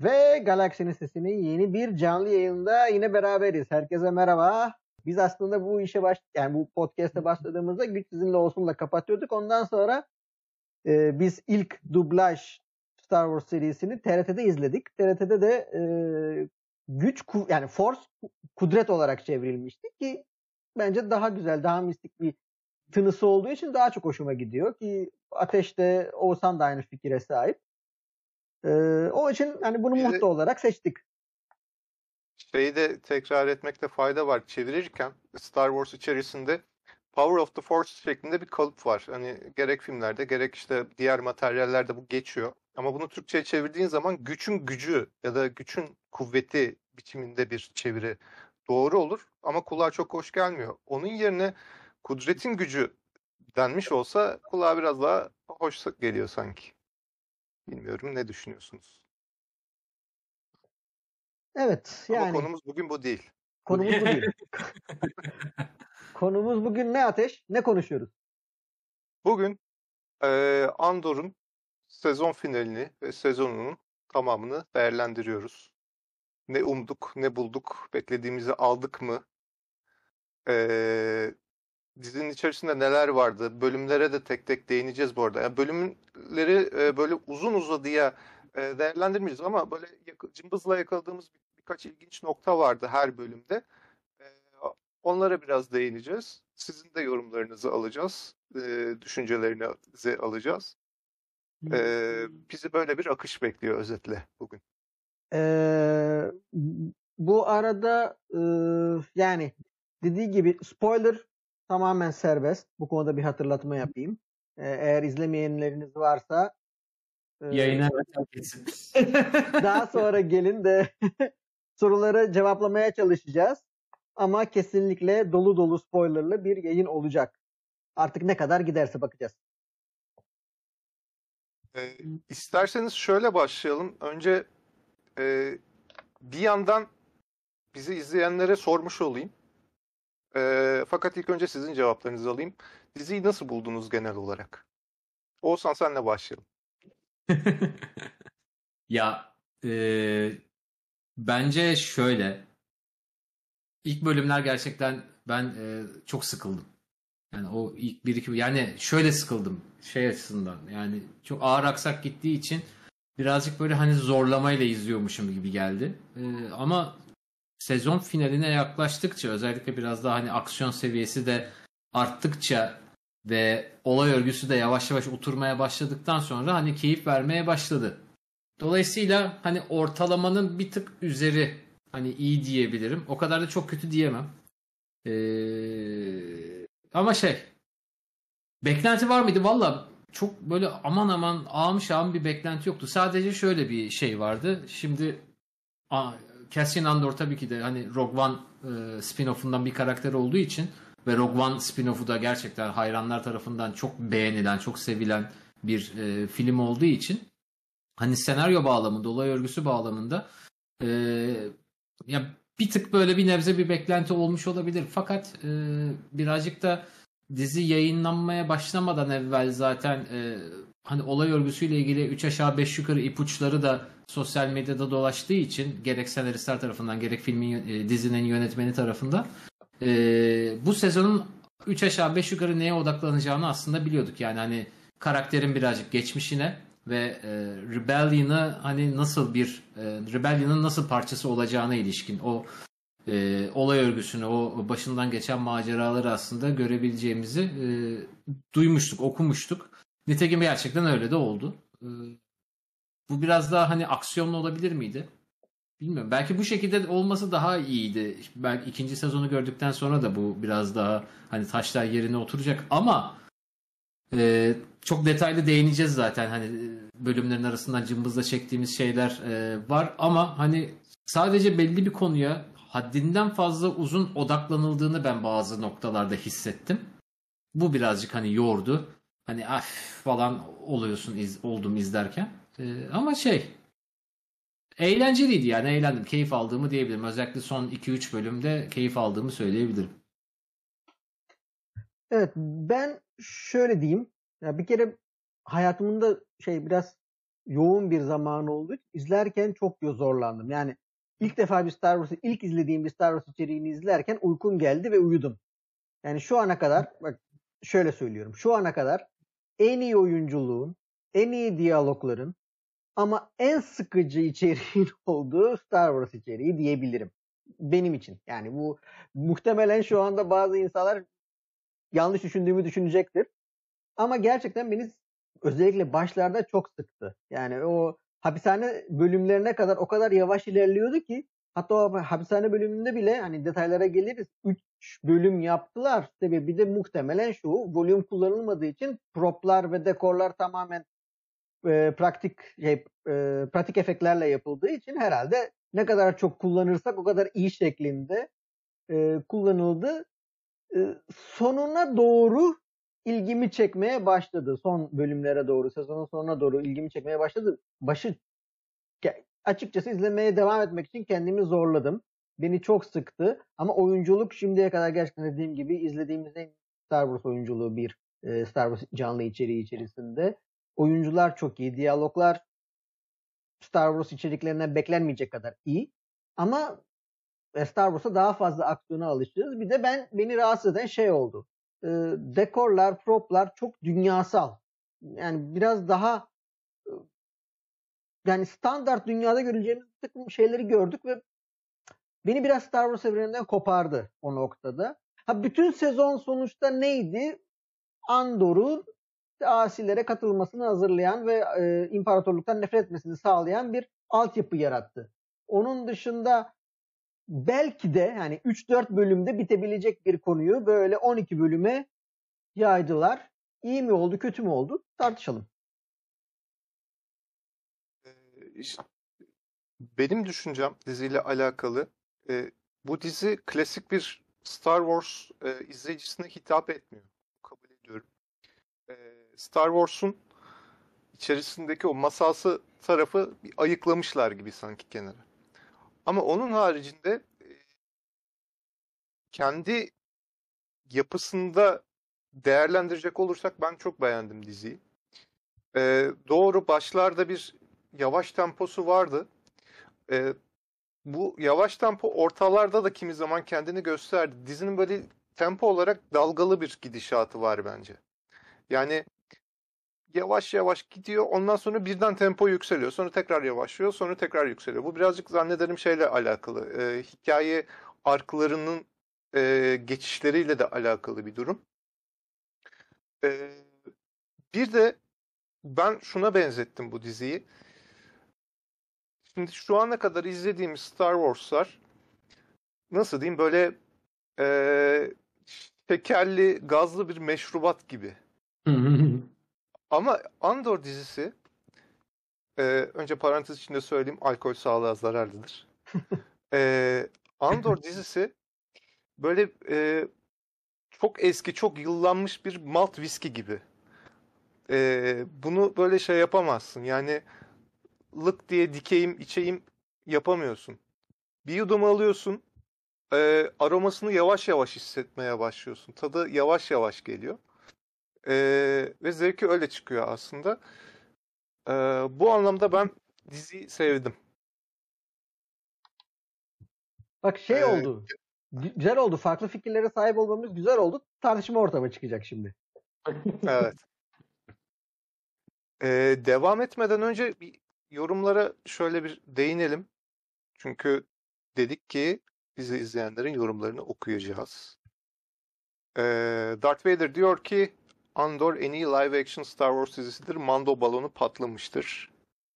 Ve Galaksinin Sesi'nin yeni bir canlı yayında yine beraberiz. Herkese merhaba. Biz aslında bu işe yani bu podcast'e başladığımızda Güç Sizinle Olsun'la kapatıyorduk. Ondan sonra biz ilk dublaj Star Wars serisini TRT'de izledik. TRT'de de yani Force kudret olarak çevrilmişti ki bence daha güzel, daha mistik bir tınısı olduğu için daha çok hoşuma gidiyor ki Ateş de Oğuzhan da aynı fikire sahip. O için hani bunu mutlu olarak seçtik. Şeyi de tekrar etmekte fayda var. Çevirirken Star Wars içerisinde Power of the Force şeklinde bir kalıp var. Hani gerek filmlerde gerek işte diğer materyallerde bu geçiyor. Ama bunu Türkçe'ye çevirdiğin zaman gücün gücü ya da gücün kuvveti biçiminde bir çeviri doğru olur. Ama kulağa çok hoş gelmiyor. Onun yerine kudretin gücü denmiş olsa kulağa biraz daha hoş geliyor sanki. Bilmiyorum, ne düşünüyorsunuz? Evet, Ama yani konumuz bugün bu değil. konumuz bu değil. Konumuz bugün ne Ateş? Ne konuşuyoruz? Bugün Andor'un sezon finalini ve sezonunun tamamını değerlendiriyoruz. Ne umduk, ne bulduk, beklediğimizi aldık mı? Dizinin içerisinde neler vardı? Bölümlere de tek tek değineceğiz bu arada. Yani bölümleri böyle uzun uzadıya değerlendirmeyeceğiz ama böyle cımbızla yakaladığımız birkaç ilginç nokta vardı her bölümde. E, Onlara biraz değineceğiz. Sizin de yorumlarınızı alacağız, düşüncelerinizi alacağız. Bizi böyle bir akış bekliyor özetle bugün. Bu arada yani dediği gibi spoiler tamamen serbest. Bu konuda bir hatırlatma yapayım. Eğer izlemeyenleriniz varsa yayına geçsin. daha sonra gelin de soruları cevaplamaya çalışacağız. Ama kesinlikle dolu dolu spoilerlı bir yayın olacak. Artık ne kadar giderse bakacağız. İsterseniz şöyle başlayalım. Önce bir yandan bizi izleyenlere sormuş olayım. Fakat ilk önce sizin cevaplarınızı alayım. Diziyi nasıl buldunuz genel olarak? Oğuzhan, senle başlayalım. Ya bence şöyle. İlk bölümler gerçekten ben çok sıkıldım. Yani o ilk bir iki yani şöyle sıkıldım şey açısından. Yani çok ağır aksak gittiği için birazcık böyle hani zorlamayla izliyormuşum gibi geldi. Ama sezon finaline yaklaştıkça özellikle biraz daha hani aksiyon seviyesi de arttıkça ve olay örgüsü de yavaş yavaş oturmaya başladıktan sonra hani keyif vermeye başladı. Dolayısıyla hani ortalamanın bir tık üzeri hani iyi diyebilirim. O kadar da çok kötü diyemem. Ama beklenti var mıydı? Valla çok böyle aman aman ağam şağım bir beklenti yoktu. Sadece şöyle bir şey vardı. Şimdi Cassian Andor tabii ki de hani Rogue One spin-off'undan bir karakter olduğu için ve Rogue One spin-off'u da gerçekten hayranlar tarafından çok beğenilen, çok sevilen bir film olduğu için hani senaryo bağlamında, olay örgüsü bağlamında e, ya bir tık böyle bir nebze bir beklenti olmuş olabilir. Fakat birazcık da dizi yayınlanmaya başlamadan evvel zaten hani olay örgüsüyle ilgili 3 aşağı 5 yukarı ipuçları da sosyal medyada dolaştığı için gerek senaristler tarafından gerek dizinin yönetmeni tarafından bu sezonun 3 aşağı 5 yukarı neye odaklanacağını aslında biliyorduk. Yani hani karakterin birazcık geçmişine ve Rebellion'ı hani nasıl Rebellion'ın nasıl parçası olacağına ilişkin o olay örgüsünü, o başından geçen maceraları aslında görebileceğimizi duymuştuk, okumuştuk. Nitekim gerçekten öyle de oldu. Bu biraz daha hani aksiyonlu olabilir miydi? Bilmiyorum. Belki bu şekilde olması daha iyiydi. Belki ikinci sezonu gördükten sonra da bu biraz daha hani taşlar yerine oturacak ama çok detaylı değineceğiz zaten hani bölümlerin arasından cımbızla çektiğimiz şeyler var ama hani sadece belli bir konuya haddinden fazla uzun odaklanıldığını ben bazı noktalarda hissettim. Bu birazcık hani yordu. Hani falan oluyorsun oldum izlerken. Ama eğlenceliydi yani eğlendim. Keyif aldığımı diyebilirim. Özellikle son 2-3 bölümde keyif aldığımı söyleyebilirim. Evet, ben şöyle diyeyim. Ya bir kere hayatımın da biraz yoğun bir zaman oldu. İzlerken çok zorlandım. Yani ilk defa bir Star Wars'ı, ilk izlediğim bir Star Wars içeriğini izlerken uykum geldi ve uyudum. Yani şu ana kadar, bak şöyle söylüyorum. Şu ana kadar en iyi oyunculuğun, en iyi diyalogların ama en sıkıcı içeriğin olduğu Star Wars içeriği diyebilirim. Benim için. Yani bu muhtemelen şu anda bazı insanlar yanlış düşündüğümü düşünecektir. Ama gerçekten beni özellikle başlarda çok sıktı. Yani o hapishane bölümlerine kadar o kadar yavaş ilerliyordu ki, hatta o hapishane bölümünde bile, hani detaylara geliriz, 3 bölüm yaptılar. Sebebi de muhtemelen şu: volüm kullanılmadığı için proplar ve dekorlar tamamen pratik efektlerle yapıldığı için herhalde ne kadar çok kullanırsak o kadar iyi şeklinde kullanıldı. Sonuna doğru ilgimi çekmeye başladı. Son bölümlere doğru, sezonun sonuna doğru ilgimi çekmeye başladı. Açıkçası izlemeye devam etmek için kendimi zorladım. Beni çok sıktı. Ama oyunculuk şimdiye kadar gerçekten dediğim gibi izlediğimiz en Star Wars oyunculuğu bir Star Wars canlı içeriği içerisinde. Oyuncular çok iyi. Diyaloglar Star Wars içeriklerinden beklenmeyecek kadar iyi. Ama Star Wars'a daha fazla aksiyona alışıyoruz. Bir de beni rahatsız eden şey oldu. Dekorlar, proplar çok dünyasal. Yani biraz daha yani standart dünyada göreceğimiz bir takım şeyleri gördük ve beni biraz Star Wars evreninden kopardı o noktada. Bütün sezon sonuçta neydi? Andor'un asilere katılmasını hazırlayan ve imparatorluktan nefret etmesini sağlayan bir altyapı yarattı. Onun dışında belki de yani 3-4 bölümde bitebilecek bir konuyu böyle 12 bölüme yaydılar. İyi mi oldu, kötü mü oldu? Tartışalım. Benim düşüncem diziyle alakalı, bu dizi klasik bir Star Wars izleyicisine hitap etmiyor. Kabul ediyorum. Star Wars'un içerisindeki o masalsı tarafı bir ayıklamışlar gibi sanki kenara. Ama onun haricinde kendi yapısında değerlendirecek olursak ben çok beğendim diziyi. Doğru, başlarda bir yavaş temposu vardı. Bu yavaş tempo ortalarda da kimi zaman kendini gösterdi. Dizinin böyle tempo olarak dalgalı bir gidişatı var bence. Yani yavaş yavaş gidiyor, ondan sonra birden tempo yükseliyor. Sonra tekrar yavaşlıyor, sonra tekrar yükseliyor. Bu birazcık zannederim şeyle alakalı. Hikaye arklarının geçişleriyle de alakalı bir durum. Bir de ben şuna benzettim bu diziyi. Şimdi şu ana kadar izlediğimiz Star Wars'lar, nasıl diyeyim, böyle şekerli, gazlı bir meşrubat gibi. Ama Andor dizisi, önce parantez içinde söyleyeyim, alkol sağlığa zararlıdır. Andor dizisi böyle çok eski, çok yıllanmış bir malt viski gibi. Bunu böyle şey yapamazsın. Yani lık diye dikeyim, içeyim yapamıyorsun. Bir yudum alıyorsun, aromasını yavaş yavaş hissetmeye başlıyorsun. Tadı yavaş yavaş geliyor. Ve zevki öyle çıkıyor aslında. Bu anlamda ben diziyi sevdim. Bak oldu. Güzel oldu. Farklı fikirlere sahip olmamız güzel oldu. Tartışma ortamı çıkacak şimdi. Evet. Devam etmeden önce bir yorumlara şöyle bir değinelim. Çünkü dedik ki bizi izleyenlerin yorumlarını okuyacağız. Darth Vader diyor ki Andor en iyi live action Star Wars dizisidir. Mando balonu patlamıştır.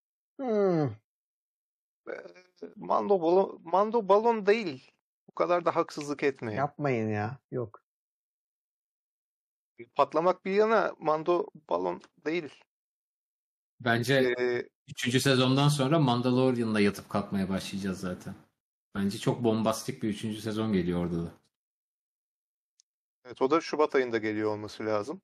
Mando balon değil. Bu kadar da haksızlık etmeyin. Yapmayın ya. Yok. Patlamak bir yana Mando balon değil. Bence 3. sezondan sonra Mandalorian'la yatıp kalkmaya başlayacağız zaten. Bence çok bombastik bir 3. sezon geliyor orada da. Evet, o da Şubat ayında geliyor olması lazım.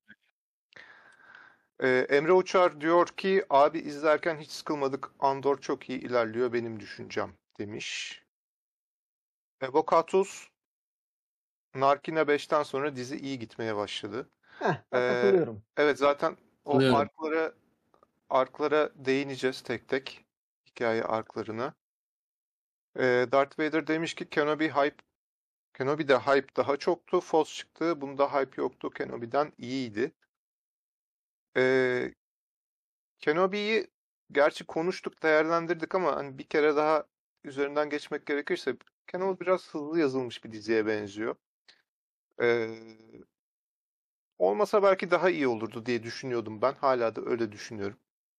Emre Uçar diyor ki abi izlerken hiç sıkılmadık. Andor çok iyi ilerliyor benim düşüncem demiş. Evokatus Narkina 5'ten sonra dizi iyi gitmeye başladı. Katılıyorum. Evet, zaten o arklara değineceğiz tek tek. Hikaye arklarına. Darth Vader demiş ki Kenobi'de hype daha çoktu. False çıktı. Bunda hype yoktu. Kenobi'den iyiydi. Ee, Kenobi'yi gerçi konuştuk, değerlendirdik ama hani bir kere daha üzerinden geçmek gerekirse Kenobi biraz hızlı yazılmış bir diziye benziyor. Ee, Olmasa belki daha iyi olurdu diye düşünüyordum ben. Hala da öyle düşünüyorum.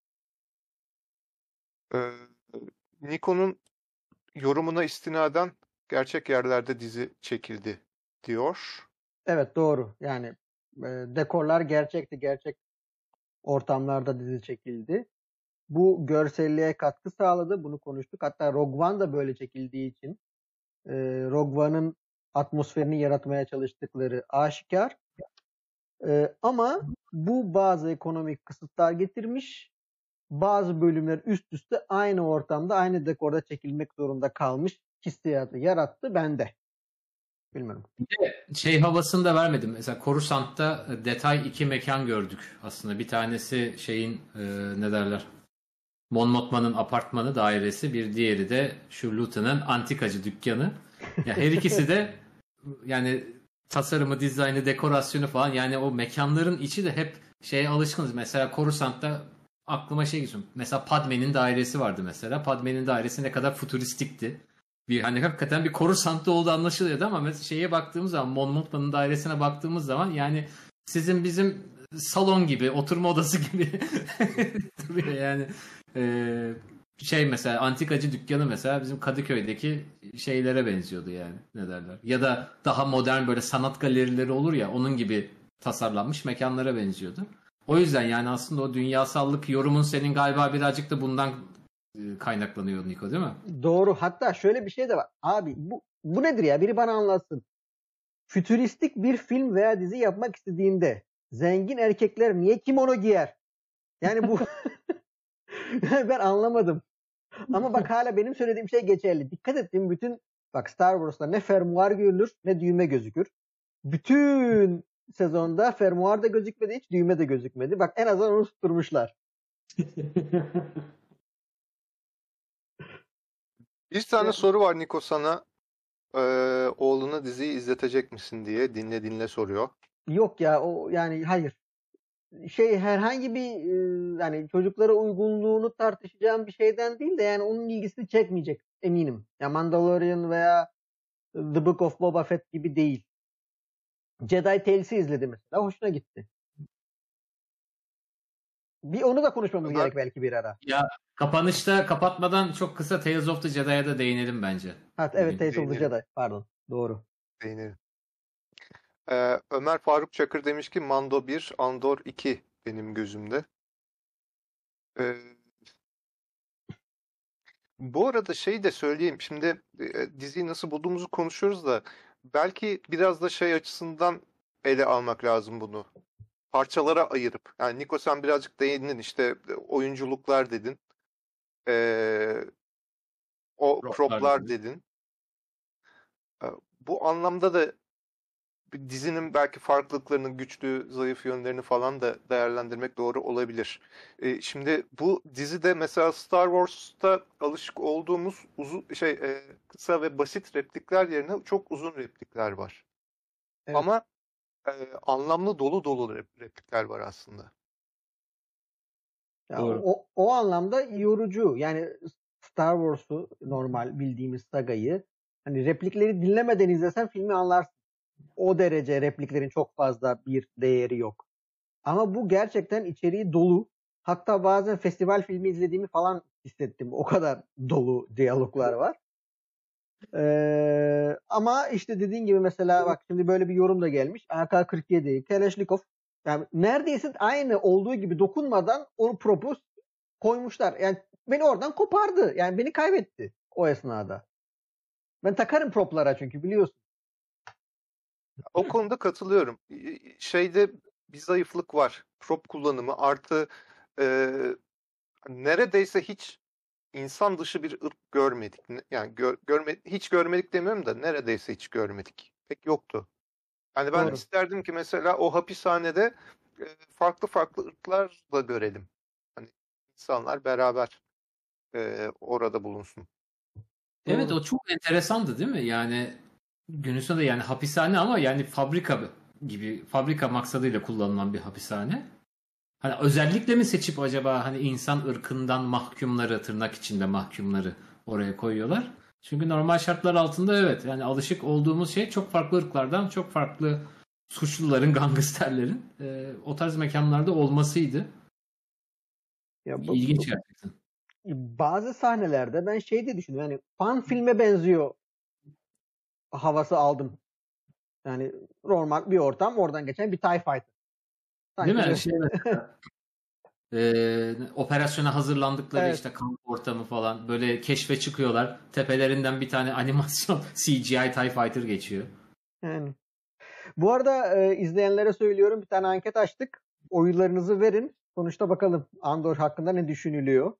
Ee, Nikon'un yorumuna istinaden gerçek yerlerde dizi çekildi diyor. Evet, doğru. Yani dekorlar gerçekti. Gerçek ortamlarda dizi çekildi. Bu görselliğe katkı sağladı. Bunu konuştuk. Hatta Rogue One da böyle çekildiği için Rogue One'ın atmosferini yaratmaya çalıştıkları aşikar. Ama bu bazı ekonomik kısıtlar getirmiş. Bazı bölümler üst üste aynı ortamda, aynı dekorda çekilmek zorunda kalmış hissiyatı yarattı bende. Bilmiyorum. Şey havasını da vermedim. Mesela Coruscant'ta detay 2 mekan gördük aslında. Bir tanesi şeyin ne derler? Mon Mothma'nın apartmanı, dairesi. Bir diğeri de şu Luton'un antikacı dükkanı. Ya her ikisi de yani tasarımı, dizaynı, dekorasyonu falan, yani o mekanların içi de hep şeye alışkınız. Mesela Coruscant'ta aklıma şey geliyor. Mesela Padme'nin dairesi vardı mesela. Padme'nin dairesi ne kadar futuristikti. Bir hani hakikaten bir Coruscant'ta olduğu anlaşılıyordu ama mesela şeye baktığımız zaman, Mon Mothma'nın dairesine baktığımız zaman yani sizin bizim salon gibi, oturma odası gibi duruyor yani. Şey mesela antikacı dükkanı mesela bizim Kadıköy'deki şeylere benziyordu yani, ne derler. Ya da daha modern böyle sanat galerileri olur ya, onun gibi tasarlanmış mekanlara benziyordu. O yüzden yani aslında o dünyasallık yorumun senin galiba birazcık da bundan kaynaklanıyor Niko, değil mi? Doğru. Hatta şöyle bir şey de var. Abi bu nedir ya? Biri bana anlatsın. Fütüristik bir film veya dizi yapmak istediğinde zengin erkekler niye kimono giyer? Yani bu ben anlamadım. Ama bak hala benim söylediğim şey geçerli. Dikkat ettim, bütün bak Star Wars'ta ne fermuar görülür ne düğme gözükür. Bütün sezonda fermuar da gözükmedi, hiç düğme de gözükmedi. Bak en azından onu tutturmuşlar. Bir tane soru var Niko sana. Oğluna diziyi izletecek misin diye dinle soruyor. Yok ya, o yani hayır. Herhangi bir yani çocuklara uygunluğunu tartışacağım bir şeyden değil de yani onun ilgisini çekmeyecek eminim. Ya Mandalorian veya The Book of Boba Fett gibi değil. Jedi Tales'i izledi mesela. Hoşuna gitti. Bir onu da konuşmamız Ömer, gerek belki bir ara. Ya kapanışta, kapatmadan çok kısa Tales of the Jedi'ye da değinelim bence. Ha, evet, Bugün. Tales of the Değinelim. Jedi. Pardon. Doğru. Değinelim. Ömer Faruk Çakır demiş ki Mando 1, Andor 2 benim gözümde. Ee, Bu arada şey de söyleyeyim. Şimdi diziyi nasıl bulduğumuzu konuşuyoruz da belki biraz da şey açısından ele almak lazım bunu. Parçalara ayırıp. Yani Niko sen birazcık değindin işte oyunculuklar dedin. Ee, O proplar dedin. Bu anlamda da bir dizinin belki farklılıklarını, güçlü, zayıf yönlerini falan da değerlendirmek doğru olabilir. Şimdi bu dizide mesela Star Wars'ta alışık olduğumuz kısa ve basit replikler yerine çok uzun replikler var. Evet. Ama anlamlı dolu dolu replikler var aslında. Ya Doğru. o anlamda yorucu. Yani Star Wars'u, normal bildiğimiz sagayı, hani replikleri dinlemeden izlesen filmi anlarsın. O derece repliklerin çok fazla bir değeri yok. Ama bu gerçekten içeriği dolu. Hatta bazen festival filmi izlediğimi falan hissettim. O kadar dolu diyaloglar var. Ama işte dediğin gibi mesela bak şimdi böyle bir yorum da gelmiş. AK-47, Kalashnikov. Yani neredeyse aynı olduğu gibi dokunmadan onu propus koymuşlar. Yani beni oradan kopardı. Yani beni kaybetti o esnada. Ben takarım proplara çünkü biliyorsun. O konuda katılıyorum. Şeyde bir zayıflık var. Prop kullanımı artı e, neredeyse hiç insan dışı bir ırk görmedik. Yani hiç görmedik demiyorum da neredeyse hiç görmedik. Pek yoktu. Yani ben Doğru. isterdim ki mesela o hapishanede farklı farklı ırklar da görelim. Hani insanlar beraber orada bulunsun. Evet, Doğru. o çok enteresandı değil mi? Yani günün sonunda yani hapishane ama yani fabrika gibi, fabrika maksadıyla kullanılan bir hapishane. Hani özellikle mi seçip acaba hani insan ırkından mahkumları, tırnak içinde mahkumları oraya koyuyorlar? Çünkü normal şartlar altında evet yani alışık olduğumuz şey çok farklı ırklardan çok farklı suçluların, gangsterlerin o tarz mekanlarda olmasıydı. Ya İlginç gerçekten. bazı sahnelerde ben şey diye düşündüm. Yani fan filme benziyor havası aldım. Yani normal bir ortam, oradan geçen bir TIE Fighter. Değil Sanki mi? böyle. Şey mesela, operasyona hazırlandıkları Evet. işte kamp ortamı falan böyle keşfe çıkıyorlar. Tepelerinden bir tane animasyon CGI TIE Fighter geçiyor. Yani. Bu arada izleyenlere söylüyorum, bir tane anket açtık. Oylarınızı verin. Sonuçta bakalım Andor hakkında ne düşünülüyor.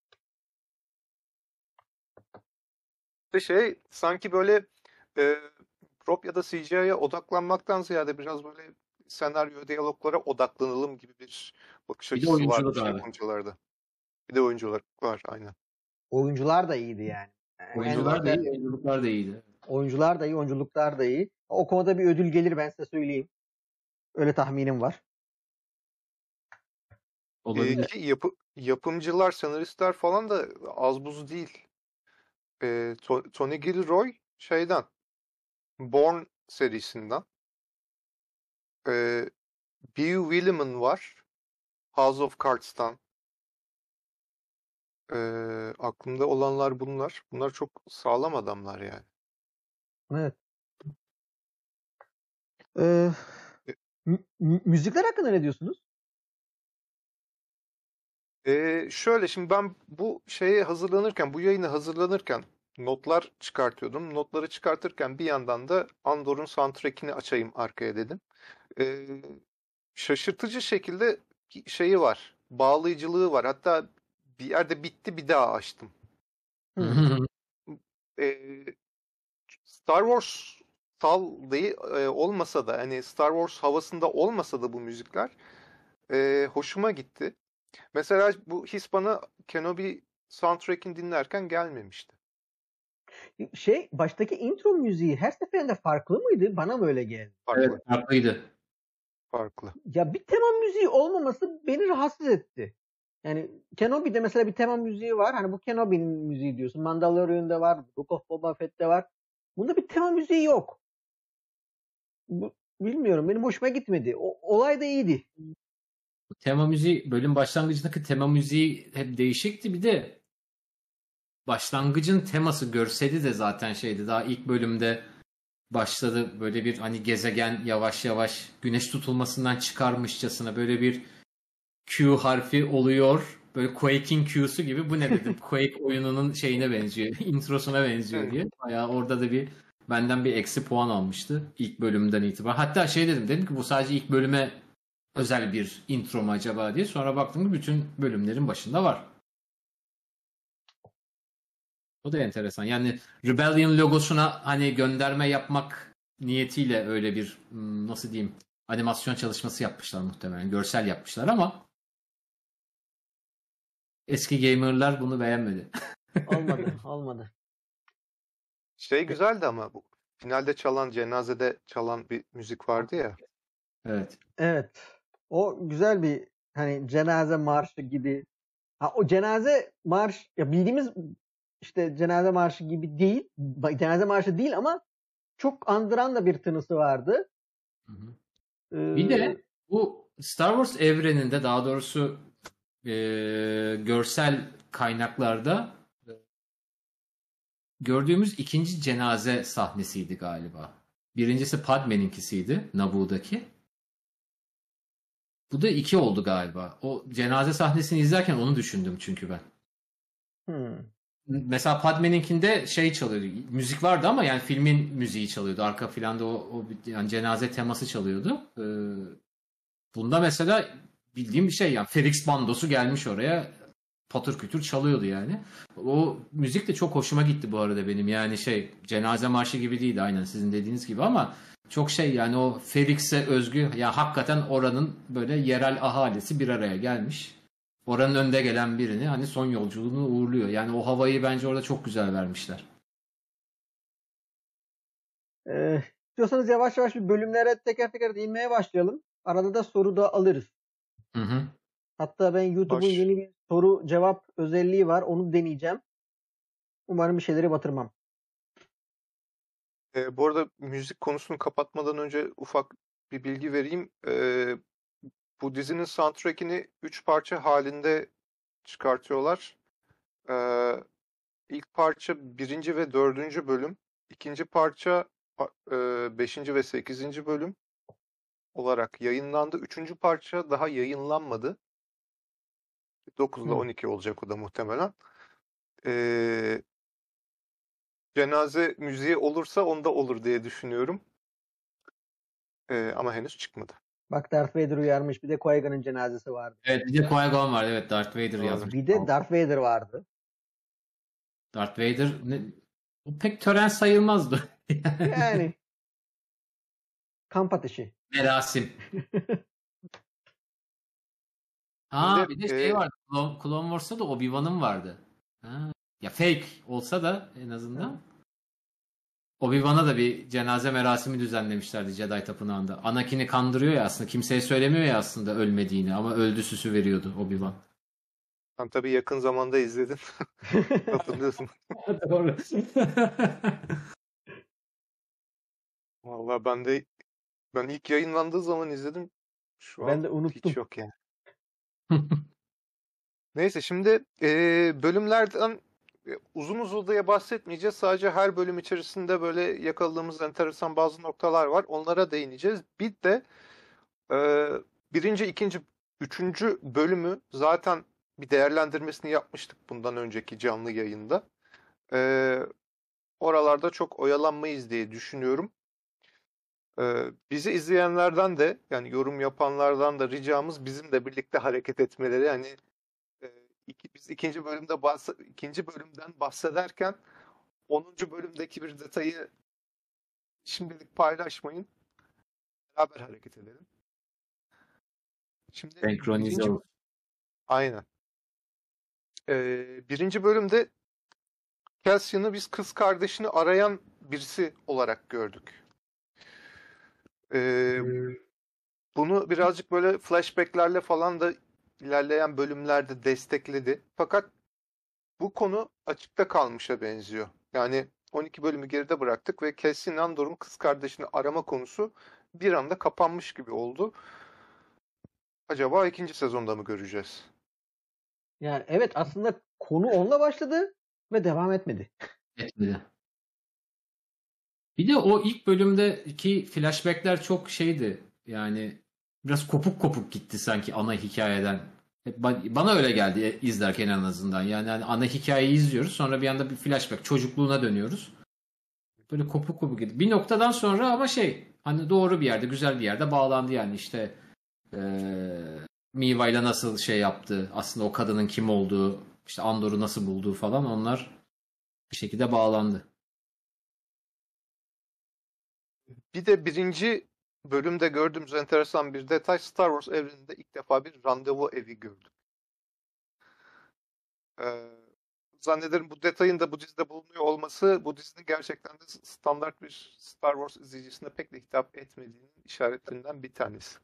Sanki böyle prop ya da CGI'ye odaklanmaktan ziyade biraz böyle senaryo, diyaloglara odaklanalım gibi bir bakış Bir de açısı oyunculuk varmış abi. yapımcılarda. Bir de oyuncular var aynen. Oyuncular da iyiydi yani. Oyuncular da iyi, oyunculuklar da iyiydi. Oyuncular da iyi, oyunculuklar da iyi. O konuda bir ödül gelir, ben size söyleyeyim. Öyle tahminim var. Olabilir. Ki yapımcılar, senaristler falan da az buz değil. Tony Gilroy şeyden, Bourne serisinden. Bill Williman var. House of Cards'tan. Aklımda olanlar bunlar. Bunlar çok sağlam adamlar yani. Evet. Ee, E, müzikler hakkında ne diyorsunuz? Şöyle şimdi ben bu şeye hazırlanırken, bu yayına hazırlanırken notlar çıkartıyordum. Notları çıkartırken bir yandan da Andor'un soundtrack'ini açayım arkaya dedim. Ee, Şaşırtıcı şekilde şeyi var. Bağlayıcılığı var. Hatta bir yerde bitti, bir daha açtım. Ee, Star Wars değil olmasa da hani Star Wars havasında olmasa da bu müzikler hoşuma gitti. Mesela bu his bana Kenobi soundtrack'ini dinlerken gelmemişti. Baştaki intro müziği her seferinde farklı mıydı? Bana mı öyle geldi? Farklı. Evet, farklıydı. Farklı. Ya bir tema müziği olmaması beni rahatsız etti. Yani Kenobi'de mesela bir tema müziği var. Hani bu Kenobi'nin müziği diyorsun. Mandalorian'da var. Book of Boba Fett'te var. Bunda bir tema müziği yok. Bilmiyorum. Benim hoşuma gitmedi. Olay da iyiydi. Tema müziği, bölüm başlangıcındaki tema müziği hep değişikti. Bir de başlangıcın teması, görseli de zaten şeydi. Daha ilk bölümde başladı böyle bir hani gezegen yavaş yavaş güneş tutulmasından çıkarmışçasına böyle bir Q harfi oluyor. Böyle Quake'in Q'su gibi. Bu ne dedim? Quake oyununun şeyine benziyor. Introsuna benziyor diye. Bayağı orada da benden bir eksi puan almıştı ilk bölümden itibaren. Hatta dedim ki bu sadece ilk bölüme özel bir intro mu acaba diye. Sonra baktım ki bütün bölümlerin başında var. O da enteresan. Yani Rebellion logosuna hani gönderme yapmak niyetiyle öyle bir nasıl diyeyim animasyon çalışması yapmışlar muhtemelen. Görsel yapmışlar ama eski gamerlar bunu beğenmedi. Olmadı. Güzeldi ama bu finalde çalan, cenazede çalan bir müzik vardı ya. Evet. Evet. O güzel bir hani cenaze marşı gibi. O cenaze marş ya bildiğimiz işte cenaze marşı gibi değil. Cenaze marşı değil ama çok andıran da bir tınısı vardı. Hı hı. Bir de bu Star Wars evreninde daha doğrusu görsel kaynaklarda gördüğümüz ikinci cenaze sahnesiydi galiba. Birincisi Padme'ninkisiydi, Naboo'daki. Bu da 2 oldu galiba. O cenaze sahnesini izlerken onu düşündüm çünkü ben. Mesela Padme'ninkinde çalıyordu. Müzik vardı ama yani filmin müziği çalıyordu. Arka planda o yani cenaze teması çalıyordu. Bunda mesela bildiğim bir şey yani Felix bandosu gelmiş oraya patır kütür çalıyordu yani. O müzik de çok hoşuma gitti bu arada benim. Yani cenaze marşı gibi değildi aynen sizin dediğiniz gibi ama çok yani o Felix'e özgü ya hakikaten oranın böyle yerel ahalisi bir araya gelmiş. oranın önde gelen birini hani son yolculuğunu uğurluyor. Yani o havayı bence orada çok güzel vermişler. İstiyorsanız yavaş yavaş bir bölümlere teker teker inmeye başlayalım. Arada da soru da alırız. Hı hı. Hatta ben YouTube'un yeni bir soru cevap özelliği var. Onu deneyeceğim. Umarım bir şeyleri batırmam. Bu arada müzik konusunu kapatmadan önce ufak bir bilgi vereyim. Bu dizinin soundtrack'ini 3 parça halinde çıkartıyorlar. İlk parça 1. ve 4. bölüm. İkinci parça 5. ve 8. bölüm olarak yayınlandı. Üçüncü parça daha yayınlanmadı. 9 ile 12 olacak o da muhtemelen. Cenaze müziği olursa onda olur diye düşünüyorum. Ama henüz çıkmadı. Bak Darth Vader uyarmış. Bir de Qui-Gon'un cenazesi vardı. Evet, bir de Qui-Gon var. Evet, Darth Vader Doğru. yazmış. Bir de Darth Vader vardı. Darth Vader o pek tören sayılmazdı. Yani kamp ateşi. Merasim. Bir de şey vardı. Clone Wars'ta da Obi-Wan'ın vardı. Ya fake olsa da en azından. Obi-Wan'a da bir cenaze merasimi düzenlemişlerdi Jedi Tapınağı'nda. Anakin'i kandırıyor ya aslında. Kimseye söylemiyor ya aslında ölmediğini ama öldü süsü veriyordu Obi-Wan. Sen tabii yakın zamanda izledin. Hatırlıyorsun. Doğru. Vallahi ben ilk yayınlandığı zaman izledim. Şu Ben an de unuttum. hiç yok yani. Neyse şimdi bölümlerden uzun uzadıya bahsetmeyeceğiz. Sadece her bölüm içerisinde böyle yakaladığımız enteresan bazı noktalar var. Onlara değineceğiz. Bir de birinci, ikinci, üçüncü bölümü zaten bir değerlendirmesini yapmıştık bundan önceki canlı yayında. Oralarda çok oyalanmayız diye düşünüyorum. Bizi izleyenlerden de yani yorum yapanlardan da ricamız bizimle birlikte hareket etmeleri. Yani biz ikinci bölümden bahsederken 10. bölümdeki bir detayı şimdilik paylaşmayın. Beraber hareket edelim. Şimdi Senkronize olsun. Aynen. Birinci bölümde Cassian'ı biz kız kardeşini arayan birisi olarak gördük. Bunu birazcık böyle flashbacklerle falan da ilerleyen bölümlerde destekledi. Fakat bu konu açıkta kalmışa benziyor. Yani 12 bölümü geride bıraktık ve Cassian Andor'un kız kardeşini arama konusu bir anda kapanmış gibi oldu. Acaba ikinci sezonda mı göreceğiz? Yani evet aslında konu onunla başladı ve devam etmedi. Etmedi. Bir de o ilk bölümdeki flashbackler çok şeydi. Yani biraz kopuk kopuk gitti sanki ana hikayeden. Bana öyle geldi izlerken en azından. Yani ana hikayeyi izliyoruz. Sonra bir anda bir flashback. Çocukluğuna dönüyoruz. Böyle kopuk kopuk gitti. Bir noktadan sonra ama hani doğru bir yerde, güzel bir yerde bağlandı yani işte Miva'yla nasıl yaptı. Aslında o kadının kim olduğu, işte Andor'u nasıl bulduğu falan onlar bir şekilde bağlandı. Bir de birinci bölümde gördüğümüz enteresan bir detay, Star Wars evreninde ilk defa bir randevu evi gördük. Zannederim bu detayın da bu dizide bulunuyor olması bu dizinin gerçekten de standart bir Star Wars izleyicisine pek de hitap etmediğinin işaretlerinden bir tanesi.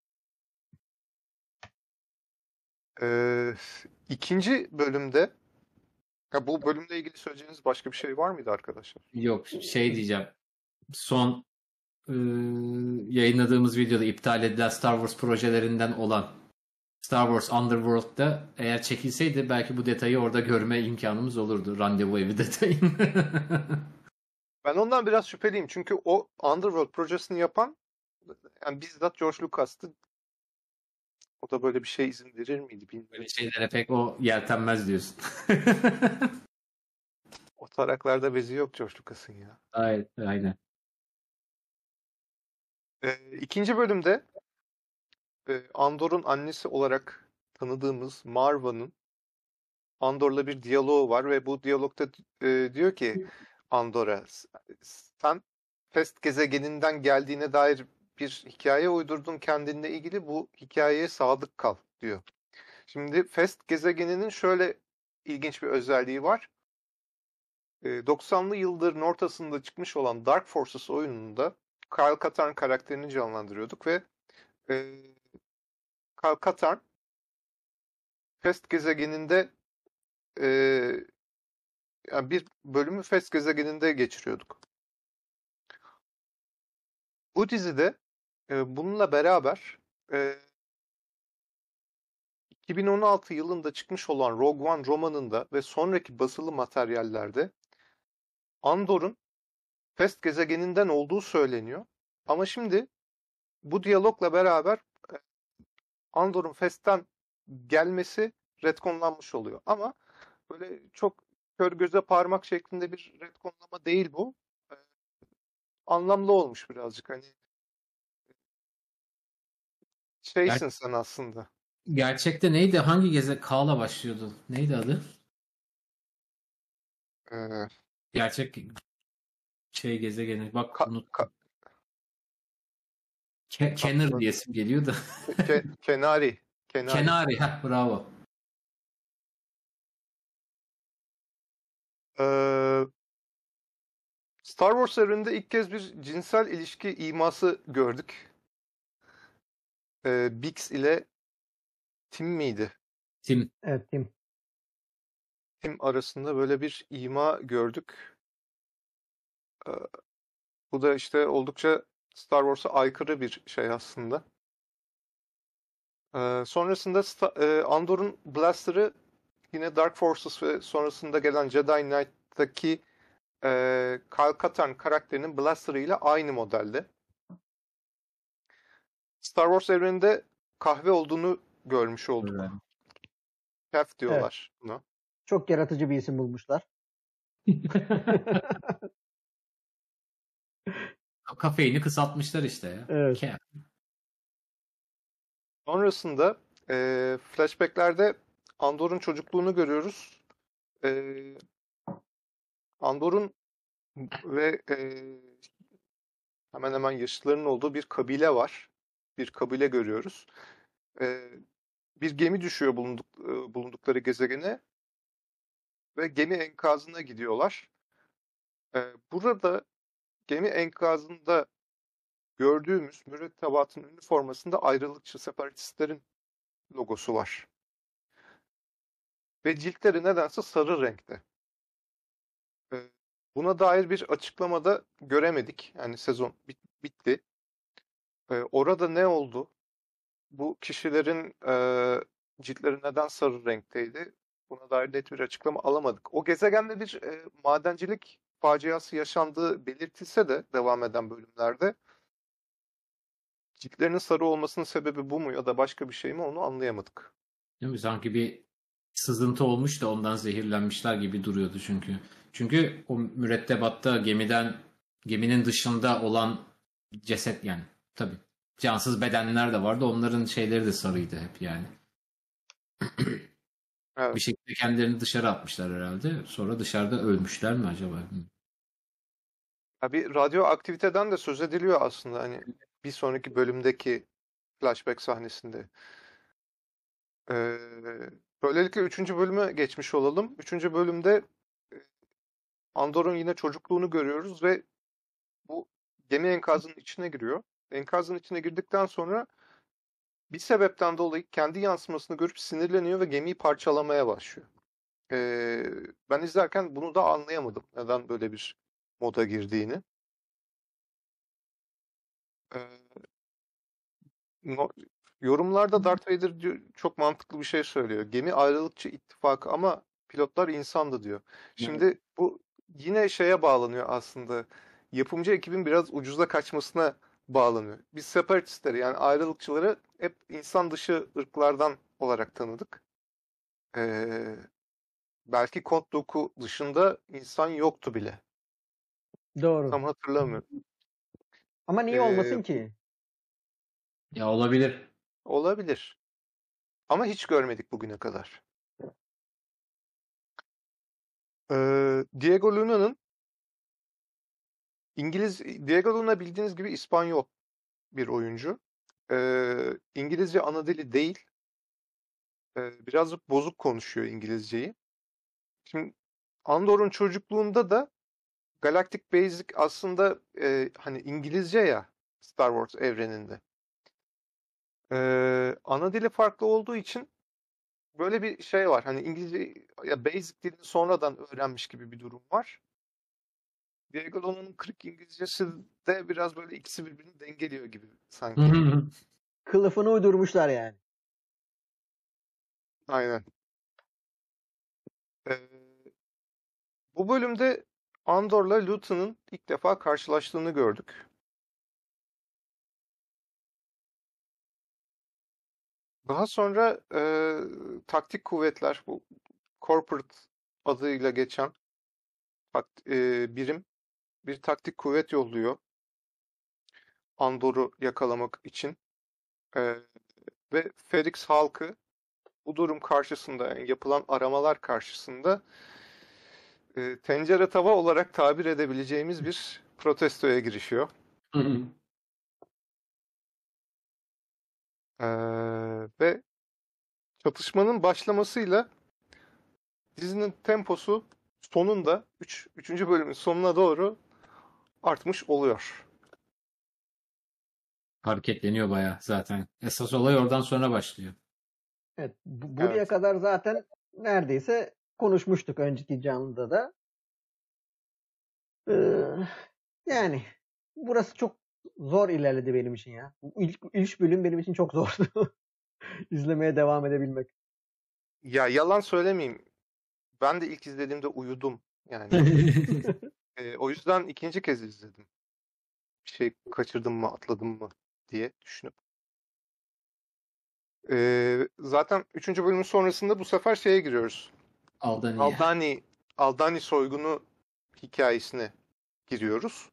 İkinci bölümde bu bölümle ilgili söyleyeceğiniz başka bir şey var mıydı arkadaşlar? Yok diyeceğim. Son yayınladığımız videoda iptal edilen Star Wars projelerinden olan Star Wars Underworld'da eğer çekilseydi belki bu detayı orada görme imkanımız olurdu. Randevu evi detayını. Ben ondan biraz şüpheliyim. Çünkü o Underworld projesini yapan yani bizzat George Lucas'tı. O da böyle bir şey izin verir miydi bilmiyorum. Böyle şeylere pek o yeltenmez diyorsun. O taraklarda bezi yok George Lucas'ın ya. Aynen. İkinci bölümde Andor'un annesi olarak tanıdığımız Marva'nın Andor'la bir diyaloğu var ve bu diyalogda diyor ki Andor'a sen Fest gezegeninden geldiğine dair bir hikaye uydurdun kendinle ilgili bu hikayeye sadık kal diyor. Şimdi Fest gezegeninin şöyle ilginç bir özelliği var. 90'lı yılların ortasında çıkmış olan Dark Forces oyununda Kyle Katarn karakterini canlandırıyorduk ve e, Kyle Katarn Fest gezegeninde e, yani bir bölümü Fest gezegeninde geçiriyorduk. Bu dizide bununla beraber 2016 yılında çıkmış olan Rogue One romanında ve sonraki basılı materyallerde Andor'un Fest gezegeninden olduğu söyleniyor. Ama şimdi bu diyalogla beraber e, Andor'un Fest'ten gelmesi retconlanmış oluyor. Ama böyle çok kör göze parmak şeklinde bir retconlama değil bu. E, Anlamlı olmuş birazcık. Hani Ger- şeysin sen aslında. Gerçekte neydi? Hangi K'la başlıyordu? Neydi adı? E, Gerçek gezegeni. Bak ka- unuttum. ka- Kenner diyesim geliyor da. Kenari. Kenari. Kenari. Heh, bravo. Ee, Star Wars evreninde ilk kez bir cinsel ilişki iması gördük. Bix ile Tim miydi? Tim. Evet, Tim. Tim arasında böyle bir ima gördük. Ee, Bu da işte oldukça Star Wars'a aykırı bir şey aslında. Sonrasında Andor'un Blaster'ı yine Dark Forces ve sonrasında gelen Jedi Knight'taki Kyle Katarn karakterinin Blaster'ı ile aynı modelde. Star Wars evreninde kahve olduğunu görmüş Evet. olduk. Kef Evet. diyorlar buna. Çok yaratıcı bir isim bulmuşlar. Kafeini kısaltmışlar işte ya. Evet. Sonrasında flashbacklerde Andor'un çocukluğunu görüyoruz. E, Andor'un ve hemen hemen yaşlıların olduğu bir kabile var. Bir kabile görüyoruz. E, Bir gemi düşüyor bulundukları gezegene ve gemi enkazına gidiyorlar. Burada gemi enkazında gördüğümüz mürettebatın üniformasında ayrılıkçı separatistlerin logosu var. Ve ciltleri nedense sarı renkte. Buna dair bir açıklamada göremedik. Yani sezon bitti. Orada ne oldu? Bu kişilerin ciltleri neden sarı renkteydi? Buna dair net bir açıklama alamadık. O gezegende bir madencilik faciası yaşandığı belirtilse de devam eden bölümlerde ciltlerinin sarı olmasının sebebi bu mu ya da başka bir şey mi onu anlayamadık. Değil mi? Sanki bir sızıntı olmuş da ondan zehirlenmişler gibi duruyordu çünkü. Çünkü o mürettebatta geminin dışında olan ceset yani tabii cansız bedenler de vardı. Onların şeyleri de sarıydı hep yani. Evet. Bir şekilde kendilerini dışarı atmışlar herhalde. Sonra dışarıda ölmüşler mi acaba? Ya bir radyoaktiviteden de söz ediliyor aslında hani bir sonraki bölümdeki flashback sahnesinde. Ee, Böylelikle 3. bölüme geçmiş olalım. 3. bölümde e, Andor'un yine çocukluğunu görüyoruz ve bu gemi enkazının içine giriyor. Enkazın içine girdikten sonra bir sebepten dolayı kendi yansımasını görüp sinirleniyor ve gemiyi parçalamaya başlıyor. Ee, Ben izlerken bunu da anlayamadım. Neden böyle bir moda girdiğini. Ee, no- Yorumlarda Darth Vader çok mantıklı bir şey söylüyor. Gemi ayrılıkçı ittifakı ama pilotlar insandı diyor. Evet. Şimdi bu yine şeye bağlanıyor aslında. Yapımcı ekibin biraz ucuza kaçmasına bağlanıyor. Biz separatistleri yani ayrılıkçıları hep insan dışı ırklardan olarak tanıdık. Ee, Belki Kod Doku dışında insan yoktu bile. Doğru. Tam hatırlamıyorum. Ama niye Ee, olmasın ki? Ya olabilir. Olabilir. Ama hiç görmedik bugüne kadar. Diego Luna'nın Diego Luna bildiğiniz gibi İspanyol bir oyuncu. İngilizce ana dili değil. birazcık bozuk konuşuyor İngilizceyi. Şimdi Andor'un çocukluğunda da Galactic Basic aslında hani İngilizce ya Star Wars evreninde. Ana dili farklı olduğu için böyle bir şey var. Hani İngilizce ya Basic dilini sonradan öğrenmiş gibi bir durum var. Diego Luna'nın kırık İngilizcesi de biraz böyle ikisi birbirini dengeliyor gibi sanki. Kılıfını uydurmuşlar yani. Aynen. Ee, Bu bölümde Andor'la Luton'un ilk defa karşılaştığını gördük. Daha sonra taktik kuvvetler, bu corporate adıyla geçen birim bir taktik kuvvet yolluyor Andor'u yakalamak için. E, Ve Ferrix halkı bu durum karşısında, yani yapılan aramalar karşısında tencere tava olarak tabir edebileceğimiz bir protestoya girişiyor. Ve çatışmanın başlamasıyla dizinin temposu sonunda 3. bölümün sonuna doğru artmış oluyor. Hareketleniyor bayağı zaten. Esas olay oradan sonra başlıyor. Evet, buraya Evet. kadar zaten neredeyse konuşmuştuk önceki canlıda da. Yani burası çok zor ilerledi benim için ya. İlk bölüm benim için çok zordu. İzlemeye devam edebilmek. Ya yalan söylemeyeyim. Ben de ilk izlediğimde uyudum. Yani o yüzden ikinci kez izledim. Bir şey kaçırdım mı, atladım mı diye düşünüp. Zaten 3. bölümün sonrasında bu sefer şeye giriyoruz. Aldaniye. Aldani soygunu hikayesine giriyoruz.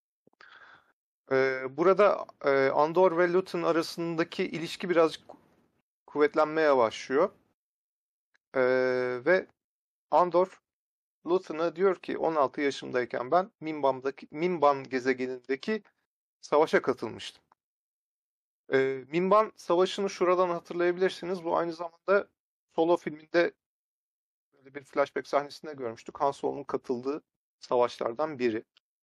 Burada Andor ve Luton arasındaki ilişki birazcık kuvvetlenmeye başlıyor. Ve Andor Luton'a diyor ki 16 yaşımdayken ben Mimban gezegenindeki savaşa katılmıştım. Mimban Savaşı'nı şuradan hatırlayabilirsiniz. Bu aynı zamanda Solo filminde böyle bir flashback sahnesinde görmüştük. Han Solo'nun katıldığı savaşlardan biri.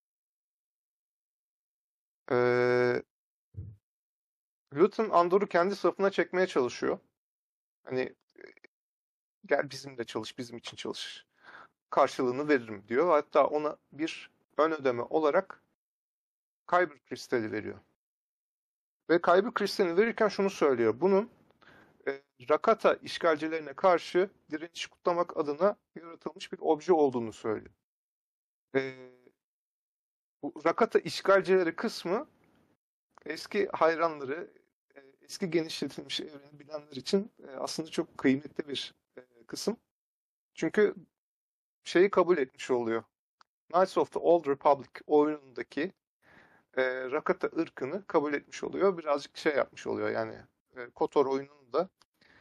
Ee, Luton Andor'u kendi safına çekmeye çalışıyor. Hani gel bizimle çalış, bizim için çalış. Karşılığını veririm diyor. Hatta ona bir ön ödeme olarak Kyber kristali veriyor. Ve Kyber kristalini verirken şunu söylüyor. Bunun Rakata işgalcilerine karşı direnişi kutlamak adına yaratılmış bir obje olduğunu söylüyor. E, Bu Rakata işgalcileri kısmı eski hayranları, eski genişletilmiş evreni bilenler için aslında çok kıymetli bir kısım. Çünkü şeyi kabul etmiş oluyor. Knights of the Old Republic oyunundaki Rakata ırkını kabul etmiş oluyor. Birazcık şey yapmış oluyor yani KOTOR oyununu da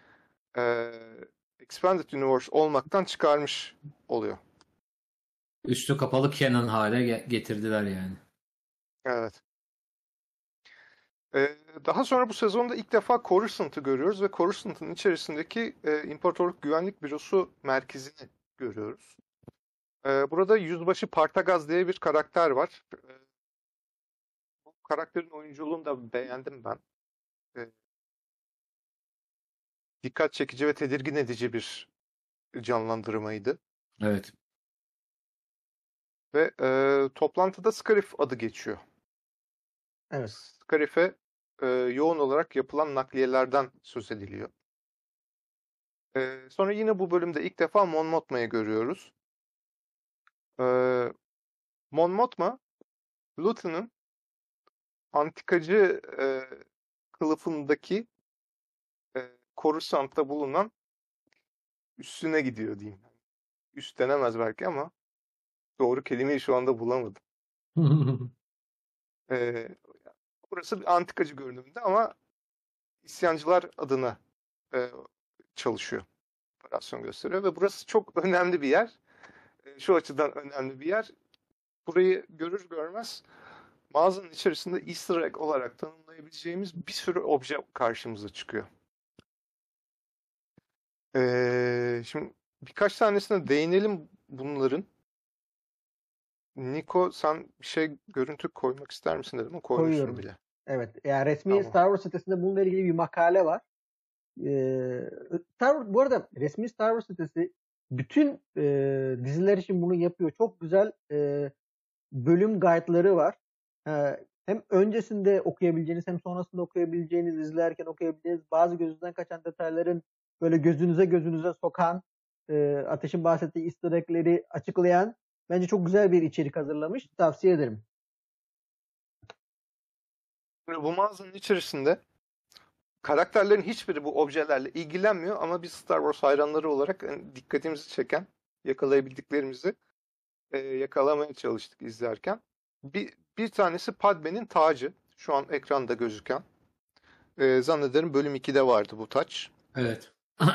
Expanded Universe olmaktan çıkarmış oluyor. Üstü kapalı canon hale getirdiler yani. Evet. Daha sonra bu sezonda ilk defa Coruscant'ı görüyoruz ve Coruscant'ın içerisindeki İmparatorluk Güvenlik Bürosu merkezini görüyoruz. Burada Yüzbaşı Partagaz diye bir karakter var. Bu karakterin oyunculuğunu da beğendim ben. Dikkat çekici ve tedirgin edici bir canlandırmaydı. Evet. Ve toplantıda Scarif adı geçiyor. Evet. Scarif'e yoğun olarak yapılan nakliyelerden söz ediliyor. Sonra yine bu bölümde ilk defa Mon Mothma'yı görüyoruz. Mon Mothma, Luton'un antikacı kılıfındaki Coruscant'ta bulunan üssüne gidiyor diyeyim. Üst denemez belki ama doğru kelimeyi şu anda bulamadım. Burası bir antikacı görünümünde ama isyancılar adına çalışıyor. Operasyon gösteriyor ve burası çok önemli bir yer. Şu açıdan önemli bir yer. Burayı görür görmez mağazanın içerisinde Easter egg olarak tanımlayabileceğimiz bir sürü obje karşımıza çıkıyor. Şimdi birkaç tanesine değinelim bunların. Niko sen bir şey görüntü koymak ister misin dedim ama koymuşsun Koyuyorum. bile. Evet. Yani resmi Tamam. Star Wars sitesinde bununla ilgili bir makale var. Bu arada resmi Star Wars sitesi bütün diziler için bunu yapıyor. Çok güzel bölüm guide'ları var. Hem öncesinde okuyabileceğiniz hem sonrasında okuyabileceğiniz, izlerken okuyabileceğiniz bazı gözünüzden kaçan detayların böyle gözünüze sokan, Ateş'in bahsettiği easter egg'leri açıklayan bence çok güzel bir içerik hazırlamış. Tavsiye ederim. Bu mağazanın içerisinde karakterlerin hiçbiri bu objelerle ilgilenmiyor ama biz Star Wars hayranları olarak dikkatimizi çeken, yakalayabildiklerimizi yakalamaya çalıştık izlerken. Bir tanesi Padme'nin tacı. Şu an ekranda gözüken. Zannederim bölüm 2'de vardı bu taç. Evet.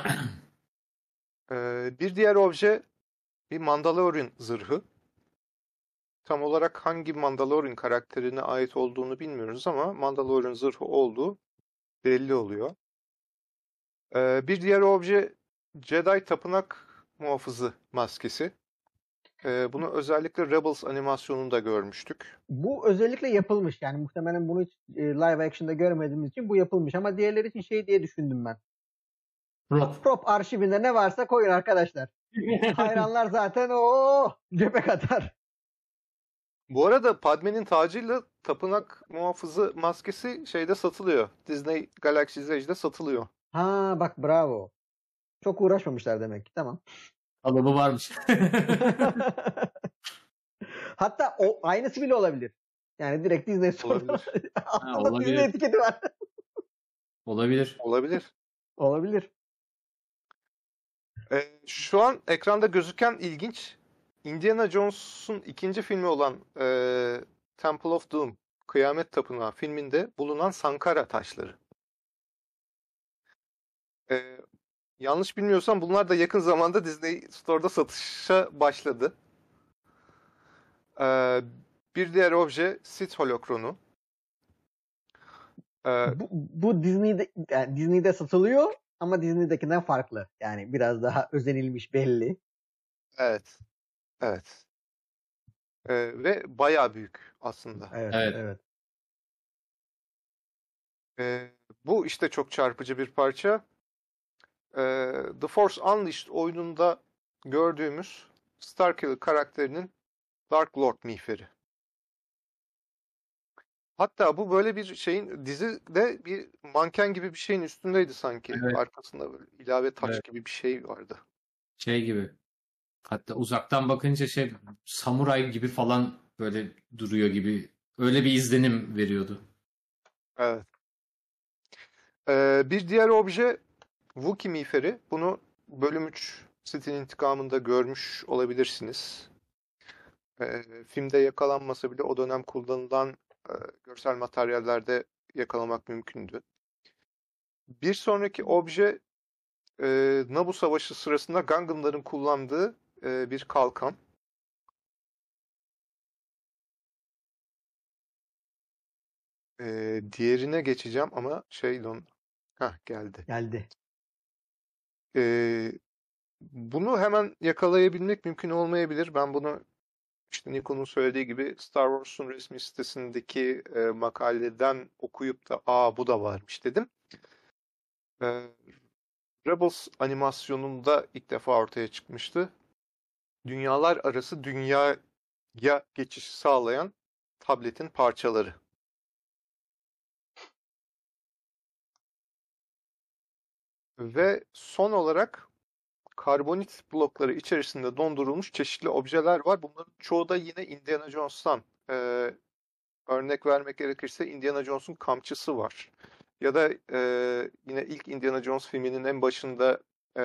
Bir diğer obje bir Mandalorian zırhı. Tam olarak hangi Mandalorian karakterine ait olduğunu bilmiyoruz ama Mandalorian zırhı olduğu belli oluyor. Bir diğer obje Jedi Tapınak Muhafızı maskesi. Bunu özellikle Rebels animasyonunda görmüştük. Bu özellikle yapılmış. Yani muhtemelen bunu hiç live action'da görmediğimiz için bu yapılmış. Ama diğerleri için şey diye düşündüm ben. Prop arşivinde ne varsa koyun arkadaşlar. Hayranlar zaten o göbek atar. Bu arada Padme'nin tacıyla Tapınak Muhafızı maskesi şeyde satılıyor. Disney Galaxy's Edge'de satılıyor. Ha bak bravo. Çok uğraşmamışlar demek ki. Tamam. Alıbı varmış. Hatta o aynısı bile olabilir. Yani direkt Disney Store'dan altında olabilir. Disney etiketi var. Olabilir. Olabilir. Olabilir. Şu an ekranda gözüken ilginç Indiana Jones'un ikinci filmi olan Temple of Doom, Kıyamet Tapınağı filminde bulunan Sankara taşları. Yanlış bilmiyorsam bunlar da yakın zamanda Disney Store'da satışa başladı. Bir diğer obje Sith holokronu. Bu Disney'de yani Disney'de satılıyor ama Disney'dekinden farklı. Yani biraz daha özenilmiş belli. Evet. Evet. Ve bayağı büyük aslında. Evet. Bu işte çok çarpıcı bir parça. The Force Unleashed oyununda gördüğümüz Starkiller karakterinin Dark Lord miğferi. Hatta bu böyle bir şeyin dizide bir manken gibi bir şeyin üstündeydi sanki. Evet. Arkasında böyle ilave taş Evet. gibi bir şey vardı. Şey gibi. Hatta uzaktan bakınca samuray gibi falan böyle duruyor gibi. Öyle bir izlenim veriyordu. Evet. Bir diğer obje Wookiee miğferi. Bunu bölüm 3 Sith'in intikamında görmüş olabilirsiniz. Filmde yakalanmasa bile o dönem kullanılan görsel materyallerde yakalamak mümkündü. Bir sonraki obje Naboo Savaşı sırasında Gungan'ların kullandığı bir kalkan. Diğerine geçeceğim ama geldi. Geldi. Bunu hemen yakalayabilmek mümkün olmayabilir. Ben bunu işte Nikon'un söylediği gibi Star Wars'un resmi sitesindeki makaleden okuyup da bu da varmış dedim. Rebels animasyonunda ilk defa ortaya çıkmıştı. Dünyalar arası dünyaya geçiş sağlayan tabletin parçaları. Ve son olarak karbonit blokları içerisinde dondurulmuş çeşitli objeler var. Bunların çoğu da yine Indiana Jones'tan. Örnek vermek gerekirse Indiana Jones'un kamçısı var. Ya da yine ilk Indiana Jones filminin en başında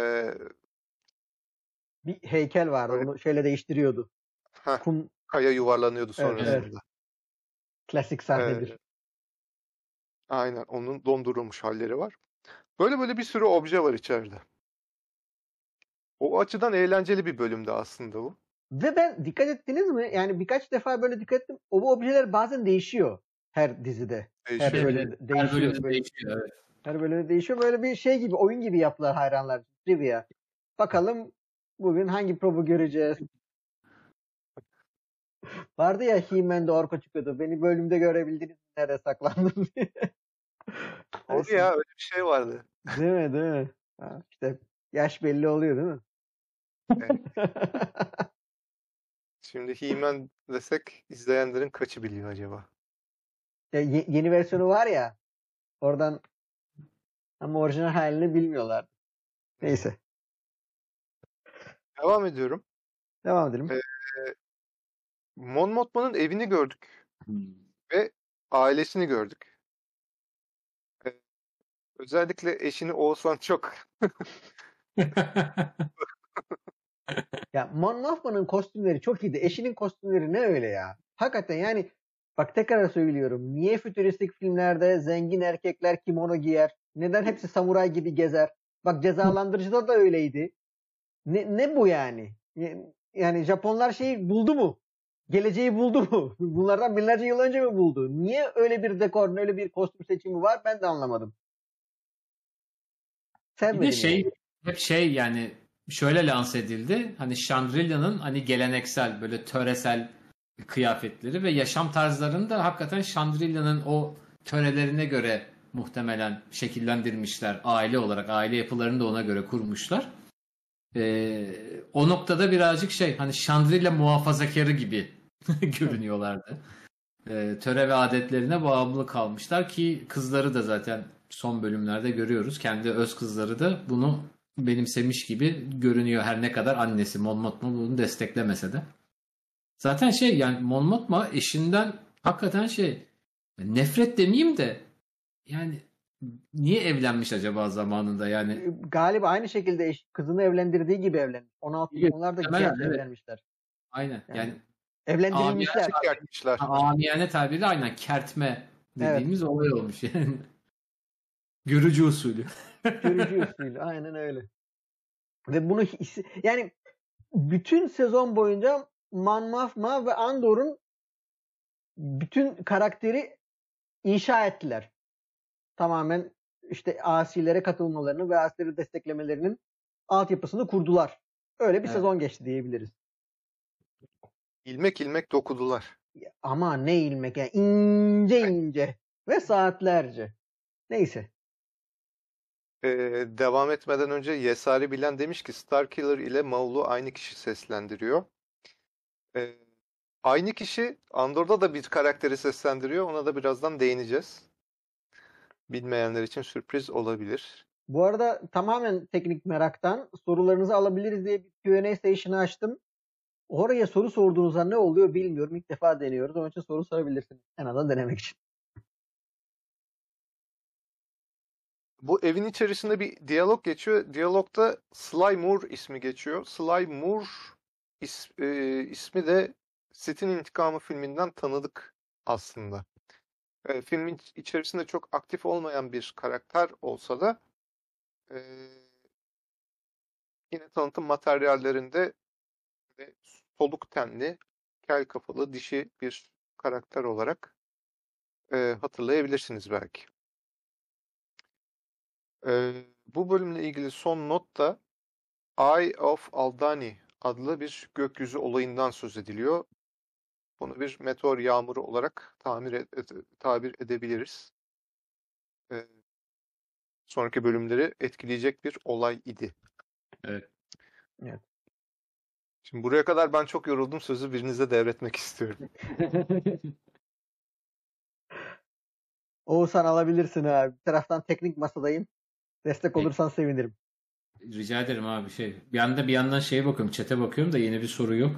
Bir heykel vardı. Öyle. Onu şeyle değiştiriyordu. Kaya yuvarlanıyordu sonrasında. Evet. Klasik sahnedir. Aynen. Onun dondurulmuş halleri var. Böyle bir sürü obje var içeride. O açıdan eğlenceli bir bölümdü aslında bu. Ve ben dikkat ettiniz mi? Yani birkaç defa böyle dikkat ettim. O objeler bazen değişiyor her dizide. Değişiyor. Her bölümde değişiyor. Değişiyor. Evet. Her bölümde değişiyor. Böyle bir şey gibi, oyun gibi yaptılar hayranlar. Trivia. Bakalım bugün hangi probu göreceğiz. Vardı ya, He-Man'de Orko çıkıyordu. Beni bölümde görebildiniz mi? Nerede saklandın diye. Doğru ya, öyle bir şey vardı. Değil mi? Değil mi? Ha, işte yaş belli oluyor değil mi? Evet. Şimdi He-Man desek izleyenlerin kaçı biliyor acaba? Yeni versiyonu var ya, oradan, ama orijinal halini bilmiyorlar. Neyse. Devam ediyorum. Devam edelim. Mon Mothma'nın evini gördük ve ailesini gördük. Özellikle eşini Oğuzhan çok Ya Mon Mothma'nın kostümleri çok iyiydi. Eşinin kostümleri ne öyle ya? Hakikaten yani, bak tekrar söylüyorum. Niye fütüristik filmlerde zengin erkekler kimono giyer? Neden hepsi samuray gibi gezer? Bak Cezalandırıcı'da da öyleydi. Ne bu yani? Yani Japonlar şeyi buldu mu? Geleceği buldu mu? Bunlardan binlerce yıl önce mi buldu? Niye öyle bir dekor, öyle bir kostüm seçimi var? Ben de anlamadım. Bir de Sevmedim hep yani şöyle lanse edildi. Hani Shangri-La'nın hani geleneksel böyle töresel kıyafetleri ve yaşam tarzlarını da hakikaten Shangri-La'nın o törelerine göre muhtemelen şekillendirmişler. Aile olarak aile yapılarını da ona göre kurmuşlar. O noktada birazcık hani Shangri-La muhafazakarı gibi görünüyorlardı. Töre ve adetlerine bağımlı kalmışlar ki kızları da zaten son bölümlerde görüyoruz. Kendi öz kızları da bunu benimsemiş gibi görünüyor, her ne kadar annesi Mon Mothma bunu desteklemese de. Zaten yani Mon Mothma eşinden hakikaten nefret demeyeyim de yani niye evlenmiş acaba zamanında yani? Galiba aynı şekilde kızını evlendirdiği gibi evlenmiş. 16 onlar da Muhtemelen, genç evet. evlenmişler. Aynen. Yani evlendirilmişler. Yapmışlar. tabirle aynen kertme dediğimiz olay olmuş yani. Görücü usulü. Görücü usulü. Aynen öyle. Ve bunu yani bütün sezon boyunca Mon Mothma ve Andor'un bütün karakteri inşa ettiler. Tamamen işte asilere katılmalarını ve asileri desteklemelerinin altyapısını kurdular. Öyle bir sezon geçti diyebiliriz. İlmek ilmek dokudular. Ama ne ilmek yani, ince ve saatlerce. Neyse. Devam etmeden önce Yesari Bilen demiş ki Starkiller ile Maul'u aynı kişi seslendiriyor. Aynı kişi Andor'da da bir karakteri seslendiriyor. Ona da birazdan değineceğiz. Bilmeyenler için sürpriz olabilir. Bu arada tamamen teknik meraktan sorularınızı alabiliriz diye bir Q&A station'ı açtım. Oraya soru sorduğunuzda ne oluyor bilmiyorum. İlk defa deniyoruz. Onun için soru sorabilirsiniz. En azından denemek için. Bu evin içerisinde bir diyalog geçiyor. Diyalogda Sly Moore ismi geçiyor. Sly Moore ismi de Sith'in İntikamı filminden tanıdık aslında. Filmin içerisinde çok aktif olmayan bir karakter olsa da yine tanıtım materyallerinde soluk tenli, kel kafalı, dişi bir karakter olarak hatırlayabilirsiniz belki. Bu bölümle ilgili son not da Eye of Aldani adlı bir gökyüzü olayından söz ediliyor. Bunu bir meteor yağmuru olarak tabir edebiliriz. Sonraki bölümleri etkileyecek bir olay idi. Evet. Şimdi buraya kadar ben çok yoruldum. Sözü birinize devretmek istiyorum. Oğuzhan alabilirsin abi. Bir taraftan teknik masadayım. Destek olursan sevinirim. Rica ederim abi bir yandan şeye bakıyorum, chat'e bakıyorum da yeni bir soru yok.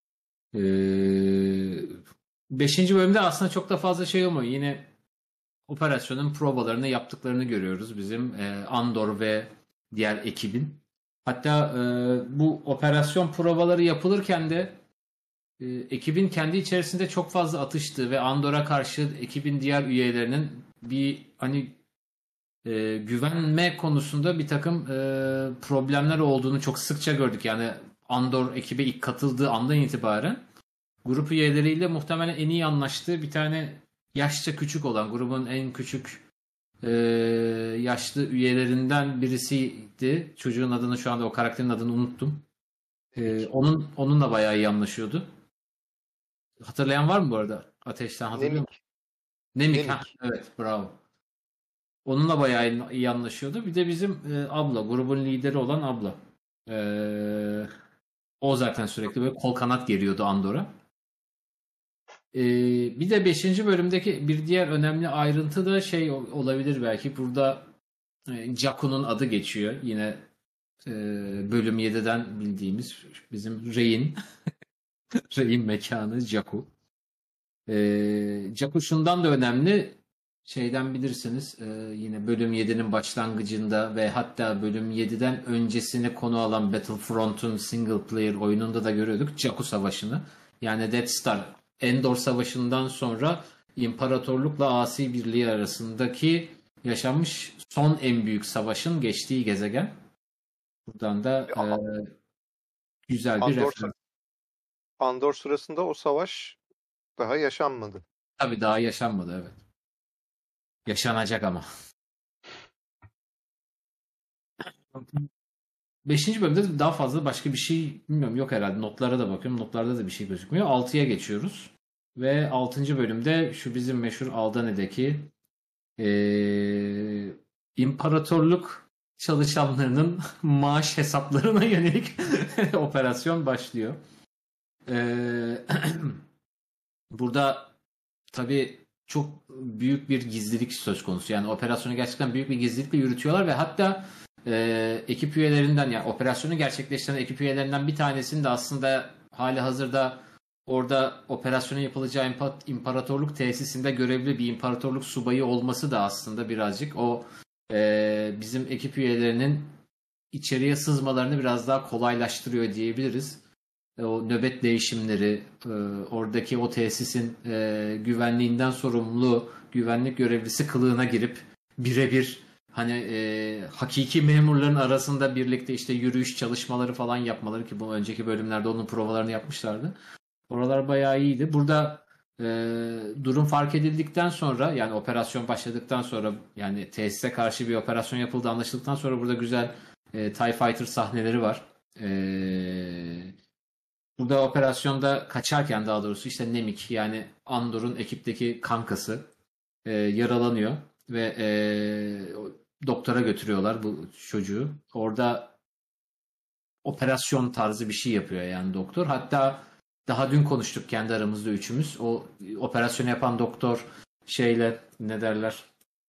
5. bölümde aslında çok da fazla şey olmuyor. Yine operasyonun provalarını yaptıklarını görüyoruz bizim Andor ve diğer ekibin. Hatta bu operasyon provaları yapılırken de ekibin kendi içerisinde çok fazla atıştığı ve Andor'a karşı ekibin diğer üyelerinin bir güvenme konusunda bir takım problemler olduğunu çok sıkça gördük. Yani Andor ekibe ilk katıldığı andan itibaren grup üyeleriyle muhtemelen en iyi anlaştığı bir tane yaşça küçük olan, grubun en küçük yaşlı üyelerinden birisiydi. Çocuğun adını şu anda o karakterin adını unuttum. Onunla bayağı iyi anlaşıyordu. Hatırlayan var mı bu arada? Ateşten hatırlıyor musun? Nemik. Ha, evet, bravo. Onunla bayağı iyi anlaşıyordu. Bir de bizim abla, grubun lideri olan abla. O zaten sürekli böyle kol kanat geriyordu Andor'a. Bir de 5. bölümdeki bir diğer önemli ayrıntı da şey olabilir belki. Burada Jakku'nun adı geçiyor. Yine bölüm 7'den bildiğimiz bizim Rey'in Rey'in mekanı Jakku. Jakku şundan da önemli. Şeyden bilirsiniz yine bölüm 7'nin başlangıcında ve hatta bölüm 7'den öncesini konu alan Battlefront'un single player oyununda da görüyorduk Jakku Savaşı'nı. Yani Death Star, Endor Savaşı'ndan sonra İmparatorlukla Asi Birliği arasındaki yaşanmış son en büyük savaşın geçtiği gezegen. Buradan da güzel bir referans. Andor sırasında o savaş daha yaşanmadı. Tabii daha yaşanmadı, evet. Yaşanacak ama. 5. bölümde daha fazla başka bir şey bilmiyorum, yok herhalde. Notlara da bakıyorum. Notlarda da bir şey gözükmüyor. 6'ya geçiyoruz. Ve 6. bölümde şu bizim meşhur Aldane'deki imparatorluk çalışanlarının maaş hesaplarına yönelik operasyon başlıyor. Burada tabii çok büyük bir gizlilik söz konusu. Yani operasyonu gerçekten büyük bir gizlilikle yürütüyorlar ve hatta ekip üyelerinden, yani operasyonu gerçekleştiren ekip üyelerinden bir tanesinin de aslında hali hazırda orada operasyonun yapılacağı imparatorluk tesisinde görevli bir imparatorluk subayı olması da aslında birazcık o bizim ekip üyelerinin içeriye sızmalarını biraz daha kolaylaştırıyor diyebiliriz. O nöbet değişimleri, oradaki o tesisin güvenliğinden sorumlu güvenlik görevlisi kılığına girip birebir hani hakiki memurların arasında birlikte işte yürüyüş çalışmaları falan yapmaları, ki bu önceki bölümlerde onun provalarını yapmışlardı. Oralar bayağı iyiydi. Burada durum fark edildikten sonra, yani operasyon başladıktan sonra, yani tesise karşı bir operasyon yapıldığı anlaşıldıktan sonra burada güzel TIE Fighter sahneleri var. Burada operasyonda kaçarken, daha doğrusu işte Nemik, yani Andor'un ekipteki kankası yaralanıyor ve doktora götürüyorlar bu çocuğu. Orada operasyon tarzı bir şey yapıyor yani doktor. Hatta daha dün konuştuk kendi aramızda üçümüz. O operasyonu yapan doktor şeyle, ne derler?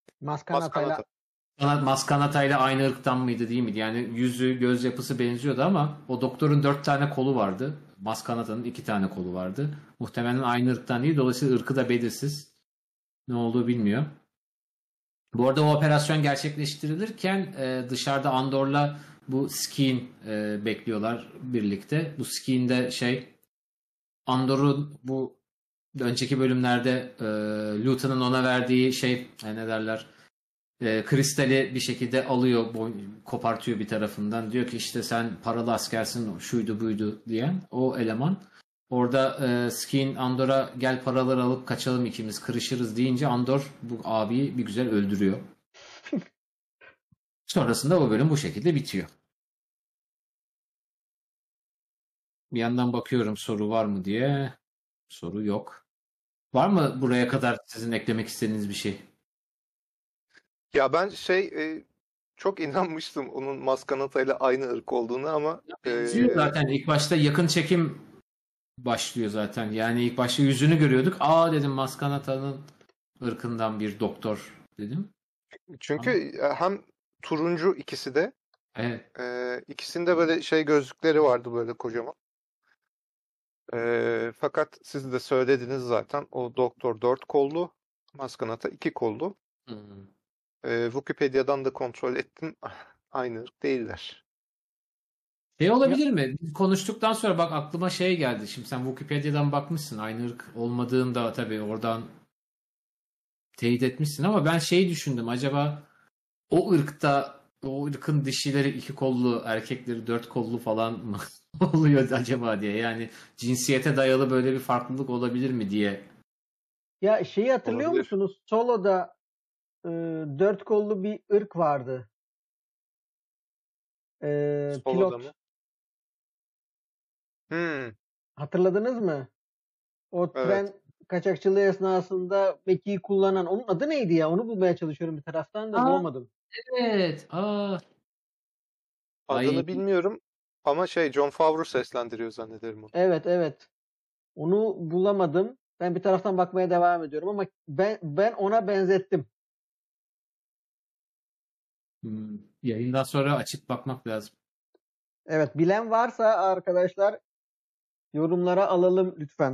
Maskanata'yla aynı ırktan mıydı değil miydi? Yani yüzü, göz yapısı benziyordu ama o doktorun 4 tane kolu vardı. Maskanata'nın 2 tane kolu vardı. Muhtemelen aynı ırktan değil. Dolayısıyla ırkı da belirsiz. Ne olduğu bilmiyor. Bu arada o operasyon gerçekleştirilirken dışarıda Andor'la bu Skeen bekliyorlar birlikte. Bu Skeen de Andor'un bu önceki bölümlerde Luton'un ona verdiği ne derler, kristali bir şekilde alıyor, kopartıyor bir tarafından. Diyor ki işte sen paralı askersin, şuydu buydu diyen o eleman. Orada Skeen Andor'a gel paraları alıp kaçalım, ikimiz kırışırız deyince Andor bu abiyi bir güzel öldürüyor. Sonrasında o bölüm bu şekilde bitiyor. Bir yandan bakıyorum soru var mı diye. Soru yok. Var mı buraya kadar sizin eklemek istediğiniz bir şey? Ya ben çok inanmıştım onun Maskanata'yla aynı ırk olduğunu ama Benziyor zaten. İlk başta yakın çekim başlıyor zaten. Yani ilk başta yüzünü görüyorduk. Aa dedim, Maskanata'nın ırkından bir doktor dedim. çünkü hem turuncu ikisi de, Evet. ikisinde böyle gözlükleri vardı böyle kocaman. Fakat siz de söylediniz zaten, o doktor 4 kollu, Maskanata 2 kollu. Wikipedia'dan da kontrol ettim. Aynı ırk değiller. Olabilir mi? Konuştuktan sonra bak aklıma geldi. Şimdi sen Wikipedia'dan bakmışsın. Aynı ırk olmadığını da tabii oradan teyit etmişsin ama ben düşündüm. Acaba o ırkın dişileri 2 kollu, erkekleri 4 kollu falan mı oluyor acaba diye. Yani cinsiyete dayalı böyle bir farklılık olabilir mi diye. Ya hatırlıyor Olabilir. musunuz? Solo'da dört kollu bir ırk vardı. Solo'da Pilot. mı? Hmm, Hatırladınız mı? O evet. tren kaçakçılığı esnasında mekiği kullanan. Onun adı neydi ya? Onu bulmaya çalışıyorum bir taraftan da Aa, bulamadım. evet. Ay, Adını bilmiyorum ama Jon Favreau seslendiriyor zannederim onu. Evet. Onu bulamadım. Ben bir taraftan bakmaya devam ediyorum ama ben ona benzettim. yayından sonra açıp bakmak lazım. Evet, bilen varsa arkadaşlar yorumlara alalım lütfen.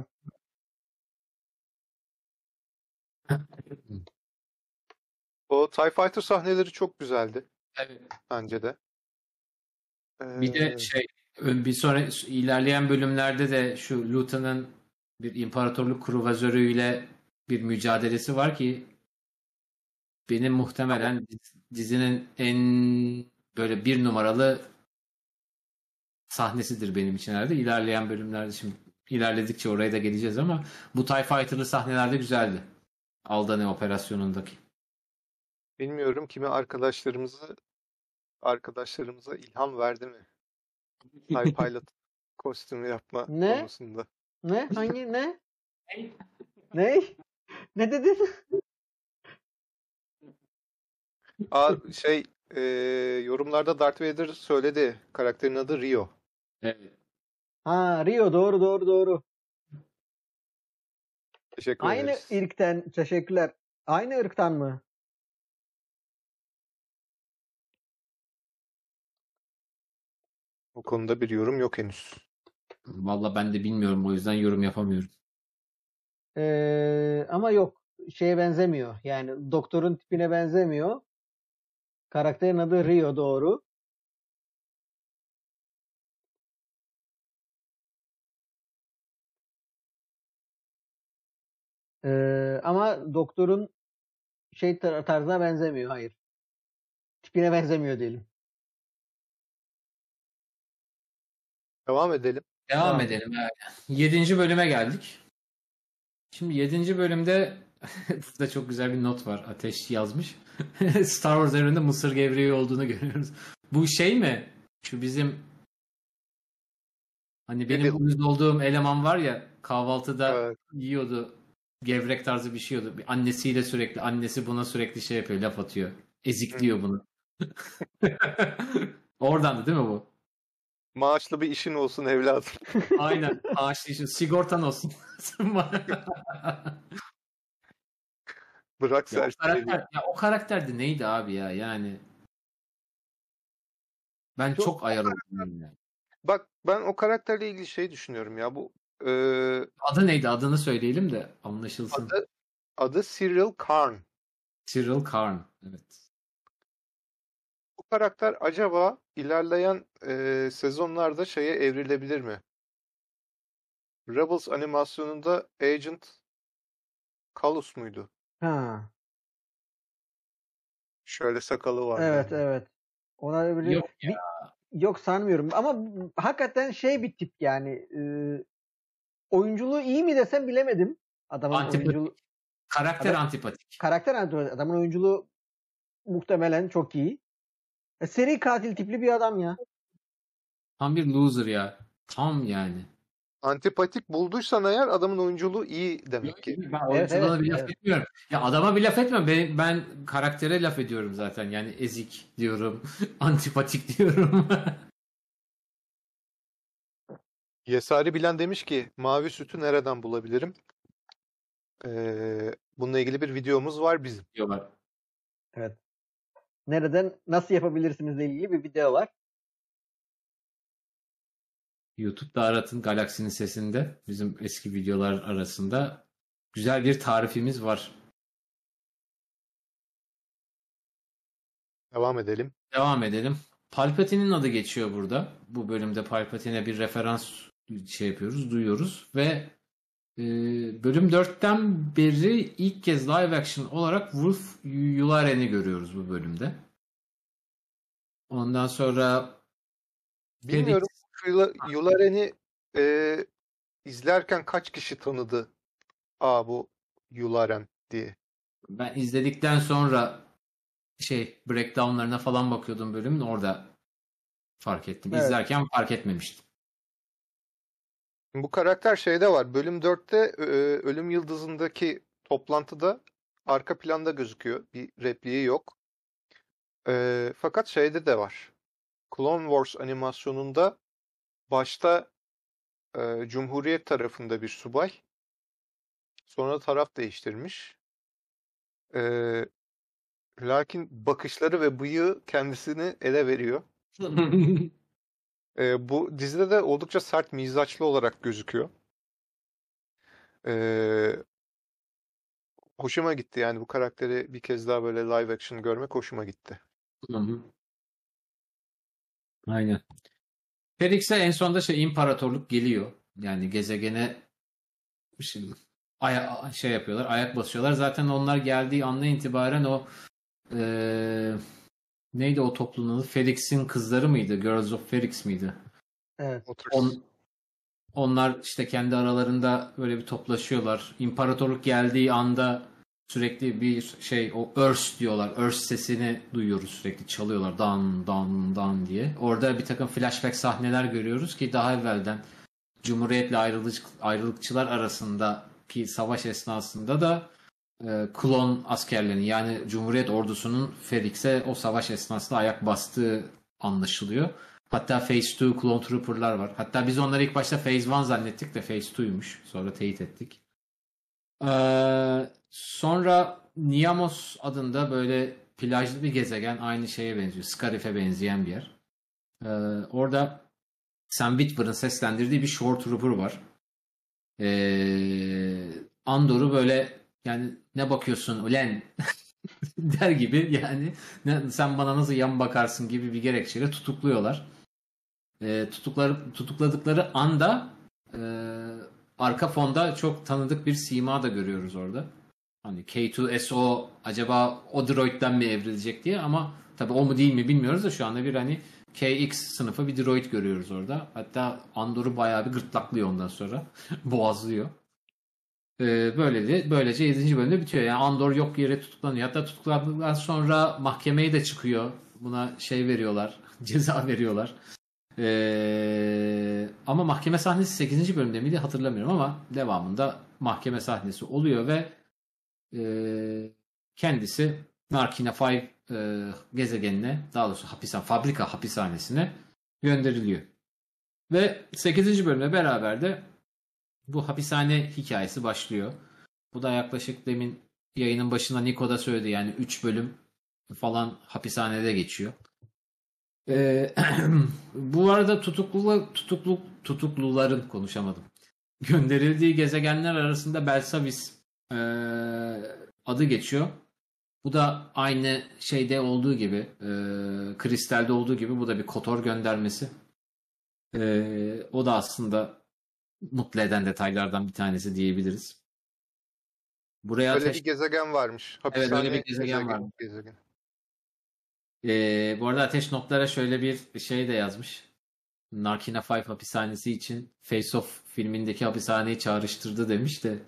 O TIE Fighter sahneleri çok güzeldi Evet. bence de. Bir de bir sonra ilerleyen bölümlerde de şu Luton'un bir imparatorluk kruvazörüyle bir mücadelesi var ki benim muhtemelen dizinin en böyle bir numaralı sahnesidir benim için herhalde. İlerleyen bölümlerde şimdi ilerledikçe oraya da geleceğiz ama bu TIE Fighter'lı sahnelerde güzeldi. Aldane operasyonundaki. Bilmiyorum kimi arkadaşlarımıza ilham verdi mi? TIE Pilot kostümü yapma Ne? konusunda. Ne? Hangi ne? Ne? Ne dedin? Yorumlarda Darth Vader söyledi. Karakterin adı Rio. Evet. Ha, Rio, doğru. Teşekkür Aynı ederiz. ırktan, teşekkürler. Aynı ırktan mı? Bu konuda bir yorum yok henüz. Valla ben de bilmiyorum, o yüzden yorum yapamıyorum. Ama yok, şeye benzemiyor. Yani doktorun tipine benzemiyor. Karakterin adı Rio, doğru. Ama doktorun tarzına benzemiyor. Hayır. Tipine benzemiyor diyelim. Devam edelim. Devam Tamam. edelim. Evet. 7. bölüme geldik. Şimdi 7. bölümde burada çok güzel bir not var. Ateş yazmış. Star Wars evreninde mısır gevreği olduğunu görüyoruz. Bu şey mi? Şu bizim hani benim Neville. uyuz olduğum eleman var ya, kahvaltıda Evet. yiyordu. Gevrek tarzı bir şey yiyordu. Annesiyle sürekli, annesi buna sürekli şey yapıyor, laf atıyor. Ezikliyor bunu. Oradandı değil mi bu? Maaşlı bir işin olsun evladım. Aynen. Ağaçlı işin. Sigortan olsun. Bırak Ya o serseriliği. karakter, ya o karakter de neydi abi ya? Yani ben Çok çok ayar oldum yani. Bak ben o karakterle ilgili şey düşünüyorum ya. Bu e, Adı neydi? Adını söyleyelim de anlaşılsın. adı Cyril Karn. Cyril Karn. Evet. Bu karakter acaba ilerleyen sezonlarda şeye evrilebilir mi? Rebels animasyonunda Agent Kallus muydu? ha. Şöyle sakalı vardı. Evet. Olabilir. Yok ya. Yok sanmıyorum ama hakikaten bir tip yani. Oyunculuğu iyi mi desem bilemedim. Adamın Antipatik. Karakter adam, antipatik. adamın oyunculuğu muhtemelen çok iyi. Seri katil tipli bir adam ya. Tam bir loser ya. Tam yani. Antipatik bulduysan eğer adamın oyunculuğu iyi demek ki. Ben oyunculuğuna bir laf Evet. etmiyorum. Ya adama bir laf etmiyorum. Ben karaktere laf ediyorum zaten. Yani ezik diyorum. Antipatik diyorum. Yesari Bilen demiş ki mavi sütü nereden bulabilirim? Bununla ilgili bir videomuz var bizim. diyorlar. Evet. Nereden nasıl yapabilirsinizle ilgili bir video var. YouTube'da aratın, Galaksinin Sesi'nde bizim eski videolar arasında güzel bir tarifimiz var. Devam edelim. Devam edelim. Palpatine'in adı geçiyor burada. Bu bölümde Palpatine'e bir referans duyuyoruz ve bölüm 4'ten beri ilk kez live action olarak Wolf Yularen'i görüyoruz bu bölümde. Ondan sonra Bilmiyorum Yularen'i izlerken kaç kişi tanıdı bu Yularen diye. Ben izledikten sonra breakdownlarına falan bakıyordum bölümün, orada fark ettim. Evet. İzlerken fark etmemiştim. Bu karakter şeyde var. Bölüm 4'te Ölüm Yıldızı'ndaki toplantıda arka planda gözüküyor. Bir repliği yok. Fakat şeyde de var. Clone Wars animasyonunda başta Cumhuriyet tarafında bir subay. Sonra taraf değiştirmiş. Lakin bakışları ve bıyığı kendisini ele veriyor. Bu dizide de oldukça sert mizaçlı olarak gözüküyor. Hoşuma gitti yani bu karakteri bir kez daha böyle live action görmek hoşuma gitti. Aynen. Felix'e en sonunda imparatorluk geliyor. Yani gezegene yapıyorlar, ayak basıyorlar. Zaten onlar geldiği andan itibaren o neydi o topluluğun adı? Felix'in kızları mıydı? Girls of Felix miydi? Evet. Onlar işte kendi aralarında böyle bir toplaşıyorlar. İmparatorluk geldiği anda sürekli bir o örs diyorlar. Örs sesini duyuyoruz, sürekli çalıyorlar. Dan dan dan diye. Orada bir takım flashback sahneler görüyoruz ki daha evvelden Cumhuriyet'le ayrılıkçılar arasındaki savaş esnasında da klon askerlerinin, yani Cumhuriyet ordusunun Felix'e o savaş esnasında ayak bastığı anlaşılıyor. Hatta Phase 2 Clone Trooper'lar var. Hatta biz onları ilk başta Phase 1 zannettik de Phase 2'ymuş. Sonra teyit ettik. Sonra Niamos adında böyle plajlı bir gezegen, aynı şeye benziyor. Scarif'e benzeyen bir yer. Orada Sam Witwer'ın seslendirdiği bir Shore Trooper var. Andor'u böyle, yani ne bakıyorsun ulen der gibi, yani sen bana nasıl yan bakarsın gibi bir gerekçeyle tutukluyorlar. Tutukladıkları anda arka fonda çok tanıdık bir sima da görüyoruz orada. Hani K2SO acaba o droid'den mi evrilecek diye, ama tabii o mu değil mi bilmiyoruz da şu anda bir KX sınıfı bir droid görüyoruz orada. Hatta Andor'u bayağı bir gırtlaklıyor ondan sonra. Boğazlıyor. Böylece 7. bölümde bitiyor. Yani Andor yok yere tutuklanıyor. Hatta tutuklandıktan sonra mahkemeye de çıkıyor. Buna veriyorlar. Ceza veriyorlar. Ama mahkeme sahnesi 8. bölümde miydi hatırlamıyorum, ama devamında mahkeme sahnesi oluyor ve kendisi Narkina 5 gezegenine, daha doğrusu fabrika hapishanesine gönderiliyor. Ve 8. bölümle beraber de bu hapishane hikayesi başlıyor. Bu da yaklaşık demin yayının başında Niko da söyledi, yani 3 bölüm falan hapishanede geçiyor. Bu arada tutukluların konuşamadım. Gönderildiği gezegenler arasında Belsavis adı geçiyor. Bu da aynı şeyde olduğu gibi, Kristal'de olduğu gibi, bu da bir KOTOR göndermesi. O da aslında mutlu eden detaylardan bir tanesi diyebiliriz. Buraya Öyle bir gezegen varmış. Evet, öyle bir Hapishane gezegen var. gezegen. Bu arada Ateş notlara şöyle bir şey de yazmış. Narkina 5 hapishanesi için Face Off filmindeki hapishaneyi çağrıştırdı demiş de.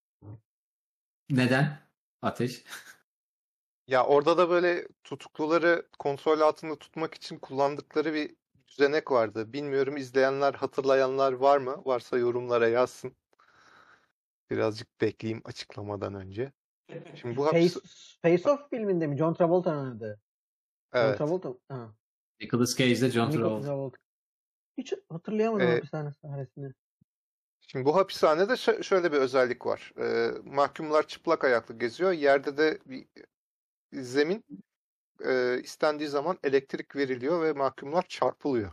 Neden Ateş? Ya orada da böyle tutukluları kontrol altında tutmak için kullandıkları bir düzenek vardı. Bilmiyorum, izleyenler, hatırlayanlar var mı? Varsa yorumlara yazsın. Birazcık bekleyeyim açıklamadan önce. Şimdi bu Face Off filminde mi? John Travolta'nın oynadığı. Evet. John Travolta. Ha. Nicolas Cage'de John Travolta. Hiç hatırlayamadım hapishane sahnesini. Şimdi bu hapishanede şöyle bir özellik var. Mahkumlar çıplak ayaklı geziyor. Yerde de bir zemin, istendiği zaman elektrik veriliyor ve mahkumlar çarpılıyor.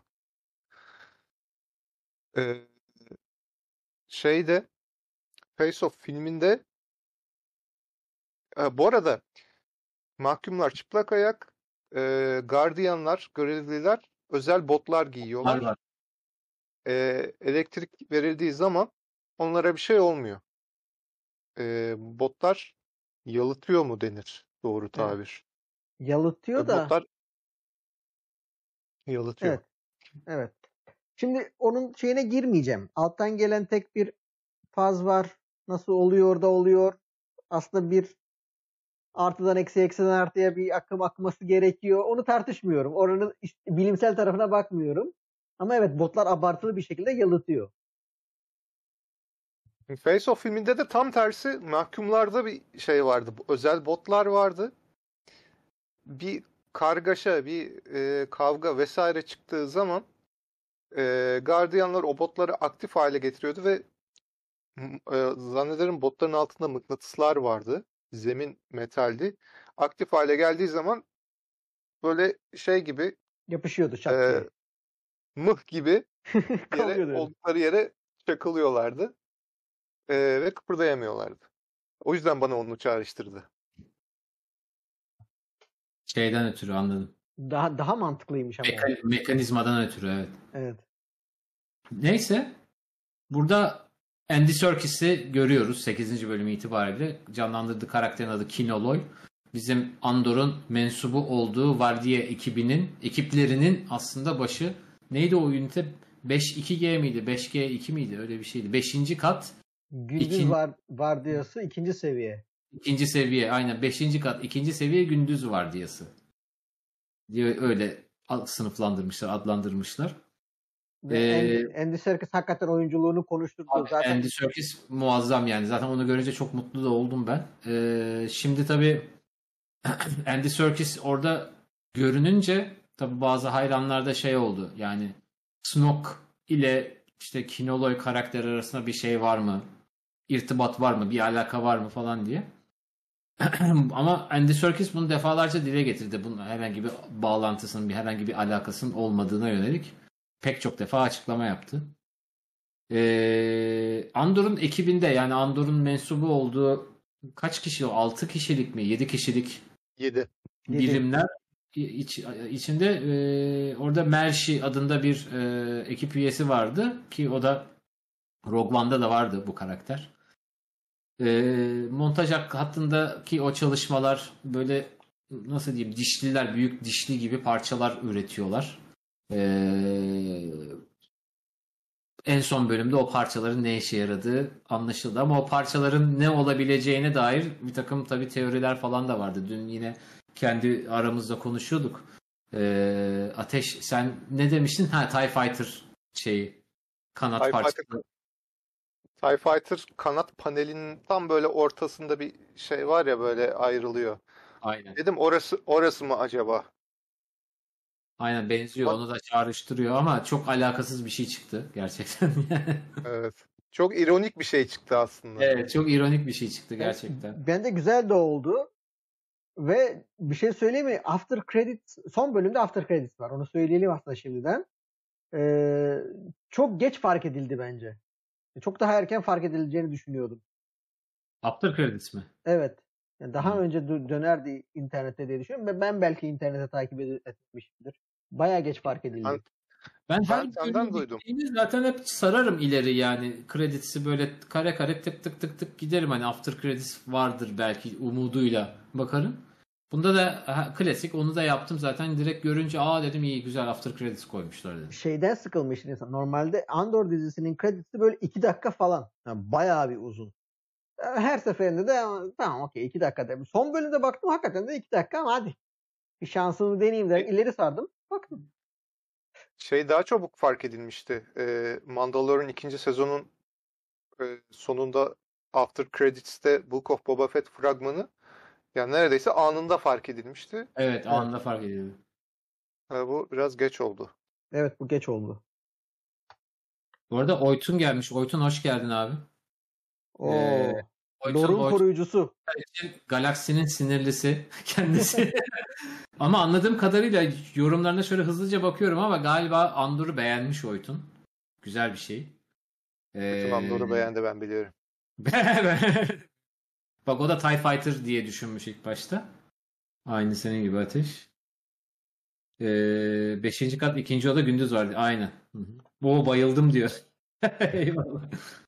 Face Off filminde bu arada mahkumlar çıplak ayak, gardiyanlar, görevliler özel botlar giyiyorlar. Var. Elektrik verildiği zaman onlara bir şey olmuyor. Botlar yalıtıyor mu denir doğru tabir? Yalıtıyor da. Botlar yalıtıyor. Evet. Şimdi onun şeyine girmeyeceğim. Alttan gelen tek bir faz var. Nasıl oluyor da oluyor. Aslında bir Artıdan eksiye, eksiden artıya bir akım akması gerekiyor. Onu tartışmıyorum. Oranın bilimsel tarafına bakmıyorum. Ama evet, botlar abartılı bir şekilde yalıtıyor. Face Off filminde de tam tersi mahkumlarda bir şey vardı. Özel botlar vardı. Bir kargaşa, bir kavga vesaire çıktığı zaman gardiyanlar o botları aktif hale getiriyordu ve zannederim botların altında mıknatıslar vardı. Zemin metaldi. Aktif hale geldiği zaman böyle şey gibi Yapışıyordu şak e, diye. mıh gibi Kalıyordu öyle. oldukları yere çakılıyorlardı. Ve kıpırdayamıyorlardı. O yüzden bana onu çağrıştırdı. Şeyden ötürü anladım. Daha mantıklıymış ama. Mekanizmadan ötürü evet. Evet. Neyse. Burada Andy Serkis'i görüyoruz 8. bölüm itibariyle. Canlandırdığı karakterin adı Kinoloy. Bizim Andor'un mensubu olduğu Vardiya ekiplerinin aslında başı. Neydi o ünite? 5-2G miydi? 5G2 miydi? Öyle bir şeydi. 5. kat. Gündüz vardiyası 2. seviye. 2. seviye. Aynen 5. kat. 2. seviye gündüz vardiyası. Diye öyle sınıflandırmışlar, adlandırmışlar. Andy Serkis hakikaten oyunculuğunu konuşturdu. Zaten Andy Serkis muazzam yani. Zaten onu görünce çok mutlu da oldum ben. Şimdi tabii Andy Serkis orada görününce tabii bazı hayranlarda şey oldu. Yani Snoke ile işte Kinoloy karakteri arasında bir şey var mı? İrtibat var mı? Bir alaka var mı falan diye. Ama Andy Serkis bunu defalarca dile getirdi. Bunun herhangi bir bağlantısının, herhangi bir alakasının olmadığına yönelik pek çok defa açıklama yaptı. Andor'un ekibinde yani Andor'un mensubu olduğu kaç kişi o? 6 kişilik mi? 7 kişilik 7. birimler içinde orada Mershi adında bir ekip üyesi vardı ki o da Rogue One'da da vardı bu karakter. Montaj hattındaki o çalışmalar böyle nasıl diyeyim dişliler büyük dişli gibi parçalar üretiyorlar. En son bölümde o parçaların ne işe yaradığı anlaşıldı ama o parçaların ne olabileceğine dair bir takım tabii teoriler falan da vardı. Dün yine kendi aramızda konuşuyorduk. Ateş sen ne demiştin? TIE Fighter şeyi kanat parçası. TIE Fighter kanat panelinin tam böyle ortasında bir şey var ya böyle ayrılıyor. Aynen. Dedim orası mı acaba? Aynen benziyor. Onu da çağrıştırıyor ama çok alakasız bir şey çıktı gerçekten. Evet. Çok ironik bir şey çıktı aslında. Evet, çok ironik bir şey çıktı gerçekten. Bence güzel de oldu. Ve bir şey söyleyeyim mi? After Credits, son bölümde After Credits var. Onu söyleyelim aslında şimdiden. Çok geç fark edildi bence. Çok daha erken fark edileceğini düşünüyordum. After Credits mi? Evet. Yani daha önce dönerdi internete diye düşünüyorum. Ve ben belki internete takip etmişimdir. Bayağı geç fark edildi. Ben her senden duydum. Zaten hep sararım ileri yani. Credits'i böyle kare kare tık tık tık tık giderim. Hani After Credits vardır belki umuduyla bakarım. Bunda da klasik onu da yaptım zaten direkt görünce dedim iyi güzel After Credits koymuşlar dedim. Şeyden sıkılmış insan. Normalde Andor dizisinin kredisi böyle 2 dakika falan. Yani bayağı bir uzun. Her seferinde de tamam okey 2 dakika dedim. Son bölümde baktım hakikaten de 2 dakika ama hadi. Bir şansımı deneyeyim der. İleri sardım. Baktım. Şey daha çabuk fark edilmişti. Mandalorian 2. sezonun sonunda After Credits'te Book of Boba Fett fragmanı yani neredeyse anında fark edilmişti. Evet anında fark edildi. Bu biraz geç oldu. Evet bu geç oldu. Bu arada Oytun gelmiş. Oytun hoş geldin abi. Lor'un koruyucusu. Galaksinin sinirlisi kendisi. Ama anladığım kadarıyla yorumlarına şöyle hızlıca bakıyorum ama galiba Andor'u beğenmiş Oytun. Güzel bir şey. Bütün Andor'u beğendi ben biliyorum. Bak o da TIE Fighter diye düşünmüş ilk başta. Aynı senin gibi Ateş. 5. kat 2. oda gündüz vardı. Aynen. Bu bayıldım diyor. Eyvallah.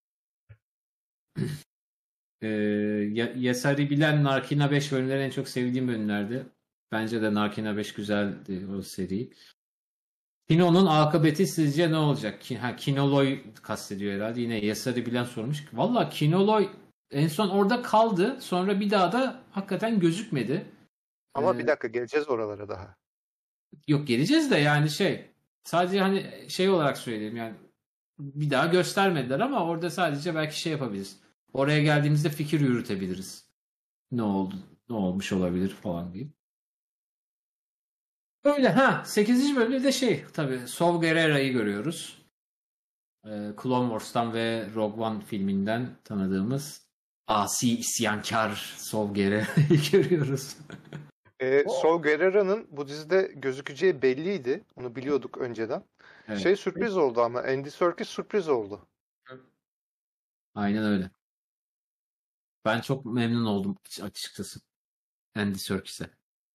Yasari Bilen Narkina 5 bölümleri en çok sevdiğim bölümlerdi. Bence de Narkina 5 güzeldi o seri. Kino'nun akıbeti sizce ne olacak? Kinoloy kastediyor herhalde. Yine Yasari Bilen sormuş. Valla Kinoloy En son orada kaldı. Sonra bir daha da hakikaten gözükmedi. Ama bir dakika, geleceğiz oralara daha. Yok, geleceğiz de yani sadece hani şey olarak söyleyeyim yani bir daha göstermediler ama orada sadece belki şey yapabiliriz. Oraya geldiğimizde fikir yürütebiliriz. Ne oldu? Ne olmuş olabilir falan diye. Öyle 8. bölümde de tabii Saw Gerrera'yı görüyoruz. Clone Wars'tan ve Rogue One filminden tanıdığımız asi isyankar Saw Gerrera'yı görüyoruz. Saw Gerrera'nın bu dizide gözükeceği belliydi. Onu biliyorduk önceden. Evet. Sürpriz oldu ama Andy Serkis sürpriz oldu. Aynen öyle. Ben çok memnun oldum açıkçası Andy Serkis'e.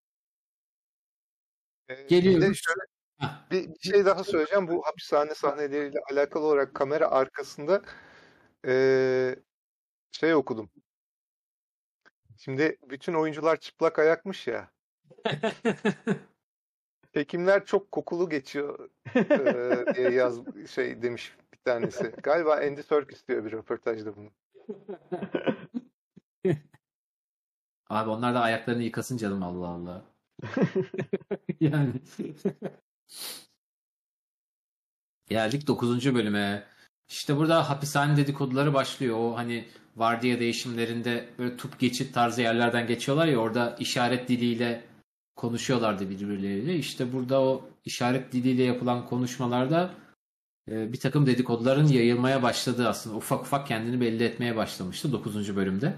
Geliyoruz. Bir de şöyle bir şey daha söyleyeceğim. Bu hapishane sahneleriyle alakalı olarak kamera arkasında okudum. Şimdi bütün oyuncular çıplak ayakmış ya. Çekimler çok kokulu geçiyor diye demiş bir tanesi. Galiba Andy Serkis diyor bir röportajda bunu. Abi onlar da ayaklarını yıkasın canım, Allah Allah. Yani. Geldik 9. bölüme. İşte burada hapishane dedikoduları başlıyor. O hani vardiya değişimlerinde böyle tup geçit tarzı yerlerden geçiyorlar ya, orada işaret diliyle konuşuyorlardı birbirleriyle. İşte burada o işaret diliyle yapılan konuşmalarda bir takım dedikoduların yayılmaya başladığı, aslında ufak ufak kendini belli etmeye başlamıştı 9. bölümde.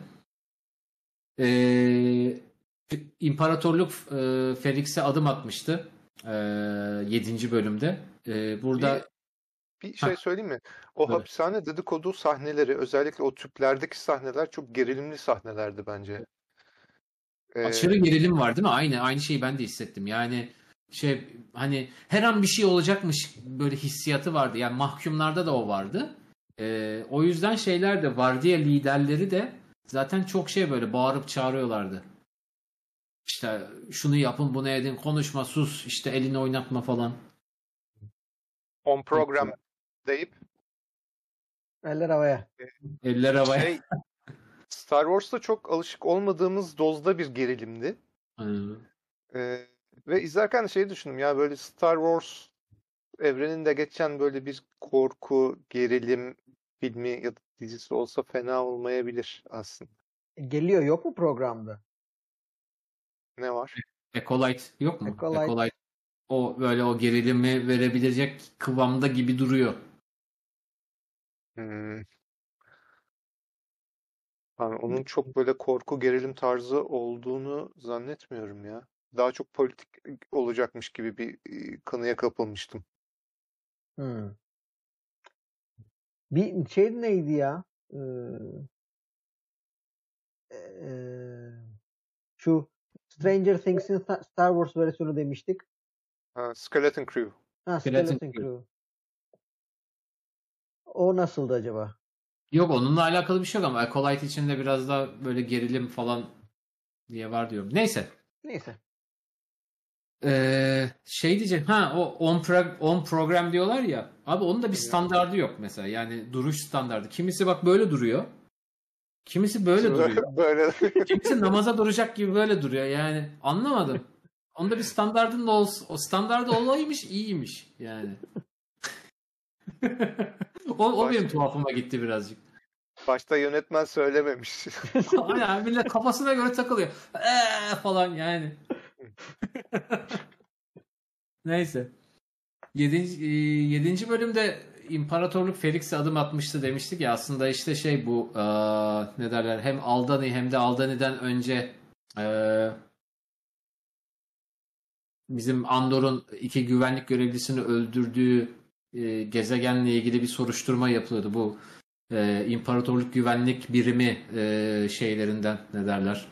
İmparatorluk Felix'e adım atmıştı 7. bölümde. Burada bir şey söyleyeyim mi? O Evet. hapishane dedikodu sahneleri, özellikle o tüplerdeki sahneler çok gerilimli sahnelerdi bence. Aşırı gerilim var değil mi? Aynı şeyi ben de hissettim. Yani hani her an bir şey olacakmış böyle hissiyatı vardı. Yani mahkumlarda da o vardı. O yüzden şeyler de vardiya liderleri de zaten çok böyle bağırıp çağırıyorlardı. İşte şunu yapın, bunu edin, konuşma, sus, işte elini oynatma falan. On program deyip Eller havaya. Eller havaya. Star Wars'ta çok alışık olmadığımız dozda bir gerilimdi. Ve izlerken de düşündüm ya, böyle Star Wars evreninde geçen böyle bir korku, gerilim filmi ya da dizisi olsa fena olmayabilir aslında. Geliyor, yok mu programda? Ne var? Acolyte yok mu? Acolyte. O böyle o gerilimi verebilecek kıvamda gibi duruyor. Yani onun çok böyle korku gerilim tarzı olduğunu zannetmiyorum ya. Daha çok politik olacakmış gibi bir kanıya kapılmıştım. Bir şey neydi ya? Şu Stranger Things'in Star Wars versiyonu demiştik. Skeleton Crew. Skeleton Crew. O nasıldı acaba? Yok, onunla alakalı bir şey yok ama Acolyte içinde biraz daha böyle gerilim falan diye var diyorum. Neyse. Diyeceğim. O on program diyorlar ya. Abi onun da bir standardı yok mesela. Yani duruş standardı. Kimisi bak böyle duruyor. Kimisi böyle duruyor. Böyle. Kimisi namaza duracak gibi böyle duruyor. Yani anlamadım. Onda bir standardın da o standardı olaymış, iyiymiş yani. o benim tuhafıma gitti birazcık. Başta yönetmen söylememiş. Aynen, millet kafasına göre takılıyor. Falan yani. Neyse. 7. bölümde İmparatorluk Felix'e adım atmıştı demiştik ya, aslında işte bu ne derler, hem Aldani hem de Aldani'den önce bizim Andor'un 2 güvenlik görevlisini öldürdüğü gezegenle ilgili bir soruşturma yapılıyordu. Bu İmparatorluk Güvenlik Birimi şeylerinden ne derler,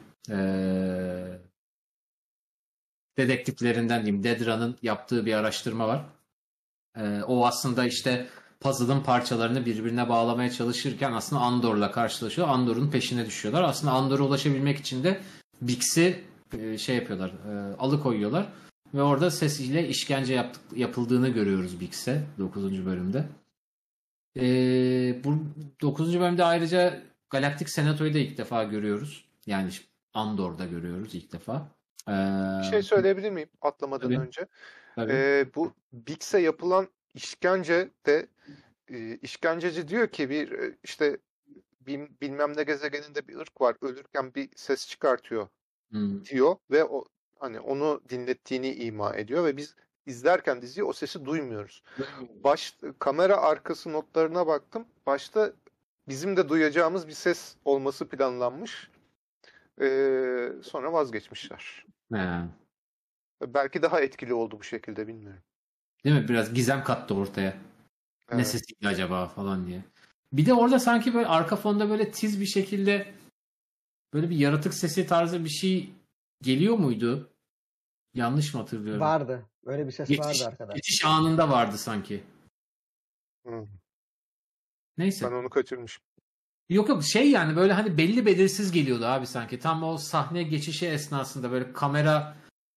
dedektiflerinden diyeyim, Dedra'nın yaptığı bir araştırma var. O aslında işte puzzle'ın parçalarını birbirine bağlamaya çalışırken aslında Andor'la karşılaşıyor. Andor'un peşine düşüyorlar. Aslında Andor'a ulaşabilmek için de Bix'i yapıyorlar, alıkoyuyorlar. Ve orada sesiyle işkence yapıldığını görüyoruz Bix'e 9. bölümde. Bu 9. bölümde ayrıca Galaktik Senato'yu da ilk defa görüyoruz. Yani Andor'da görüyoruz ilk defa. Bir şey söyleyebilir miyim atlamadan Tabii. önce? Tabii. Bu Bix'e yapılan işkence de işkenceci diyor ki işte bilmem ne gezegeninde bir ırk var. Ölürken bir ses çıkartıyor diyor ve hani onu dinlettiğini ima ediyor ve biz izlerken diziyi o sesi duymuyoruz. Kamera arkası notlarına baktım. Başta bizim de duyacağımız bir ses olması planlanmış. Sonra vazgeçmişler. He. Belki daha etkili oldu bu şekilde, bilmiyorum. Değil mi? Biraz gizem kattı ortaya. Ne Evet. sesiydi acaba falan diye. Bir de orada sanki böyle arka fonda böyle tiz bir şekilde böyle bir yaratık sesi tarzı bir şey geliyor muydu? Yanlış mı hatırlıyorum? Vardı. Öyle bir ses vardı arkadaşlar. Geçiş anında vardı sanki. Hı. Neyse. Ben onu kaçırmışım. Yok şey yani böyle hani belli belirsiz geliyordu abi sanki. Tam o sahne geçişi esnasında böyle kamera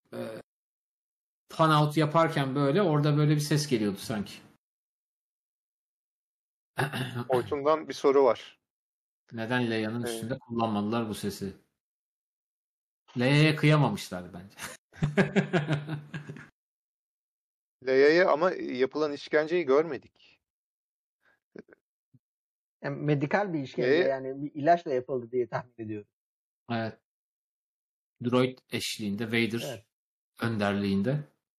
pan out yaparken böyle orada böyle bir ses geliyordu sanki. Oytun'dan bir soru var. Neden Leia'nın üstünde kullanmadılar bu sesi? Leia'ya kıyamamışlar bence. Leia'yı ama yapılan işkenceyi görmedik. Yani medikal bir işkence, yani bir ilaçla yapıldı diye tahmin ediyorum. Evet. Droid eşliğinde, Vader önderliğinde.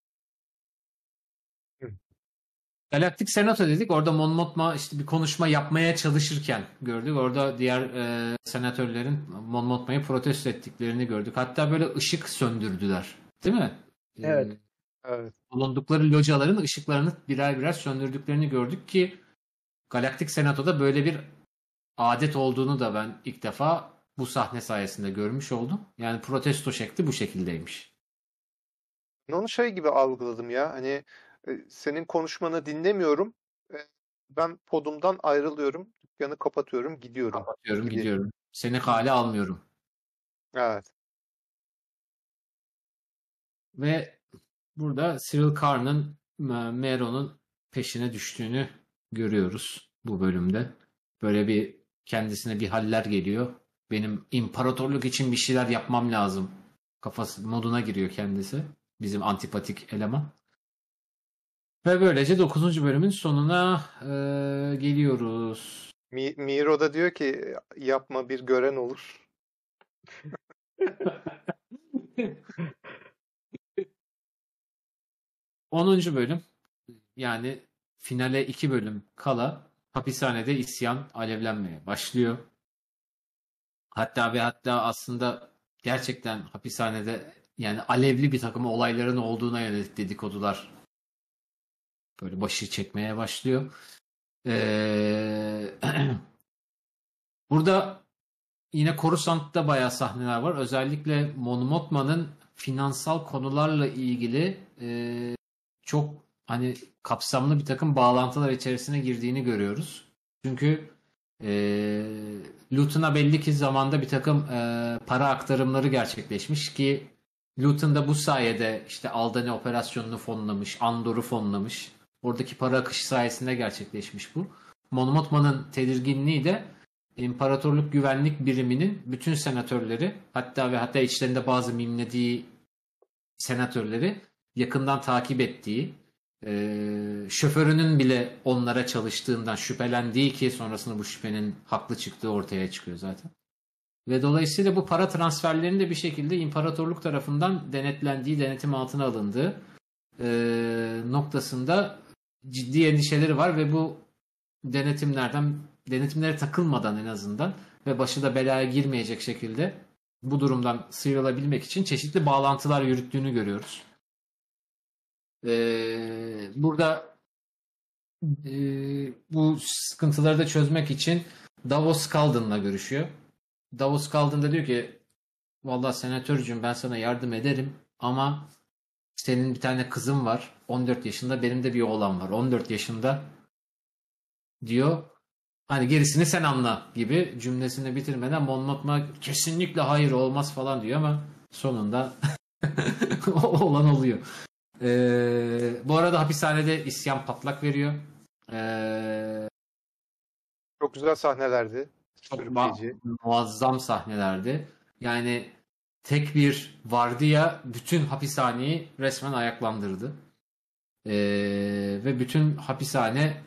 Galaktik Senato dedik. Orada Mon Mothma işte bir konuşma yapmaya çalışırken gördük. Orada diğer senatörlerin Mon Mothma'yı protesto ettiklerini gördük. Hatta böyle ışık söndürdüler. Değil mi? Evet. Evet. Bulundukları locaların ışıklarını birer birer söndürdüklerini gördük ki Galaktik Senato'da böyle bir adet olduğunu da ben ilk defa bu sahne sayesinde görmüş oldum. Yani protesto şekli bu şekildeymiş. Ben onu şey gibi algıladım ya. Hani senin konuşmanı dinlemiyorum. Ben podumdan ayrılıyorum. Dükkanı kapatıyorum. Gidiyorum. Gidiyorum. Seni kale almıyorum. Evet. Ve burada Cyril Karn'ın Mero'nun peşine düştüğünü görüyoruz bu bölümde. Böyle bir kendisine bir haller geliyor. Benim imparatorluk için bir şeyler yapmam lazım. Kafası moduna giriyor kendisi. Bizim antipatik eleman. Ve böylece 9. bölümün sonuna geliyoruz. Miro da diyor ki yapma, bir gören olur. ...10. bölüm. Yani finale 2 bölüm kala hapishanede isyan alevlenmeye başlıyor. Hatta aslında gerçekten hapishanede yani alevli bir takım olayların olduğuna yönelik dedikodular böyle başı çekmeye başlıyor. Burada yine Coruscant'ta bayağı sahneler var. Özellikle Mon Mothma'nın finansal konularla ilgili çok hani kapsamlı bir takım bağlantılar içerisine girdiğini görüyoruz. Çünkü Luton'a belli ki zamanda bir takım para aktarımları gerçekleşmiş ki Luton da bu sayede işte Aldani operasyonunu fonlamış, Andor'u fonlamış. Oradaki para akışı sayesinde gerçekleşmiş bu. Mon Mothma'nın tedirginliği de İmparatorluk Güvenlik Biriminin bütün senatörleri hatta içlerinde bazı mimlediği senatörleri yakından takip ettiği, şoförünün bile onlara çalıştığından şüphelendiği ki sonrasında bu şüphenin haklı çıktığı ortaya çıkıyor zaten. Ve dolayısıyla bu para transferlerinin de bir şekilde imparatorluk tarafından denetlendiği, denetim altına alındığı noktasında ciddi endişeleri var ve bu denetimlere takılmadan en azından ve başı da belaya girmeyecek şekilde bu durumdan sıyrılabilmek için çeşitli bağlantılar yürüttüğünü görüyoruz. Burada bu sıkıntıları da çözmek için Davos Calden'la görüşüyor. Davos Calden da diyor ki vallahi senatörcüğüm ben sana yardım ederim ama senin bir tane kızın var 14 yaşında, benim de bir oğlan var 14 yaşında diyor. Hani gerisini sen anla gibi cümlesini bitirmeden Mon Mothma kesinlikle hayır olmaz falan diyor ama sonunda olan oluyor. Bu arada hapishanede isyan patlak veriyor. Çok güzel sahnelerdi. Çok Sürükleyici. muazzam sahnelerdi. Yani tek bir vardiya bütün hapishaneyi resmen ayaklandırdı. Ve bütün hapishane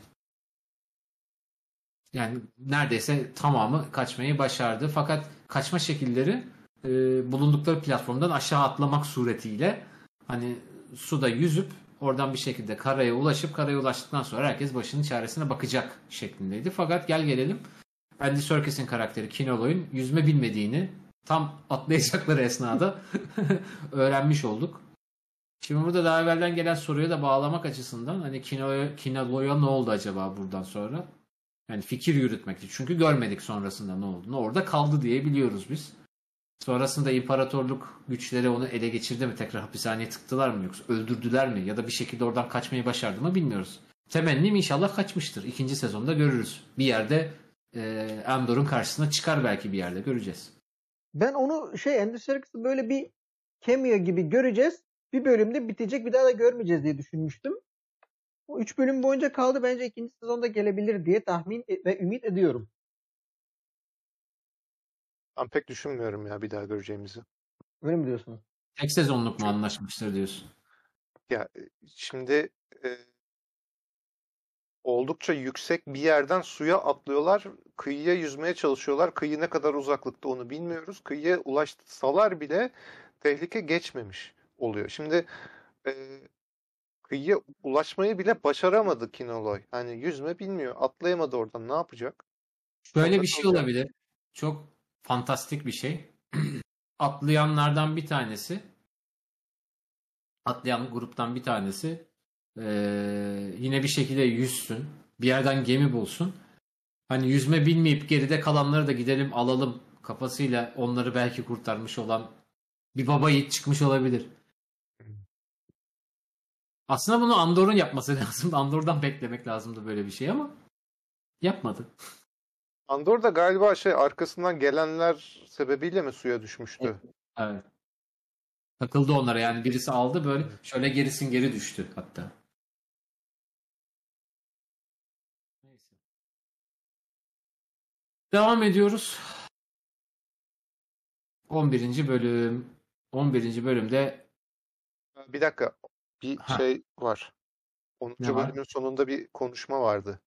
yani neredeyse tamamı kaçmayı başardı. Fakat kaçma şekilleri bulundukları platformdan aşağı atlamak suretiyle hani suda yüzüp oradan bir şekilde karaya ulaşıp karaya ulaştıktan sonra herkes başının çaresine bakacak şeklindeydi. Fakat gel gelelim Andy Serkis'in karakteri Kinoloy'un yüzme bilmediğini tam atlayacakları esnada öğrenmiş olduk. Şimdi burada daha evvelden gelen soruya da bağlamak açısından hani Kinoloy'a ne oldu acaba buradan sonra? Yani fikir yürütmekti. Çünkü görmedik sonrasında ne olduğunu. Orada kaldı diye biliyoruz biz. Sonrasında imparatorluk güçleri onu ele geçirdi mi? Tekrar hapishaneye tıktılar mı? Yoksa öldürdüler mi? Ya da bir şekilde oradan kaçmayı başardı mı bilmiyoruz. Temennim inşallah kaçmıştır. İkinci sezonda görürüz. Bir yerde Andor'un karşısına çıkar belki bir yerde. Göreceğiz. Ben onu Andy Serkis'i böyle bir cameo gibi göreceğiz. Bir bölümde bitecek, bir daha da görmeyeceğiz diye düşünmüştüm. O 3 bölüm boyunca kaldı. Bence ikinci sezonda gelebilir diye tahmin ve ümit ediyorum. Ben pek düşünmüyorum ya bir daha göreceğimizi. Öyle mi diyorsun? Tek sezonluk mu anlaşmıştır diyorsun? Ya şimdi oldukça yüksek bir yerden suya atlıyorlar. Kıyıya yüzmeye çalışıyorlar. Kıyı ne kadar uzaklıkta onu bilmiyoruz. Kıyıya ulaşsalar bile tehlike geçmemiş oluyor. Şimdi kıyıya ulaşmayı bile başaramadı Kinoloy. Hani yüzme bilmiyor. Atlayamadı oradan. Ne yapacak? Şöyle Orada bir şey kalacak. olabilir. Çok fantastik bir şey. Atlayanlardan bir tanesi, atlayan gruptan bir tanesi yine bir şekilde yüzsün. Bir yerden gemi bulsun. Hani yüzme bilmeyip geride kalanları da gidelim alalım kafasıyla onları belki kurtarmış olan bir baba yiğit çıkmış olabilir. Aslında bunu Andor'un yapması lazım. Andor'dan beklemek lazımdı böyle bir şey ama yapmadı. Andor da galiba arkasından gelenler sebebiyle mi suya düşmüştü? Evet. Takıldı onlara yani birisi aldı böyle şöyle gerisin geri düştü hatta. Neyse. Devam ediyoruz. 11. bölüm. 11. bölümde Bir dakika. Bir şey var. 10. ne var? bölümün sonunda bir konuşma vardı.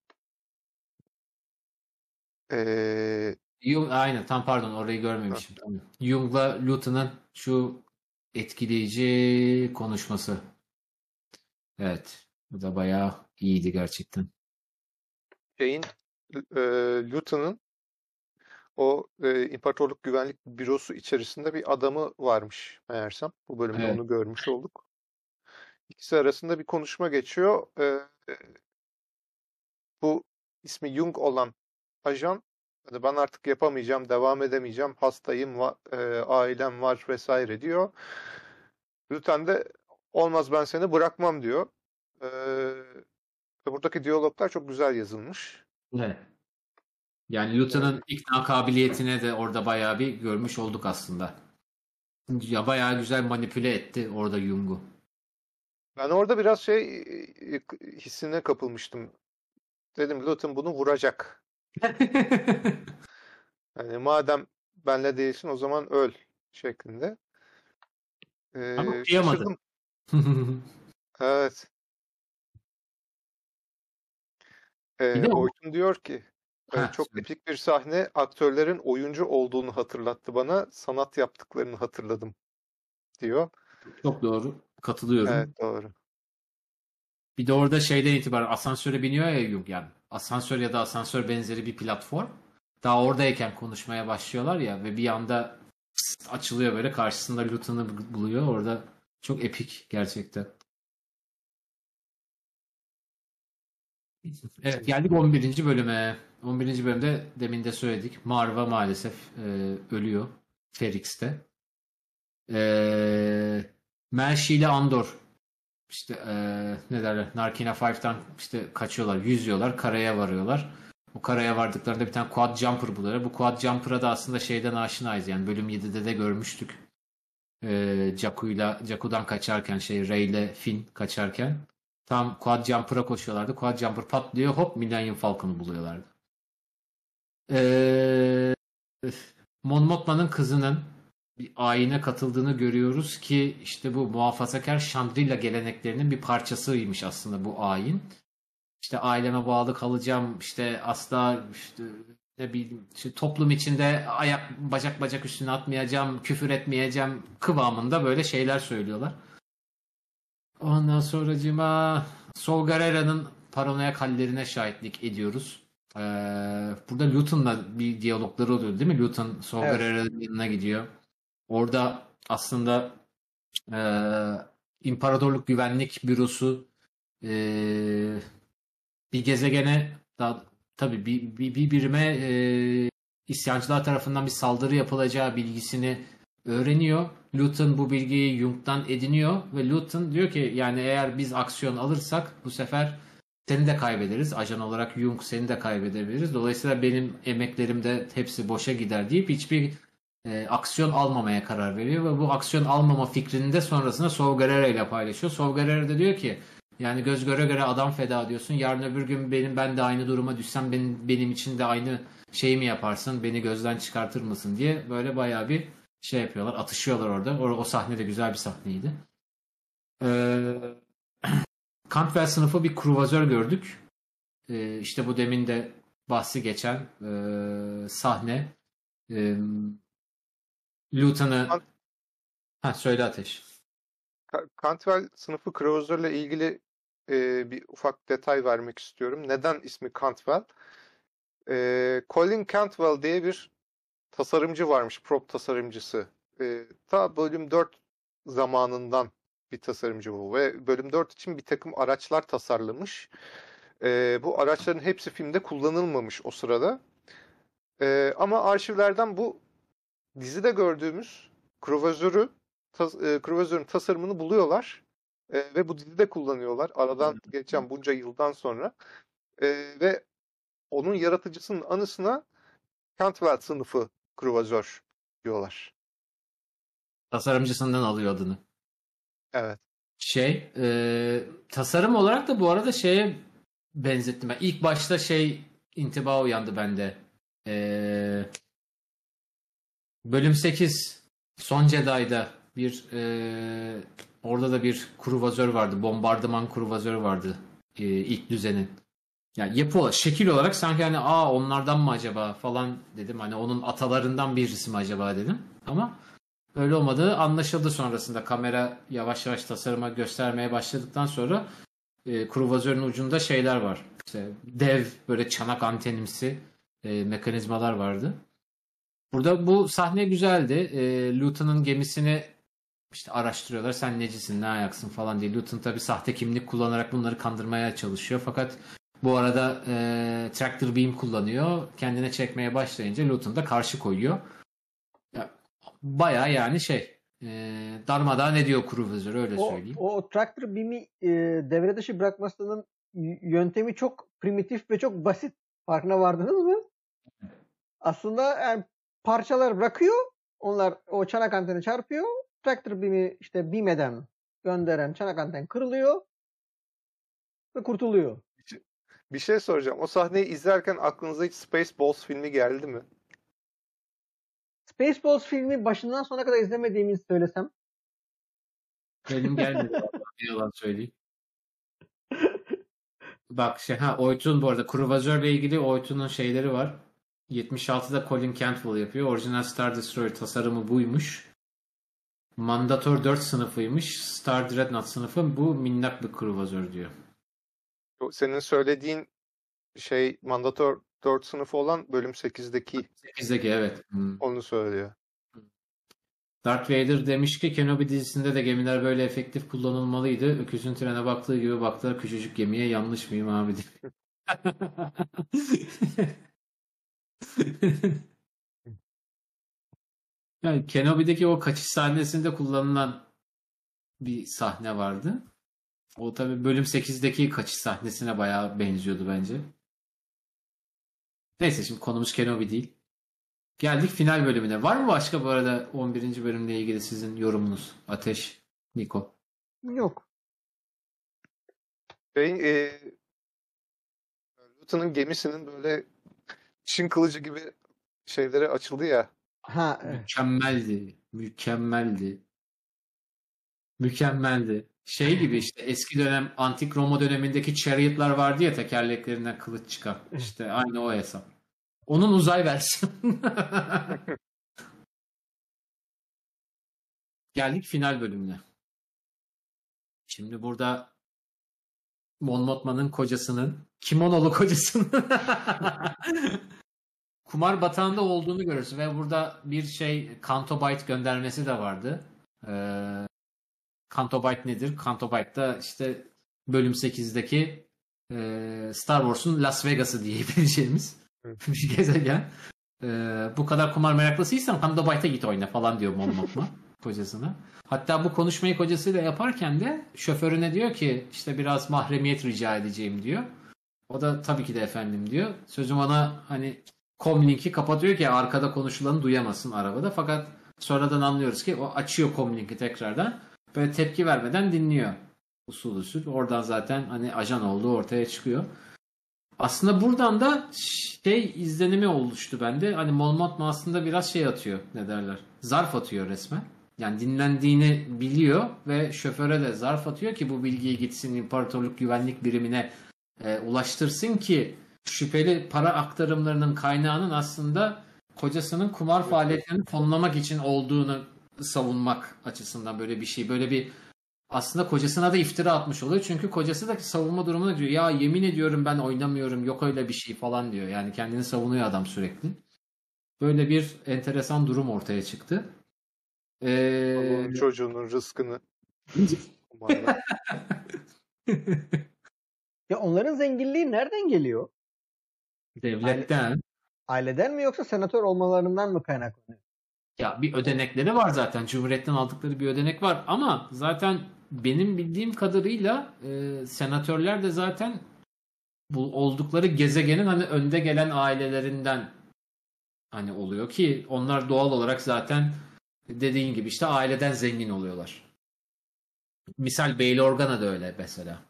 Aynen tam pardon orayı görmemişim. Tamam. Jung'la Luton'un şu etkileyici konuşması. Evet. Bu da bayağı iyiydi gerçekten. Luton'un o İmparatorluk Güvenlik Bürosu içerisinde bir adamı varmış meğersem. Bu bölümde Evet. onu görmüş olduk. İkisi arasında bir konuşma geçiyor. Bu ismi Jung olan ajan hani ben artık yapamayacağım, devam edemeyeceğim, hastayım, ailem var vesaire diyor. Lütfen de olmaz ben seni bırakmam diyor. Buradaki diyaloglar çok güzel yazılmış. Evet. Yani Luton'un ikna kabiliyetine de orada bayağı bir görmüş olduk aslında. Ya bayağı güzel manipüle etti orada Jung'u. Ben orada biraz hissine kapılmıştım. Dedim Luton bunu vuracak. Yani madem benle değilsin o zaman öl şeklinde. Ama kıyamadı. Şaşırdım. Evet. Bir de Orçun diyor ki çok söyle. epik bir sahne aktörlerin oyuncu olduğunu hatırlattı bana. Sanat yaptıklarını hatırladım diyor. Çok doğru. Katılıyorum. Evet doğru. Bir de orada şeyden itibaren asansöre biniyor ya Jung yani. Asansör ya da asansör benzeri bir platform. Daha oradayken konuşmaya başlıyorlar ya ve bir anda açılıyor böyle karşısında Luton'u buluyor. Orada çok epik gerçekten. Evet geldik 11. bölüme. 11. bölümde demin de söyledik. Marva maalesef ölüyor. Ferrix'te. Melshi ile Andor işte ne derler Narkina 5'ten işte kaçıyorlar. Yüzüyorlar. Karaya varıyorlar. O karaya vardıklarında bir tane quad jumper buluyorlar. Bu quad jumper'a da aslında şeyden aşinayız. Yani bölüm 7'de de görmüştük. Jakku'dan kaçarken Rey ile Finn kaçarken tam quad jumper'a koşuyorlardı. Quad jumper patlıyor. Hop Millennium Falcon'u buluyorlardı. Ee, Mon Mothma'nın kızının bir ayine katıldığını görüyoruz ki işte bu muhafazakar Shangri-La geleneklerinin bir parçasıymış aslında bu ayin. İşte aileme bağlı kalacağım, işte asla işte ne bileyim işte toplum içinde ayak bacak bacak üstüne atmayacağım, küfür etmeyeceğim kıvamında böyle şeyler söylüyorlar. Ondan sonracığıma Saw Gerrera'nın paranoyak hallerine şahitlik ediyoruz. Burada Luton'la bir diyalogları oluyor değil mi? Luton Saw Evet. Gerrera'nın yanına gidiyor. Orada aslında İmparatorluk Güvenlik Bürosu bir gezegene daha tabii bir birime isyancılar tarafından bir saldırı yapılacağı bilgisini öğreniyor. Luton bu bilgiyi Jung'dan ediniyor ve Luton diyor ki yani eğer biz aksiyon alırsak bu sefer seni de kaybederiz. Ajan olarak Jung seni de kaybedebiliriz. Dolayısıyla benim emeklerim de hepsi boşa gider deyip hiçbir aksiyon almamaya karar veriyor ve bu aksiyon almama fikrini de sonrasında Saw Gerrera ile paylaşıyor. Saw Gerrera da diyor ki yani göz göre göre adam feda diyorsun. Yarın öbür gün ben de aynı duruma düşsem benim için de aynı şeyi mi yaparsın? Beni gözden çıkartır mısın diye böyle bayağı bir şey yapıyorlar. Atışıyorlar orada. O sahne de güzel bir sahneydi. Ee, Cantwell sınıfı bir kruvazör gördük. İşte bu demin de bahsi geçen sahne. Ee, Luton'ı söyle Ateş. Cantwell sınıfı Cruiser'la ilgili bir ufak detay vermek istiyorum. Neden ismi Cantwell? Colin Cantwell diye bir tasarımcı varmış, prop tasarımcısı. Ta bölüm 4 zamanından bir tasarımcı bu ve bölüm 4 için bir takım araçlar tasarlamış. Bu araçların hepsi filmde kullanılmamış o sırada. Ama arşivlerden bu dizide gördüğümüz Kruvazör'ün tasarımını buluyorlar. Ve bu dizide kullanıyorlar. Aradan geçen bunca yıldan sonra. Ve onun yaratıcısının anısına Cantwell sınıfı Kruvazör diyorlar. Tasarımcısından alıyor adını. Evet. Tasarım olarak da bu arada şeye benzettim ben. İlk başta intiba uyandı bende. Bölüm 8 Son Jedi'da orada da bir kruvazör vardı. Bombardıman kruvazörü vardı. İlk düzenin. Yani yapı olarak, şekil olarak sanki hani onlardan mı acaba falan dedim. Hani onun atalarından birisi mi acaba dedim. Ama öyle olmadığı anlaşıldı sonrasında. Kamera yavaş yavaş tasarıma göstermeye başladıktan sonra kruvazörün ucunda şeyler var. İşte dev böyle çanak antenimsi mekanizmalar vardı. Burada bu sahne güzeldi. Luton'un gemisini işte araştırıyorlar. Sen necisin, ne ayaksın falan diye. Luton tabii sahte kimlik kullanarak bunları kandırmaya çalışıyor. Fakat bu arada tractor beam kullanıyor. Kendine çekmeye başlayınca Luton da karşı koyuyor. Ya, bayağı yani darmadağın ediyor kruvazörü öyle söyleyeyim. O tractor beam'i devre dışı bırakmasının yöntemi çok primitif ve çok basit. Farkına vardınız mı? Aslında yani parçalar bırakıyor. Onlar o çanak anteni çarpıyor. Tractor beam'i işte beam eden, gönderen çanak anten kırılıyor ve kurtuluyor. Bir şey soracağım. O sahneyi izlerken aklınıza hiç Spaceballs filmi geldi mi? Spaceballs filmi başından sona kadar izlemediğimi söylesem. Benim gelmedi. Bir yalan söyleyeyim. Bak Oytun bu arada kruvazörle ilgili Oytun'un şeyleri var. 76'da Colin Cantwell yapıyor. Orijinal Star Destroyer tasarımı buymuş. Mandator 4 sınıfıymış. Star Dreadnought sınıfı bu minnak bir kruvazör diyor. Senin söylediğin Mandator 4 sınıfı olan bölüm 8'deki. 8'deki evet. Onu söylüyor. Darth Vader demiş ki Kenobi dizisinde de gemiler böyle efektif kullanılmalıydı. Öküzün trene baktığı gibi baktılar küçücük gemiye, yanlış mıyım abi diye. Yani Kenobi'deki o kaçış sahnesinde kullanılan bir sahne vardı. O tabii bölüm 8'deki kaçış sahnesine bayağı benziyordu bence. Neyse şimdi konumuz Kenobi değil. Geldik final bölümüne. Var mı başka bu arada 11. bölümle ilgili sizin yorumunuz? Ateş, Niko. Yok. Luton'un gemisinin böyle Çin kılıcı gibi şeyleri açıldı ya. Ha, Mükemmeldi. Mükemmeldi. Mükemmeldi. Şey gibi işte eski dönem antik Roma dönemindeki chariotlar vardı ya tekerleklerinden kılıç çıkan. İşte aynı o hesap. Onun uzay versiyonu. Geldik final bölümüne. Şimdi burada Mon Mothma'nın kocasının, kimonolu kocasının kumar batağında olduğunu görürsün ve burada bir şey Canto Bight göndermesi de vardı. Canto Bight nedir? Canto Bight da işte bölüm 8'deki Star Wars'un Las Vegas'ı diyebileceğimiz bir gezegen. Bu kadar kumar meraklısıysan Canto Bight'a git oyna falan diyor Mon Mothma kocasına. Hatta bu konuşmayı kocasıyla yaparken de şoförüne diyor ki işte biraz mahremiyet rica edeceğim diyor. O da tabii ki de efendim diyor. Sözüm ona hani comlink'i kapatıyor ki arkada konuşulanı duyamasın arabada. Fakat sonradan anlıyoruz ki o açıyor comlink'i tekrardan. Böyle tepki vermeden dinliyor. Usul usul. Oradan zaten hani ajan olduğu ortaya çıkıyor. Aslında buradan da şey izlenimi oluştu bende. Hani Mon Mothma aslında biraz şey atıyor. Ne derler? Zarf atıyor resmen. Yani dinlendiğini biliyor ve şoföre de zarf atıyor ki bu bilgiyi gitsin imparatorluk güvenlik birimine ulaştırsın ki şüpheli para aktarımlarının kaynağının aslında kocasının kumar faaliyetlerini fonlamak için olduğunu savunmak açısından böyle bir şey. Böyle bir aslında kocasına da iftira atmış oluyor. Çünkü kocası da savunma durumuna diyor. Ya yemin ediyorum ben oynamıyorum. Yok öyle bir şey falan diyor. Yani kendini savunuyor adam sürekli. Böyle bir enteresan durum ortaya çıktı. Allah'ın çocuğunun rızkını kumarla. ya onların zenginliği nereden geliyor? Devletten. Aileden mi yoksa senatör olmalarından mı kaynaklanıyor? Ya bir ödenekleri var zaten. Cumhuriyetten aldıkları bir ödenek var. Ama zaten benim bildiğim kadarıyla senatörler de zaten bu oldukları gezegenin hani önde gelen ailelerinden hani oluyor ki onlar doğal olarak zaten dediğin gibi işte aileden zengin oluyorlar. Misal Bail Organa da öyle mesela.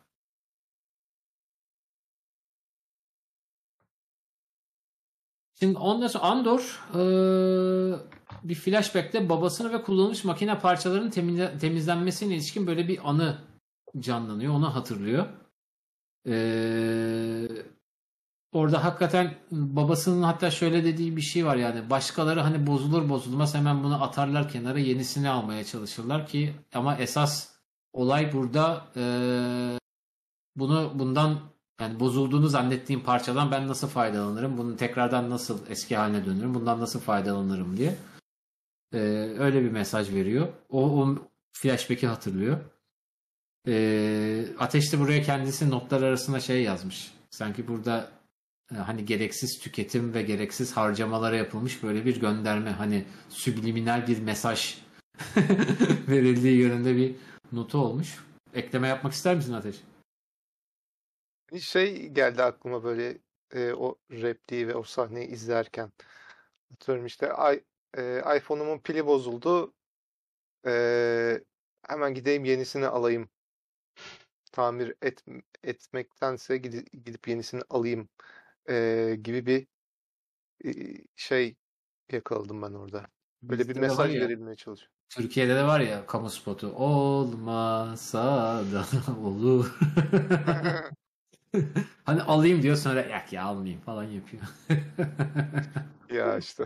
Şimdi ondan sonra Andor bir flashback'te babasını ve kullanılmış makine parçalarının temizlenmesine ilişkin böyle bir anı canlanıyor. Onu hatırlıyor. Orada hakikaten babasının hatta şöyle dediği bir şey var yani başkaları hani bozulur bozulmaz hemen bunu atarlar kenara yenisini almaya çalışırlar ki ama esas olay burada bundan yani bozulduğunu zannettiğim parçadan ben nasıl faydalanırım bunun tekrardan nasıl eski haline dönürüm bundan nasıl faydalanırım diye öyle bir mesaj veriyor. O flashback'i hatırlıyor. Ateş de buraya kendisi notlar arasında şey yazmış. Sanki burada hani gereksiz tüketim ve gereksiz harcamalara yapılmış böyle bir gönderme hani subliminal bir mesaj verildiği yönünde bir notu olmuş. Ekleme yapmak ister misin Ateş? Şey geldi aklıma böyle o repliği ve o sahneyi izlerken. Atıyorum işte iPhone'umun pili bozuldu. Hemen gideyim yenisini alayım. Tamir etmektense gidip yenisini alayım gibi bir şey yakaladım ben orada. Böyle bir Bizde de var mesaj ya verilmeye çalışıyor. Türkiye'de de var ya kamu spotu olmasa da olur. Hani alayım diyor sonra yak ya almayayım falan yapıyor. Ya işte.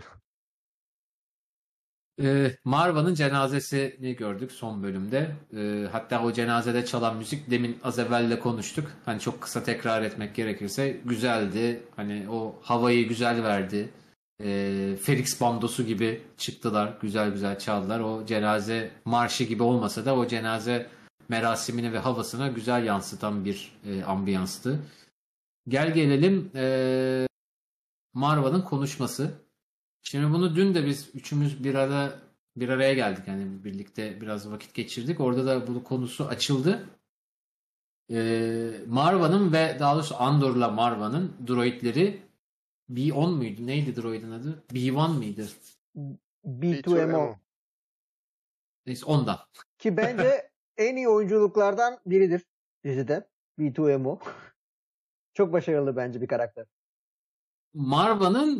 Marva'nın cenazesini gördük son bölümde. Hatta o cenazede çalan müzik demin az evvel de konuştuk. Hani çok kısa tekrar etmek gerekirse güzeldi. Hani o havayı güzel verdi. Felix bandosu gibi çıktılar. Güzel güzel çaldılar. O cenaze marşı gibi olmasa da o cenaze merasimini ve havasına güzel yansıtan bir ambiyanstı. Gel gelelim Marva'nın konuşması. Şimdi bunu dün de biz üçümüz bir araya geldik. Yani birlikte biraz vakit geçirdik. Orada da bu konusu açıldı. Marva'nın ve daha doğrusu Andor'la Marva'nın droidleri B-10 muydu? Neydi droidin adı? B-1 mıydı? B2MO. Neyse ondan. Ki bence en iyi oyunculuklardan biridir dizide. B2MO. Çok başarılı bence bir karakter. Marva'nın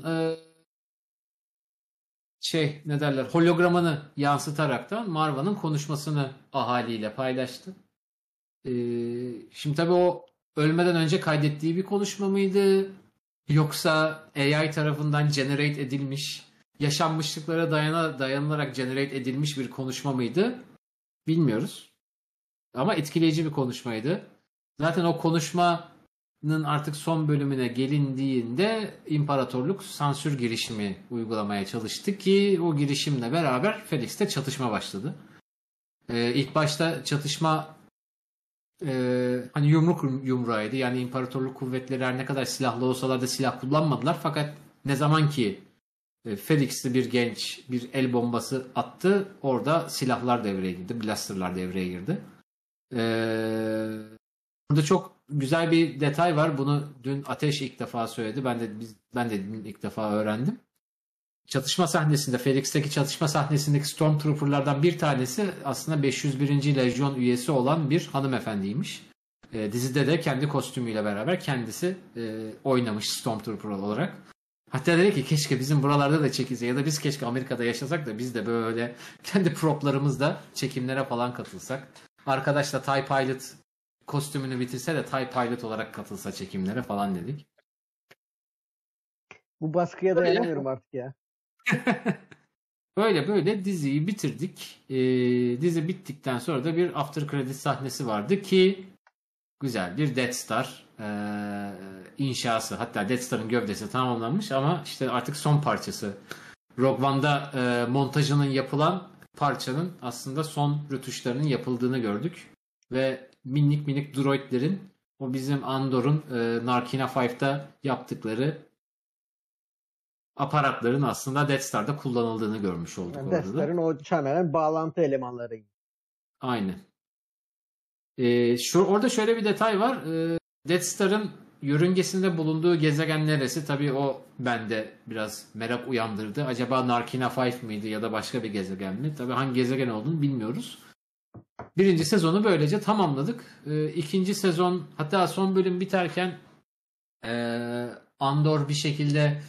ne derler, hologramını yansıtaraktan Marva'nın konuşmasını ahaliyle paylaştı. Şimdi tabii o ölmeden önce kaydettiği bir konuşma mıydı? Yoksa AI tarafından generate edilmiş, yaşanmışlıklara dayanılarak generate edilmiş bir konuşma mıydı? Bilmiyoruz. Ama etkileyici bir konuşmaydı. Zaten o konuşmanın artık son bölümüne gelindiğinde imparatorluk sansür girişimi uygulamaya çalıştı ki o girişimle beraber Felix'te çatışma başladı. İlk başta çatışma hani yumruk yumruğaydı. Yani imparatorluk kuvvetleri her ne kadar silahlı olsalar da silah kullanmadılar. Fakat ne zaman ki Felix'li bir genç bir el bombası attı, orada silahlar devreye girdi. Blasterlar devreye girdi. Burada çok güzel bir detay var. Bunu dün Ateş ilk defa söyledi. Ben de dün ilk defa öğrendim. Çatışma sahnesinde, Felix'teki çatışma sahnesindeki Stormtrooper'lardan bir tanesi aslında 501. Lejyon üyesi olan bir hanımefendiymiş. Dizide de kendi kostümüyle beraber kendisi oynamış Stormtrooper olarak. Hatta dedi ki keşke bizim buralarda da çekilse ya da biz keşke Amerika'da yaşasak da biz de böyle kendi proplarımızla çekimlere falan katılsak. Arkadaş da TIE Pilot kostümünü bitirse de TIE Pilot olarak katılsa çekimlere falan dedik. Bu baskıya dayanamıyorum artık ya. Böyle diziyi bitirdik. Dizi bittikten sonra da bir after credit sahnesi vardı ki güzel bir Death Star inşası. Hatta Death Star'ın gövdesi tamamlanmış ama işte artık son parçası. Rogue One'da montajının yapılan parçanın aslında son rötuşlarının yapıldığını gördük. Ve minik droidlerin o bizim Andor'un Narkina 5'ta yaptıkları aparatların aslında Death Star'da kullanıldığını görmüş olduk Yani orada Death da. Star'ın o çanaların bağlantı elemanları. Aynen. Orada şöyle bir detay var. Death Star'ın yörüngesinde bulunduğu gezegen neresi? Tabii o bende biraz merak uyandırdı. Acaba Narkina 5 miydi ya da başka bir gezegen mi? Tabii hangi gezegen olduğunu bilmiyoruz. Birinci sezonu böylece tamamladık. İkinci sezon, hatta son bölüm biterken Andor bir şekilde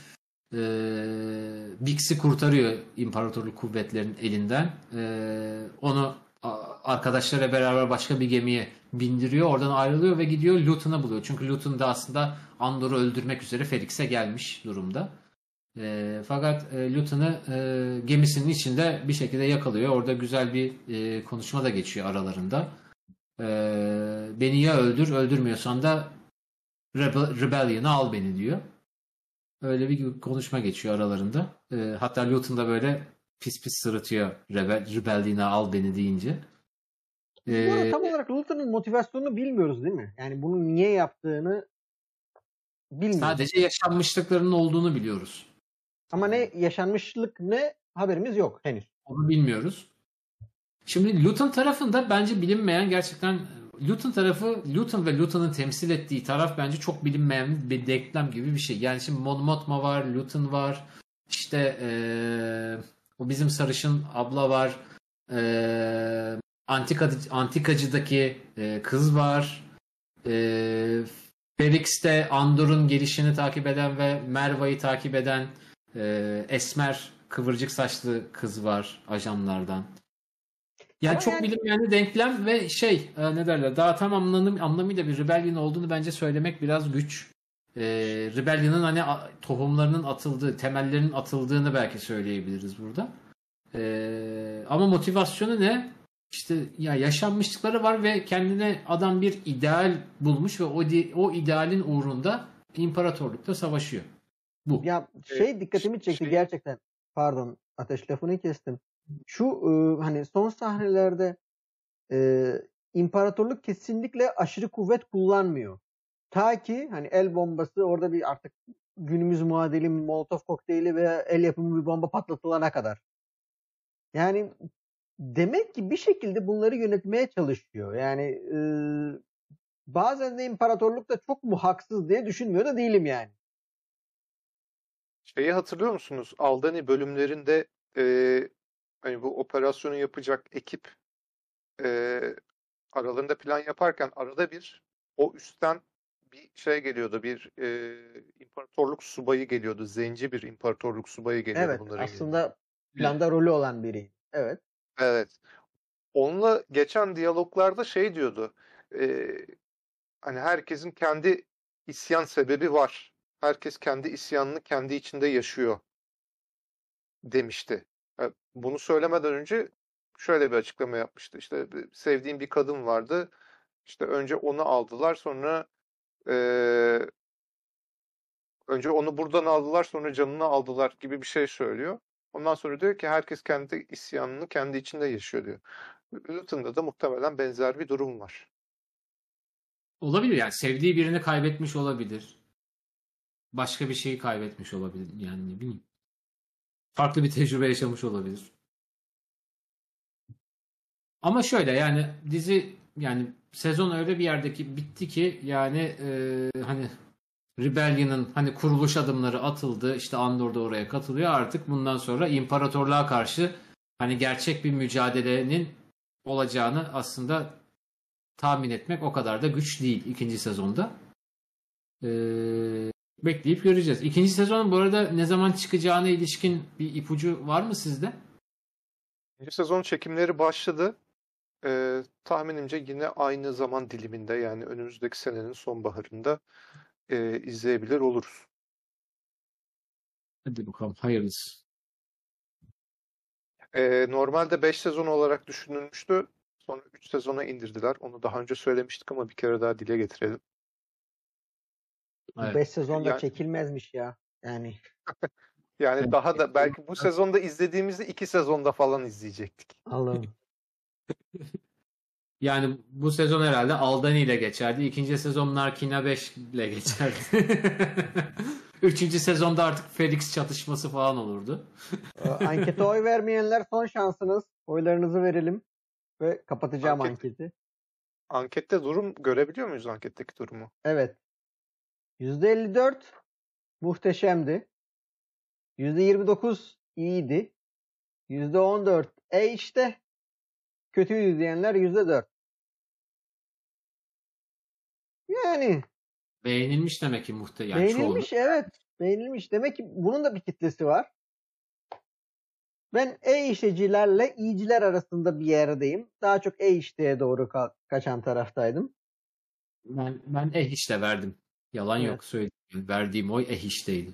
Bix'i kurtarıyor imparatorluk kuvvetlerinin elinden. Onu arkadaşlarıyla beraber başka bir gemiye bindiriyor. Oradan ayrılıyor ve gidiyor Luton'a buluyor. Çünkü Luton da aslında Andor'u öldürmek üzere Felix'e gelmiş durumda. Fakat Luton'u gemisinin içinde bir şekilde yakalıyor. Orada güzel bir konuşma da geçiyor aralarında. Beni ya öldürmüyorsan da Rebellion'a al beni diyor. Öyle bir konuşma geçiyor aralarında. Hatta Luton da böyle pis sırıtıyor Rebellion'a al beni deyince. Bu arada tam olarak Luton'un motivasyonunu bilmiyoruz değil mi? Yani bunu niye yaptığını bilmiyoruz. Sadece yaşanmışlıklarının olduğunu biliyoruz. Ama ne yaşanmışlık ne haberimiz yok henüz. Onu bilmiyoruz. Şimdi Luton tarafında bence bilinmeyen gerçekten Luton ve Luton'un temsil ettiği taraf bence çok bilinmeyen bir denklem gibi bir şey. Yani şimdi Mon Mothma var, Luton var. İşte o bizim sarışın abla var. Antikacı'daki kız var. Felix'te Andor'un gelişini takip eden ve Merva'yı takip eden esmer kıvırcık saçlı kız var ajanlardan. Yani çok bilinmeyen denklem ve ne derler, daha tam anlamıyla bir Rebellion olduğunu bence söylemek biraz güç. Rebellion'ın hani tohumlarının atıldığı, temellerinin atıldığını belki söyleyebiliriz burada. Ama motivasyonu ne? İşte ya yaşanmışlıkları var ve kendine adam bir ideal bulmuş ve o idealin uğrunda imparatorlukta savaşıyor. Bu. Ya dikkatimi çekti gerçekten. Pardon Ateş, lafını kestim. Şu hani son sahnelerde imparatorluk kesinlikle aşırı kuvvet kullanmıyor. Ta ki hani el bombası orada bir artık günümüz muadili Molotov kokteyli veya el yapımı bir bomba patlatılana kadar. Yani demek ki bir şekilde bunları yönetmeye çalışıyor. Yani bazen de imparatorluk da çok mu haksız diye düşünmüyor da değilim yani. Şeyi hatırlıyor musunuz? Aldani bölümlerinde hani bu operasyonu yapacak ekip aralarında plan yaparken arada bir o üstten bir şey geliyordu. Bir imparatorluk subayı geliyordu. Zenci bir imparatorluk subayı geliyordu Evet, bunların yanına. aslında planda rolü olan biri. Evet. Evet. Onunla geçen diyaloglarda şey diyordu. e, Hani herkesin kendi isyan sebebi var. Herkes kendi isyanını kendi içinde yaşıyor demişti. Bunu söylemeden önce şöyle bir açıklama yapmıştı. İşte sevdiğim bir kadın vardı. İşte önce onu aldılar, sonra önce onu buradan aldılar, sonra canını aldılar gibi bir şey söylüyor. Ondan sonra diyor ki herkes kendi isyanını kendi içinde yaşıyor diyor. Luton'da da muhtemelen benzer bir durum var. Olabilir yani sevdiği birini kaybetmiş olabilir. Başka bir şeyi kaybetmiş olabilir. Yani ne bileyim. Farklı bir tecrübe yaşamış olabilir. Ama şöyle yani dizi yani sezon öyle bir yerdeki bitti ki yani hani Rebellion'ın hani kuruluş adımları atıldı. İşte Andor da oraya katılıyor. Artık bundan sonra imparatorluğa karşı hani gerçek bir mücadelenin olacağını aslında tahmin etmek o kadar da güç değil ikinci sezonda. Bekleyip göreceğiz. İkinci sezonun bu arada ne zaman çıkacağına ilişkin bir ipucu var mı sizde? İkinci sezon çekimleri başladı. Tahminimce yine aynı zaman diliminde, yani önümüzdeki senenin sonbaharında izleyebilir oluruz. Hadi bakalım hayırlısı. Normalde 5 sezon olarak düşünülmüştü. Sonra 3 sezona indirdiler. Onu daha önce söylemiştik ama bir kere daha dile getirelim. Evet. 5 sezonda Yani, çekilmezmiş ya. Yani yani daha da belki bu sezonda izlediğimizde 2 sezonda falan izleyecektik. Allah'ım. Yani bu sezon herhalde Aldani ile geçerdi. İkinci sezon Narkina 5 ile geçerdi. Üçüncü sezonda artık Felix çatışması falan olurdu. Ankete oy vermeyenler son şansınız. Oylarınızı verelim ve kapatacağım anketi. Ankette durum görebiliyor muyuz, anketteki durumu? Evet. %54 muhteşemdi. %29 iyiydi. %14 işte kötüydü diyenler %4. Yani Beğenilmiş demek ki yani çoğunluk. beğenilmiş, evet. Beğenilmiş. Demek ki bunun da bir kitlesi var. Ben işecilerle iyiciler arasında bir yerdeyim. Daha çok işteye doğru kaçan taraftaydım. Ben işte verdim. Yalan Evet. yok söyleyeyim. Verdiğim oy işteydi.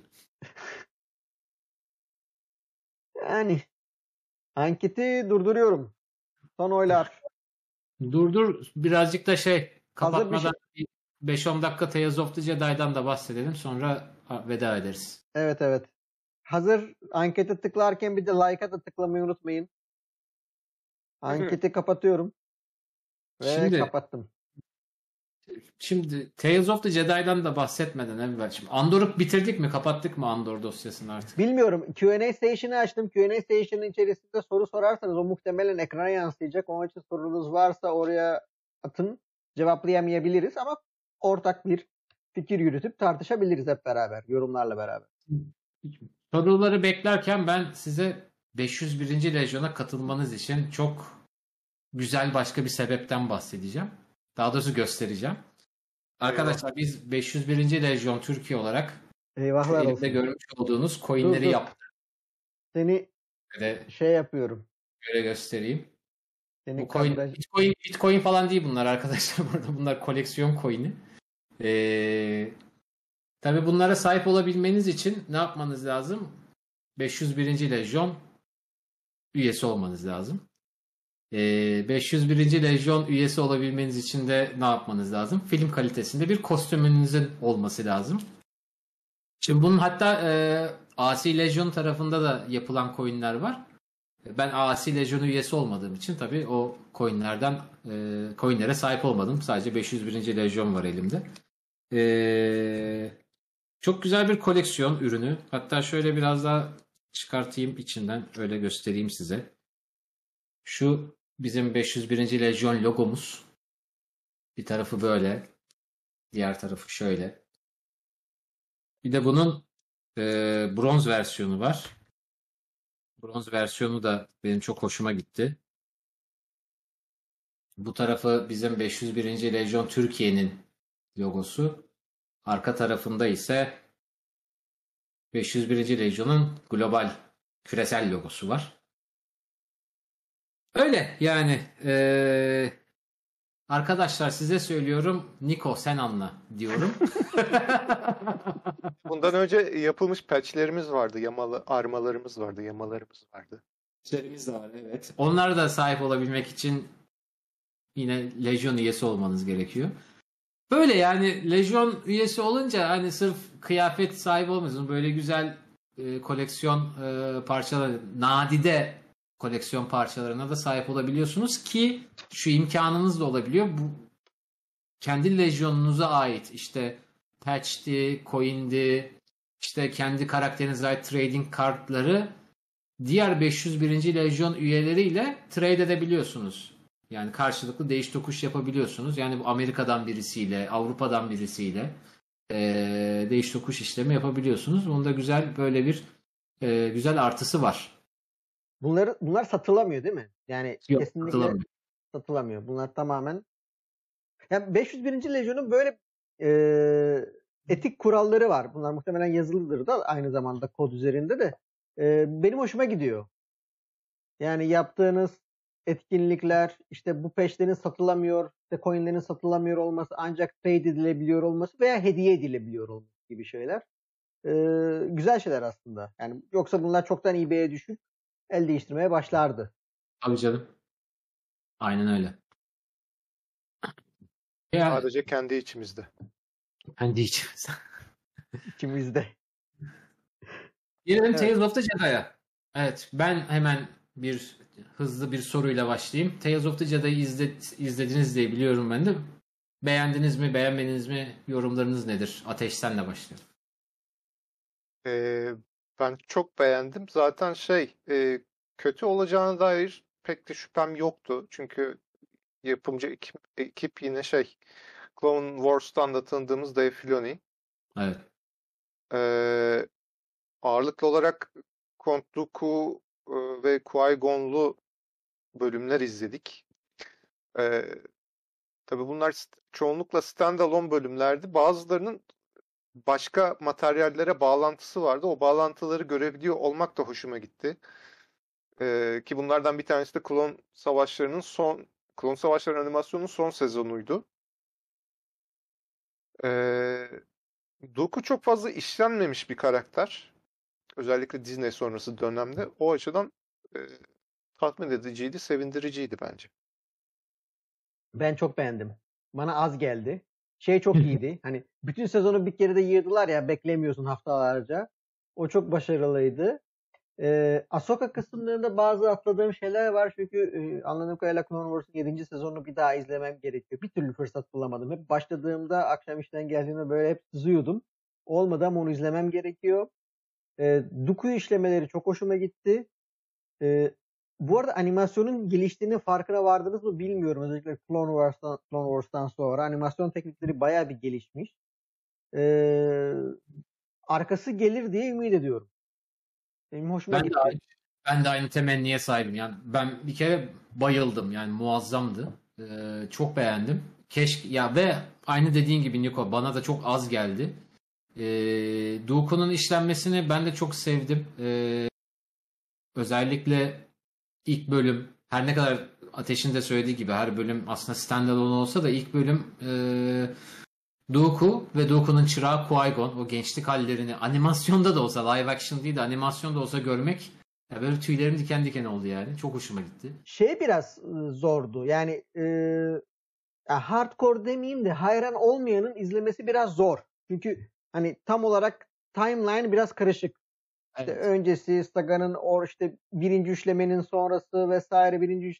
Yani anketi durduruyorum. Son oylar. Dur birazcık da Hazır bir kapatmadan 5-10 dakika Tales of the Jedi'dan da bahsedelim, sonra veda ederiz. Evet. Hazır ankete tıklarken bir de like'a da tıklamayı unutmayın. Anketi kapatıyorum. Ve kapattım. Şimdi Tales of the Jedi'dan da bahsetmeden evvel şimdi Andor'u bitirdik mi? Kapattık mı Andor dosyasını artık? Bilmiyorum. Q&A Station'ı açtım. Q&A Station'ın içerisinde soru sorarsanız o muhtemelen ekrana yansıyacak. Onun için sorunuz varsa oraya atın. Cevaplayamayabiliriz ama ortak bir fikir yürütüp tartışabiliriz hep beraber. Yorumlarla beraber. Soruları beklerken ben size 501. Lejyon'a katılmanız için çok güzel başka bir sebepten bahsedeceğim. Daha doğrusu göstereceğim. Arkadaşlar biz 501. Lejyon Türkiye olarak Eyvahlar elimde olsun. görmüş olduğunuz coinleri yaptık. Seni yapıyorum. Böyle göstereyim. Seni Bu coin, Bitcoin falan değil bunlar arkadaşlar. Burada bunlar koleksiyon coin'i. Tabii bunlara sahip olabilmeniz için ne yapmanız lazım? 501. Lejyon üyesi olmanız lazım. 501. Lejyon üyesi olabilmeniz için de ne yapmanız lazım? Film kalitesinde bir kostümünüzün olması lazım. Şimdi bunun hatta Asi Lejyon tarafında da yapılan coinler var. Ben Asi Lejyon üyesi olmadığım için tabii o coinlere sahip olmadım. Sadece 501. Lejyon var elimde. Çok güzel bir koleksiyon ürünü. Hatta şöyle biraz daha çıkartayım içinden, öyle göstereyim size. Şu bizim 501. Lejyon logomuz. Bir tarafı böyle. Diğer tarafı şöyle. Bir de bunun bronz versiyonu var. Bronz versiyonu da benim çok hoşuma gitti. Bu tarafı bizim 501. Lejyon Türkiye'nin logosu. Arka tarafında ise 501. Legion'un global küresel logosu var. Öyle yani arkadaşlar size söylüyorum Niko sen anla diyorum. Bundan önce yapılmış patchlerimiz vardı. Armalarımız vardı. Yamalarımız vardı. Patchlerimiz de var evet. Onlar da sahip olabilmek için yine Legion üyesi olmanız gerekiyor. Böyle yani Legion üyesi olunca hani sırf kıyafet sahibi olmuyorsunuz. Böyle güzel koleksiyon parçaları, nadide koleksiyon parçalarına da sahip olabiliyorsunuz ki şu imkanınız da olabiliyor. Bu kendi Legion'unuza ait işte patch'ti, coin'di, işte kendi karakterinize ait trading kartları diğer 501. Legion üyeleriyle trade edebiliyorsunuz. Yani karşılıklı değiş tokuş yapabiliyorsunuz. Yani bu Amerika'dan birisiyle, Avrupa'dan birisiyle değiş tokuş işlemi yapabiliyorsunuz. Onda güzel böyle bir güzel artısı var. Bunlar satılamıyor değil mi? Yani Yok, kesinlikle satılamıyor. Bunlar tamamen yani 501. Legion'un böyle etik kuralları var. Bunlar muhtemelen yazılıdır da aynı zamanda kod üzerinde de. Benim hoşuma gidiyor. Yani yaptığınız etkinlikler, işte bu peşlerin satılamıyor, işte coinlerin satılamıyor olması, ancak trade edilebiliyor olması veya hediye edilebiliyor olması gibi şeyler. Güzel şeyler aslında. Yani yoksa bunlar çoktan eBay'e düşüp el değiştirmeye başlardı. Tabii canım. Aynen öyle. Ya, Sadece kendi içimizde. kendi içimiz. İçimizde. Gelelim Evet. Tales of the Jedi'ya. Evet, ben hemen hızlı bir soruyla başlayayım. Tales of the Jedi'yi izlediniz diye biliyorum ben de. Beğendiniz mi, beğenmediniz mi? Yorumlarınız nedir? Ateş senle başlayalım. Ben çok beğendim. Zaten kötü olacağına dair pek de şüphem yoktu. Çünkü yapımcı ekip yine Clone Wars'tan da tanıdığımız Dave Filoni. Evet. Ağırlıklı olarak Count Dooku ve Qui-Gon'lu bölümler izledik. Tabii bunlar çoğunlukla standalone bölümlerdi. Bazılarının başka materyallere bağlantısı vardı. O bağlantıları görebiliyor olmak da hoşuma gitti. Ki bunlardan bir tanesi de Klon Savaşları animasyonunun son sezonuydu. Dooku çok fazla işlenmemiş bir karakter. Özellikle Disney sonrası dönemde. O açıdan tatmin ediciydi, sevindiriciydi bence. Ben çok beğendim. Bana az geldi. Şey çok iyiydi. Hani bütün sezonu bir kere de yığdılar ya, beklemiyorsun haftalarca. O çok başarılıydı. Ahsoka kısımlarında bazı atladığım şeyler var. Çünkü anladığım kadarıyla Clone Wars'ın 7. sezonunu bir daha izlemem gerekiyor. Bir türlü fırsat bulamadım. Hep başladığımda akşam işten geldiğimde böyle hep sızıyordum. Olmadı ama onu izlemem gerekiyor. Dooku işlemeleri çok hoşuma gitti. Bu arada animasyonun geliştiğinin farkına vardınız mı bilmiyorum. Özellikle Clone Wars'tan sonra animasyon teknikleri bayağı bir gelişmiş. Arkası gelir diye ümit ediyorum. Benim hoşuma gitti. Ben de aynı temenniye sahibim. Yani ben bir kere bayıldım. Yani muazzamdı. Çok beğendim. Keşke ya, ve aynı dediğin gibi Niko, bana da çok az geldi. Dooku'nun işlenmesini ben de çok sevdim. Özellikle ilk bölüm, her ne kadar Ateş'in de söylediği gibi her bölüm aslında standalone olsa da ilk bölüm Dooku ve Dooku'nun çırağı Qui-Gon, o gençlik hallerini animasyonda da olsa, live action değil de animasyonda olsa görmek ya böyle tüylerim diken diken oldu yani. Çok hoşuma gitti. Şey biraz zordu. Yani hardcore demeyeyim de hayran olmayanın izlemesi biraz zor. Çünkü hani tam olarak timeline biraz karışık. İşte Evet. öncesi, Saga'nın işte birinci üçlemenin sonrası vesaire,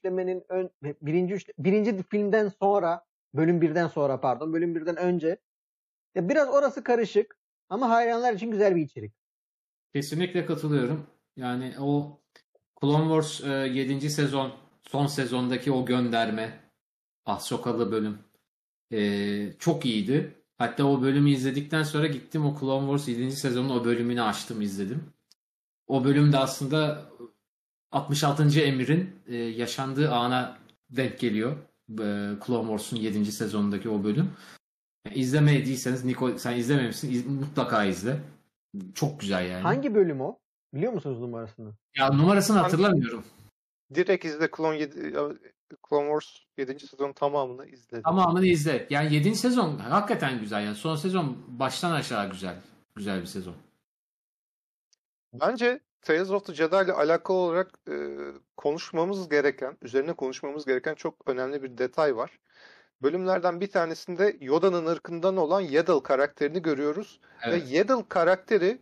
birinci filmden sonra, bölüm 1'den sonra pardon, bölüm 1'den önce. Ya biraz orası karışık ama hayranlar için güzel bir içerik. Kesinlikle katılıyorum. Yani o Clone Wars 7. sezon, son sezondaki o gönderme, Ahsokalı bölüm çok iyiydi. Hatta o bölümü izledikten sonra gittim o Clone Wars 7. sezonun o bölümünü açtım, izledim. O bölüm de aslında 66. Emir'in yaşandığı ana denk geliyor. Clone Wars'un 7. sezonundaki o bölüm. Yani İzlemediyseniz sen izlememişsin, mutlaka izle. Çok güzel yani. Hangi bölüm o? Biliyor musunuz numarasını? Ya numarasını hatırlamıyorum. Direkt izle Clone Wars 7. sezon tamamını izledim. Tamamını izle. Yani 7. sezon hakikaten güzel. Yani son sezon baştan aşağı güzel. Güzel bir sezon. Bence Tales of the Jedi ile alakalı olarak üzerine konuşmamız gereken çok önemli bir detay var. Bölümlerden bir tanesinde Yoda'nın ırkından olan Yaddle karakterini görüyoruz. Evet. Ve Yaddle karakteri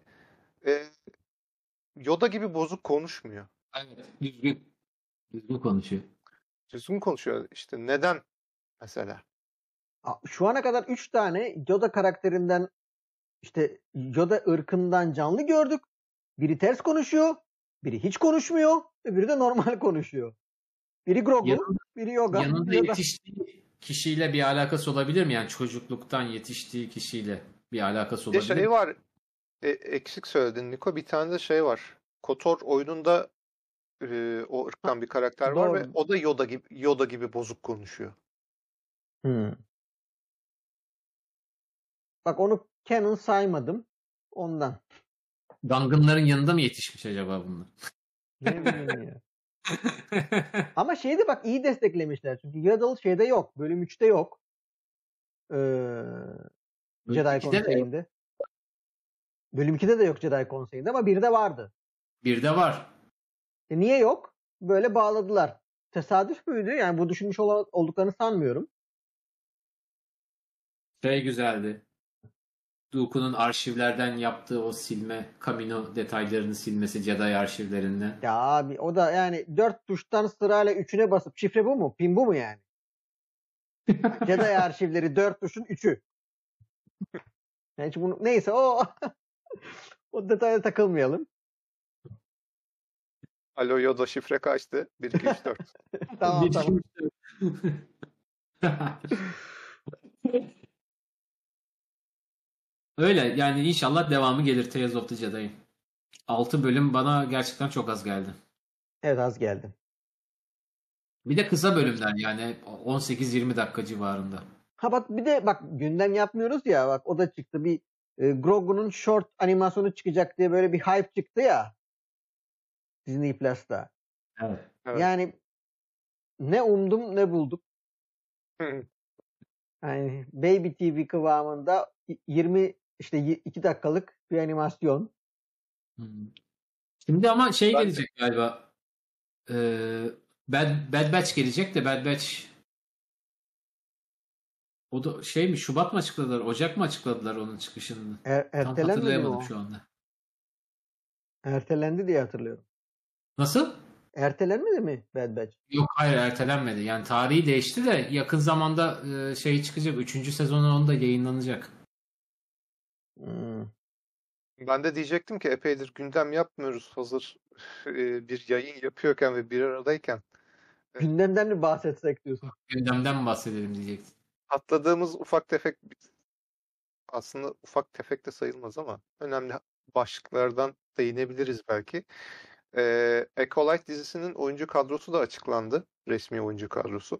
Yoda gibi bozuk konuşmuyor. Evet. Düzgün konuşuyor. Düzgün konuşuyor. İşte neden mesela? Şu ana kadar 3 tane Yoda karakterinden işte Yoda ırkından canlı gördük. Biri ters konuşuyor, biri hiç konuşmuyor, biri de normal konuşuyor. Biri Grogu, biri Yoda. Yanında yetiştiği kişiyle bir alakası olabilir mi? Yani çocukluktan yetiştiği kişiyle bir alakası Bir de olabilir şey mi? var. Eksik söyledin Niko. Bir tane de şey var. KOTOR oyununda o ırktan bir karakter var Doğru. ve o da Yoda gibi bozuk konuşuyor. Bak onu canon saymadım ondan. Gung'unların yanında mı yetişmiş acaba bunlar? Ne bileyim ya. Ama şeyde bak iyi desteklemişler. Çünkü Yaddle şeyde yok. Bölüm 3'te yok. Jedi Konseyi'nde. Bölüm 2'de de yok Jedi Konseyi'nde ama 1'de vardı. Bir de var. Niye yok? Böyle bağladılar. Tesadüf müydü? Yani bu düşünmüş olduklarını sanmıyorum. Şey güzeldi. Dooku'nun arşivlerden yaptığı o silme, Kamino detaylarını silmesi Jedi arşivlerinden. Ya abi o da yani 4 tuştan sırayla 3'üne basıp şifre bu mu? Pin bu mu yani? Jedi arşivleri 4 tuşun 3'ü. Yani hiç bunu, neyse o o detaya takılmayalım. Alo Yoda şifre kaçtı? 1, 2, 3, 4. Tamam. Öyle yani inşallah devamı gelir Tales of the Jedi'in. 6 bölüm bana gerçekten çok az geldi. Evet az geldi. Bir de kısa bölümler yani 18-20 dakika civarında. Ha bak bir de bak gündem yapmıyoruz ya bak o da çıktı bir Grogu'nun short animasyonu çıkacak diye böyle bir hype çıktı ya Disney Plus'ta. Evet. Yani ne umdum ne buldum. Yani Baby TV kıvamında 20 işte 2 dakikalık bir animasyon. Şimdi ama şey gelecek galiba. Bad Batch gelecek de Bad Batch o da şey mi Şubat mı açıkladılar? Ocak mı açıkladılar onun çıkışını? Tam Ertelenmedi mi hatırlayamadım o? şu anda. Ertelendi diye hatırlıyorum. Nasıl? Ertelenmedi mi Bad Batch? Yok hayır ertelenmedi. Yani tarihi değişti de yakın zamanda şey çıkacak. 3. sezonu onda yayınlanacak. Ben de diyecektim ki epeydir gündem yapmıyoruz hazır bir yayın yapıyorken ve bir aradayken. Gündemden mi bahsetsek diyorsun? Gündemden mi bahsedelim diyecektim. Atladığımız ufak tefek aslında ufak tefek de sayılmaz ama önemli başlıklardan değinebiliriz belki. Acolyte dizisinin oyuncu kadrosu da açıklandı. Resmi oyuncu kadrosu.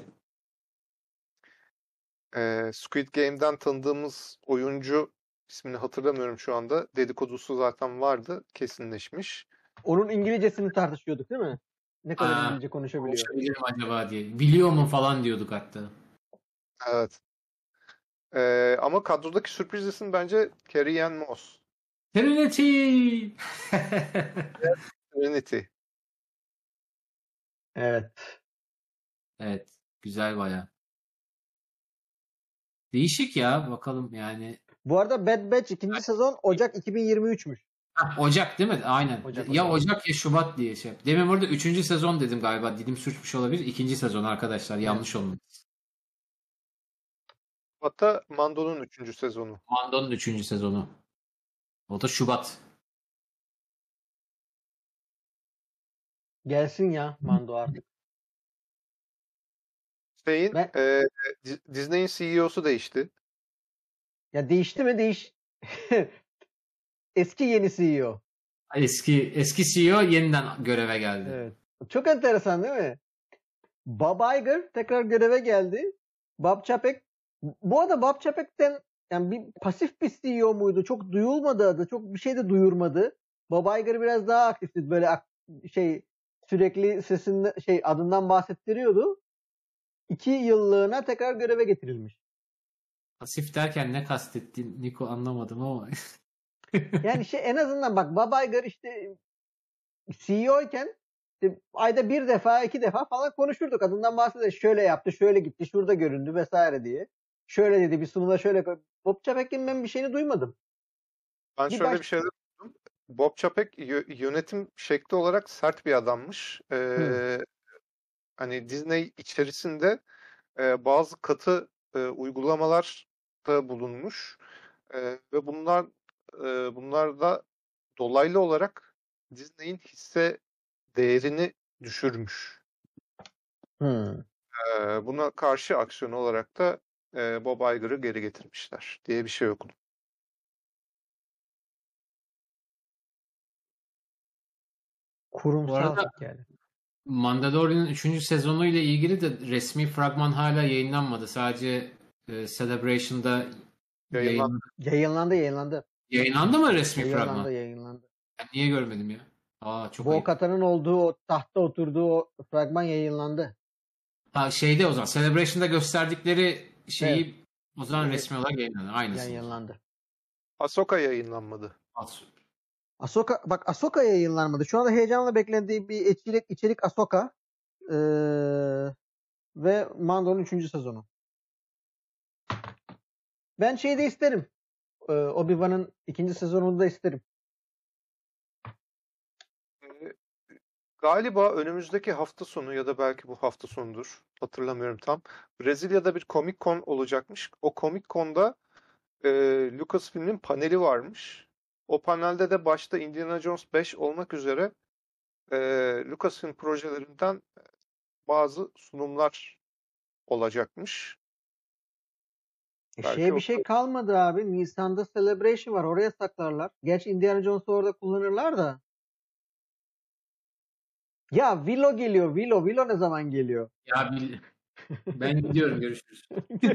Squid Game'den tanıdığımız oyuncu ismini hatırlamıyorum şu anda. Dedikodusu zaten vardı. Kesinleşmiş. Onun İngilizcesini tartışıyorduk değil mi? Ne kadar İngilizce konuşabiliyor? Konuşabilir mi acaba diye. Biliyor mu falan diyorduk hatta. Evet. Ama kadrodaki sürpriz isim bence Carrie-Anne Moss. Trinity! Trinity. Evet. Evet. Güzel baya. Değişik ya. Bakalım yani. Bu arada Bad Batch 2. sezon Ocak 2023'müş. Ocak değil mi? Aynen. Ocak. Ya Ocak ya Şubat diye şey. Demin burada 3. sezon dedim galiba. Dilim sürçmüş olabilir. 2. sezon arkadaşlar. Yanlış olmadı. Hatta Mando'nun 3. sezonu. Mando'nun 3. sezonu. O da Şubat. Gelsin ya Mando artık. Disney'in CEO'su değişti. Ya değişti mi? Eski yeni CEO. Eski CEO yeniden göreve geldi. Evet. Çok enteresan değil mi? Bob Iger tekrar göreve geldi. Bob Chapek Bu arada Bob Chapek'ten yani bir pasif bir CEO muydu? Çok duyulmadı adı. Çok bir şey de duyurmadı. Bob Iger biraz daha aktifti. Böyle sürekli sesinde adından bahsettiriyordu. 2 yıllığına tekrar göreve getirilmiş. Pasif derken ne kastettin Niko anlamadım ama. Yani en azından bak Bob Iger işte CEO iken işte ayda bir defa 2 defa falan konuşurduk. Adından bahseder. Şöyle yaptı, şöyle gitti, şurada göründü vesaire diye. Şöyle dedi, bir sunumda şöyle. Bob Chapek'in ben bir şeyini duymadım. Ben Bir şöyle bir şeyler duydum. Bob Chapek yönetim şekli olarak sert bir adammış. Hani Disney içerisinde bazı katı uygulamalar da bulunmuş. Ve bunlar da dolaylı olarak Disney'in hisse değerini düşürmüş. Buna karşı aksiyon olarak da Bob Iger'ı geri getirmişler diye bir şey okudum. Bu Kurumsal arada yani. Mandalorian'ın 3. sezonu ile ilgili de resmi fragman hala yayınlanmadı. Sadece Celebration'da Yayınlandı. Yayınlandı. Yayınlandı mı resmi fragman? Yayınlandı. Ben niye görmedim ya? Çok ayıp. Bo-Katan'ın olduğu o tahtta oturduğu o fragman yayınlandı. Şeyde o zaman Celebration'da gösterdikleri şeyi Evet. o zaman resmi olarak yayınlandı. Aynısı. Yayınlandı. Ahsoka yayınlanmadı. Ahsoka yayınlanmadı. Şu anda heyecanla beklediğim bir içerik Ahsoka ve Mando'nun 3. sezonu. Ben şeyi de isterim. Obi-Wan'ın 2. sezonunu da isterim. Galiba önümüzdeki hafta sonu ya da belki bu hafta sonudur. Hatırlamıyorum tam. Brezilya'da bir Comic Con olacakmış. O Comic Con'da Lucasfilm'in paneli varmış. O panelde de başta Indiana Jones 5 olmak üzere Lucasfilm projelerinden bazı sunumlar olacakmış. Belki Bir şey kalmadı abi. Nisan'da Celebration var. Oraya saklarlar. Gerçi Indiana Jones'u orada kullanırlar da. Ya Willow geliyor. Willow ne zaman geliyor? Ya ben gidiyorum, görüşürüz.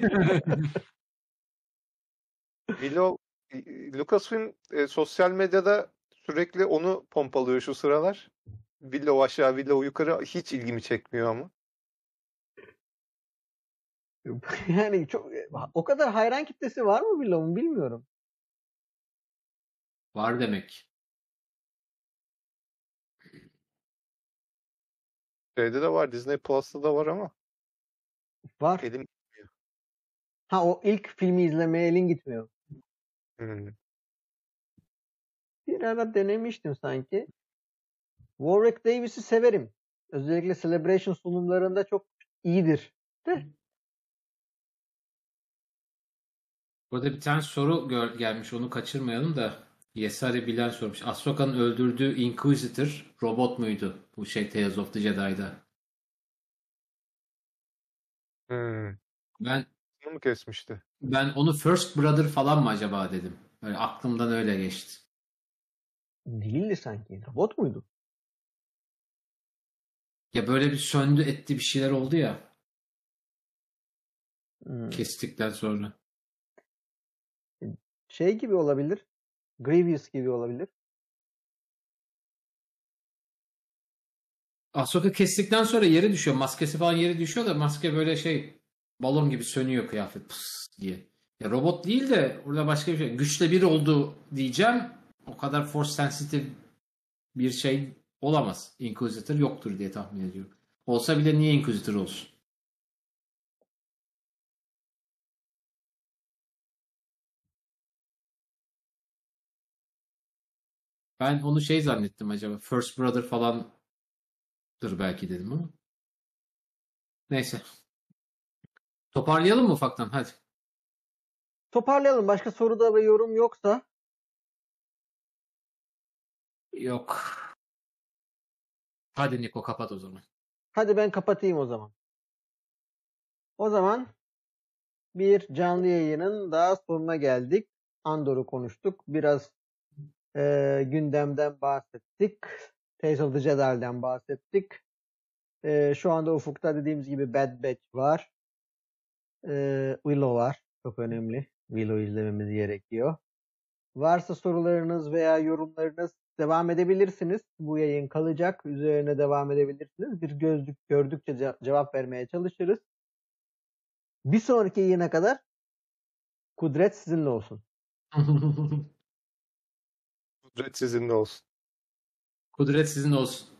Lucasfilm sosyal medyada sürekli onu pompalıyor şu sıralar. Willow aşağı, Willow yukarı hiç ilgimi çekmiyor ama. Yani o kadar hayran kitlesi var mı Willow'un bilmiyorum. Var demek. Şeyde de var, Disney Plus'ta da var ama Var. elim O ilk filmi izlemeye elin gitmiyor. Bir ara denemiştim sanki. Warwick Davis'i severim. Özellikle Celebration sunumlarında çok iyidir. De. Burada bir tane soru gelmiş, onu kaçırmayalım da. Yesari Bilen sormuş. Ahsoka'nın öldürdüğü Inquisitor robot muydu? Bu Tales of the Jedi'da. Ben Bunu mu kesmişti? onu First Brother falan mı acaba dedim. Böyle aklımdan öyle geçti. Değildi sanki. Robot muydu? Ya böyle bir söndü etti, bir şeyler oldu ya. Hmm. Kestikten sonra. Şey gibi olabilir. Grievous gibi olabilir. Ahsoka kestikten sonra yere düşüyor. Maskesi falan yere düşüyor da maske böyle balon gibi sönüyor, kıyafet pıs diye. Ya robot değil de orada başka bir şey. Güçle bir oldu diyeceğim. O kadar force sensitive bir şey olamaz. Inquisitor yoktur diye tahmin ediyorum. Olsa bile niye Inquisitor olsun? Ben onu zannettim acaba. First Brother falandır belki dedim ama. Neyse. Toparlayalım mı ufaktan? Hadi. Toparlayalım. Başka soruda ve yorum yoksa. Yok. Hadi Niko, kapat o zaman. Hadi ben kapatayım o zaman. O zaman bir canlı yayının daha sonuna geldik. Andor'u konuştuk. Biraz gündemden bahsettik. Tales of the Jedi'den bahsettik. Şu anda ufukta dediğimiz gibi Bad Batch var. Willow var. Çok önemli. Willow izlememiz gerekiyor. Varsa sorularınız veya yorumlarınız devam edebilirsiniz. Bu yayın kalacak. Üzerine devam edebilirsiniz. Bir gözlük gördükçe cevap vermeye çalışırız. Bir sonraki yayına kadar kudret sizinle olsun. Kudret sizinle olsun. Kudret sizin olsun.